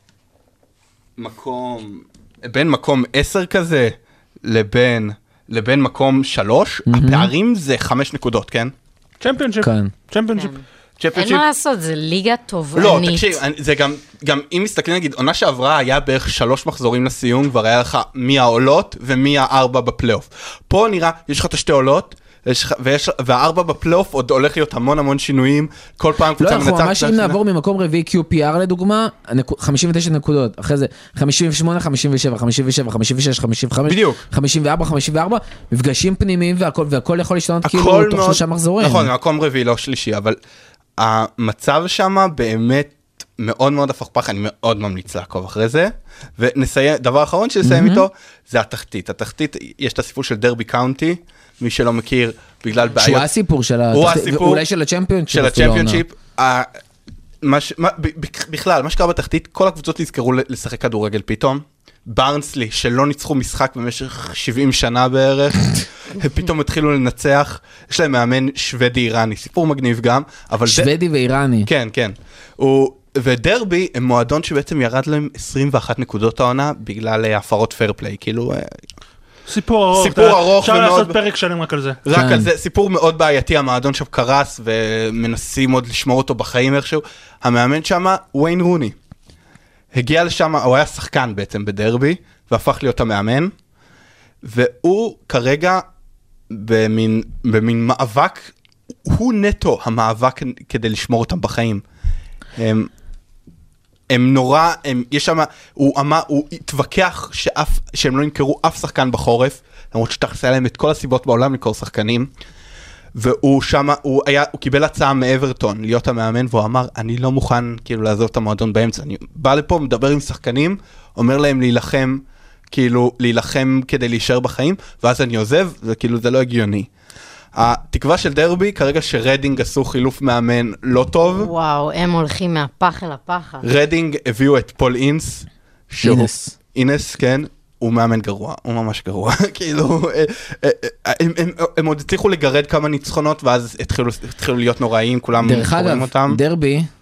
מקום, בין מקום עשר כזה, לבין, לבין מקום שלוש, הפערים זה חמש נקודות, כן? צ'מפיונשיפ. צ'מפיונשיפ. אין מה לעשות, זה ליגה טובענית. לא, תקשיב, זה גם, גם אם מסתכלים, נגיד, עונה שעברה היה בערך שלוש מחזורים לסיום, כבר היה לך מי העולות ומי הארבע בפלייאוף. פה נראה, יש לך את השתי עולות, והארבע בפלייאוף עוד הולך להיות המון המון שינויים, כל פעם קבוצה מנצחת. לא, אנחנו ממש אם נעבור ממקום רביעי קיו פי אר לדוגמה, חמישים ותשע נקודות, אחרי זה חמישים ושמונה, חמישים ושבע, חמישים ושבע, חמישים ושש, חמישים וחמש, חמישים וארבע, חמישים וארבע, מפגשים פנימיים והכל יכול להשתנות כאילו תוך שלושה מחזורים. נכון, מקום רביעי, לא שלישי, אבל המצב שם באמת מאוד מאוד הפכפך, אני מאוד ממליץ לעקוב אחרי זה, ונסיים, דבר אחרון שנסיים איתו, זה התחתית. התחתית, יש את הסיפור של דרבי קאונטי, מי שלא מכיר, בגלל בעיות. שהוא הסיפור של התחתית, אולי של הצ'מפיונשיפ. של הצ'מפיונשיפ. בכלל, מה שקרה בתחתית, כל הקבוצות נזכרו לשחק כדורגל פתאום. ברנסלי, שלא ניצחו משחק במשך שבעים שנה בערך, פתאום התחילו לנצח, יש להם מאמן שוודי-איראני, סיפור מגניב גם, אבל... שוודי ואיראני. כן, כן. ודרבי הם מועדון שבעצם ירד להם עשרים ואחת נקודות העונה, בגלל הפרות פייר פליי, כאילו... סיפור ארוך. סיפור ארוך. אפשר לעשות פרק שלם רק על זה. רק על זה, סיפור מאוד בעייתי, המועדון שם קרס, ומנסים עוד לשמור אותו בחיים איכשהו. המאמן שם, וויין רוני. הגיע לשם, הוא היה שחקן בעצם בדרבי, והפך להיות המאמן, והוא כרגע במין, במין מאבק, הוא נטו המאבק כדי לשמור אותם בחיים. הם, הם נורא, הם, יש שם, הוא אמר, הוא התווכח שאף, שהם לא ימכרו אף שחקן בחורף, למרות שתחסה להם את כל הסיבות בעולם לקרוא שחקנים, והוא שם, הוא היה, הוא קיבל הצעה מאברטון להיות המאמן, והוא אמר, אני לא מוכן כאילו לעזוב את המועדון באמצע, אני בא לפה, מדבר עם שחקנים, אומר להם להילחם, כאילו להילחם כדי להישאר בחיים, ואז אני עוזב, וכאילו זה לא הגיוני. התקווה של דרבי, כרגע שרדינג עשו חילוף מאמן לא טוב. וואו, הם הולכים מהפח אל הפח. רדינג הביאו את פול אינס. אינס. אינס, כן. הוא מאמן גרוע, הוא ממש גרוע, כאילו, הם עוד הצליחו לגרד כמה ניצחונות, ואז התחילו להיות נוראים, כולם קוראים אותם. דרך אגב, דרבי,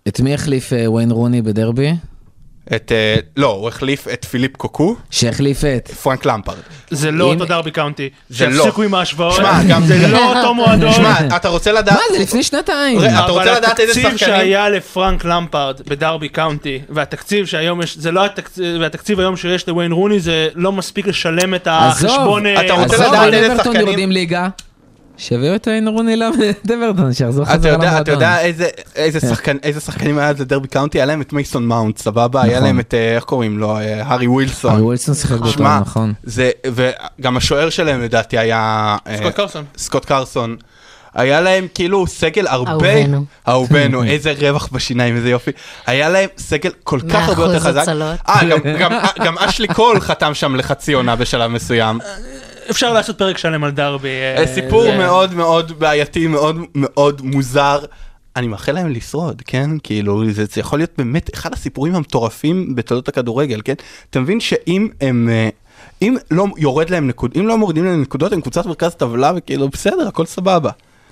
את מי החליף וויין רוני בדרבי? את, לא, הוא החליף את פיליפ קוקו. שהחליף את? פרנק למפרד. זה לא אותו דרבי קאונטי. זה לא. שיפסיקו עם ההשוואות. שמע, גם זה לא אותו מועדון. שמע, אתה רוצה לדעת... מה, זה לפני שנתיים. אתה רוצה לדעת איזה שחקנים? אבל התקציב שהיה לפרנק למפרד בדרבי קאונטי, והתקציב שהיום יש, זה לא התקציב, והתקציב היום שיש לוויין רוני, זה לא מספיק לשלם את החשבון. אתה רוצה לדעת איזה אברטון שחקנים? יורדים ליגה. שווה אותו וויין רוני לאברטון, שיחזור חזרה למועדון. אתה יודע איזה שחקנים היה לדרבי קאונטי? היה להם את מייסון מאונט, סבבה? היה להם את, איך קוראים לו? הארי ווילסון. הארי ווילסון שיחק באותו, נכון. וגם השוער שלהם לדעתי היה... סקוט קרסון. סקוט קרסון. היה להם כאילו סגל הרבה... אהובנו. איזה רווח בשיניים, איזה יופי. היה להם סגל כל כך הרבה יותר חזק. אה, גם אשלי קול חתם שם לחצי עונה בשלב מסוים. אפשר לעשות פרק שלם על דרבי. סיפור מאוד מאוד בעייתי, מאוד מאוד מוזר. אני מאחל להם לשרוד, כן? כאילו, זה יכול להיות באמת אחד הסיפורים המטורפים בתולדות הכדורגל, כן? אתה מבין שאם הם... אם לא יורד להם נקודות, אם לא מורידים להם נקודות, הם קבוצת מרכז טבלה, וכאילו, בסדר, הכל סבבה.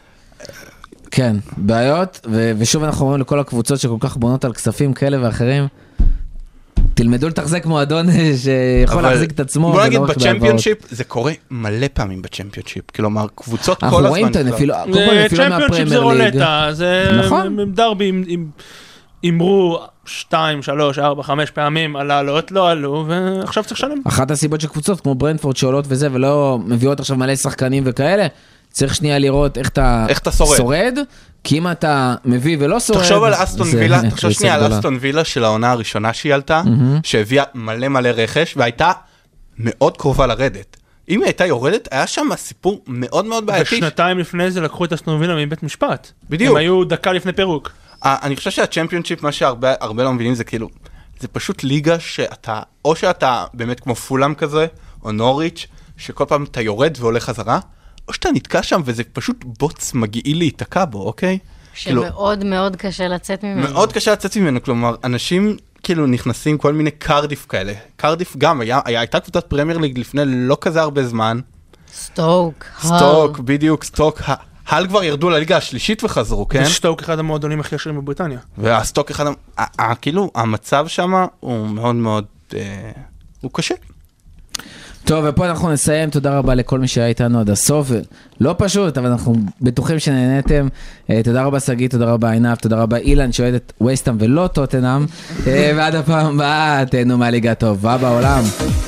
כן, בעיות, ושוב אנחנו אומרים לכל הקבוצות שכל כך בונות על כספים כאלה ואחרים, תלמדו לתחזק מועדון שיכול להחזיק את עצמו. בוא נגיד בצ'מפיונשיפ, זה קורה מלא פעמים בצ'מפיונשיפ, כלומר קבוצות כל הזמן. אנחנו רואים את הנפילות צ'מפיונשיפ זה רולטה, זה דרבי אמרו שתיים, שלוש, ארבע, חמש פעמים על העלות, לא עלו, ועכשיו צריך לשלם. אחת הסיבות של קבוצות כמו ברנפורד שעולות וזה, ולא מביאות עכשיו מלא שחקנים וכאלה, צריך שנייה לראות איך אתה, איך אתה שורד. שורד, כי אם אתה מביא ולא שורד... תחשוב על אסטון וילה, תחשוב שנייה על אסטון וילה של העונה הראשונה שהיא עלתה, mm-hmm. שהביאה מלא מלא רכש, והייתה מאוד קרובה לרדת. אם היא הייתה יורדת, היה שם סיפור מאוד מאוד בעייתי. ושנתיים לפני זה לקחו את אסטון וילה מבית משפט. בדיוק. הם היו דקה לפני פירוק. אני חושב שהצ'מפיונשיפ, מה שהרבה הרבה לא מבינים, זה כאילו, זה פשוט ליגה שאתה, או שאתה באמת כמו פולאם כזה, או נוריץ', שכל פעם אתה יורד והולך חזרה, או שאתה נתקע שם וזה פשוט בוץ מגיעי להתקע בו, אוקיי? שמאוד מאוד קשה לצאת ממנו. מאוד קשה לצאת ממנו, כלומר, אנשים כאילו נכנסים כל מיני קרדיף כאלה. קרדיף גם, היה, היה, הייתה קבוצת פרמייר ליג לפני לא כזה הרבה זמן. סטוק, סטוק, בדיוק, סטוק. הל כבר ירדו לליגה השלישית וחזרו, כן? וסטוק אחד המועדונים הכי עשירים בבריטניה. והסטוק אחד, כאילו, המצב שם הוא מאוד מאוד, הוא קשה. טוב, ופה אנחנו נסיים. תודה רבה לכל מי שהיה איתנו עד הסוף. לא פשוט, אבל אנחנו בטוחים שנהנתם. תודה רבה סגי, תודה רבה עינב, תודה רבה אילן שאוהד את ווסטהאם ולא טוטנהאם. ועד הפעם הבאה, תהנו מהליגה הטובה בעולם.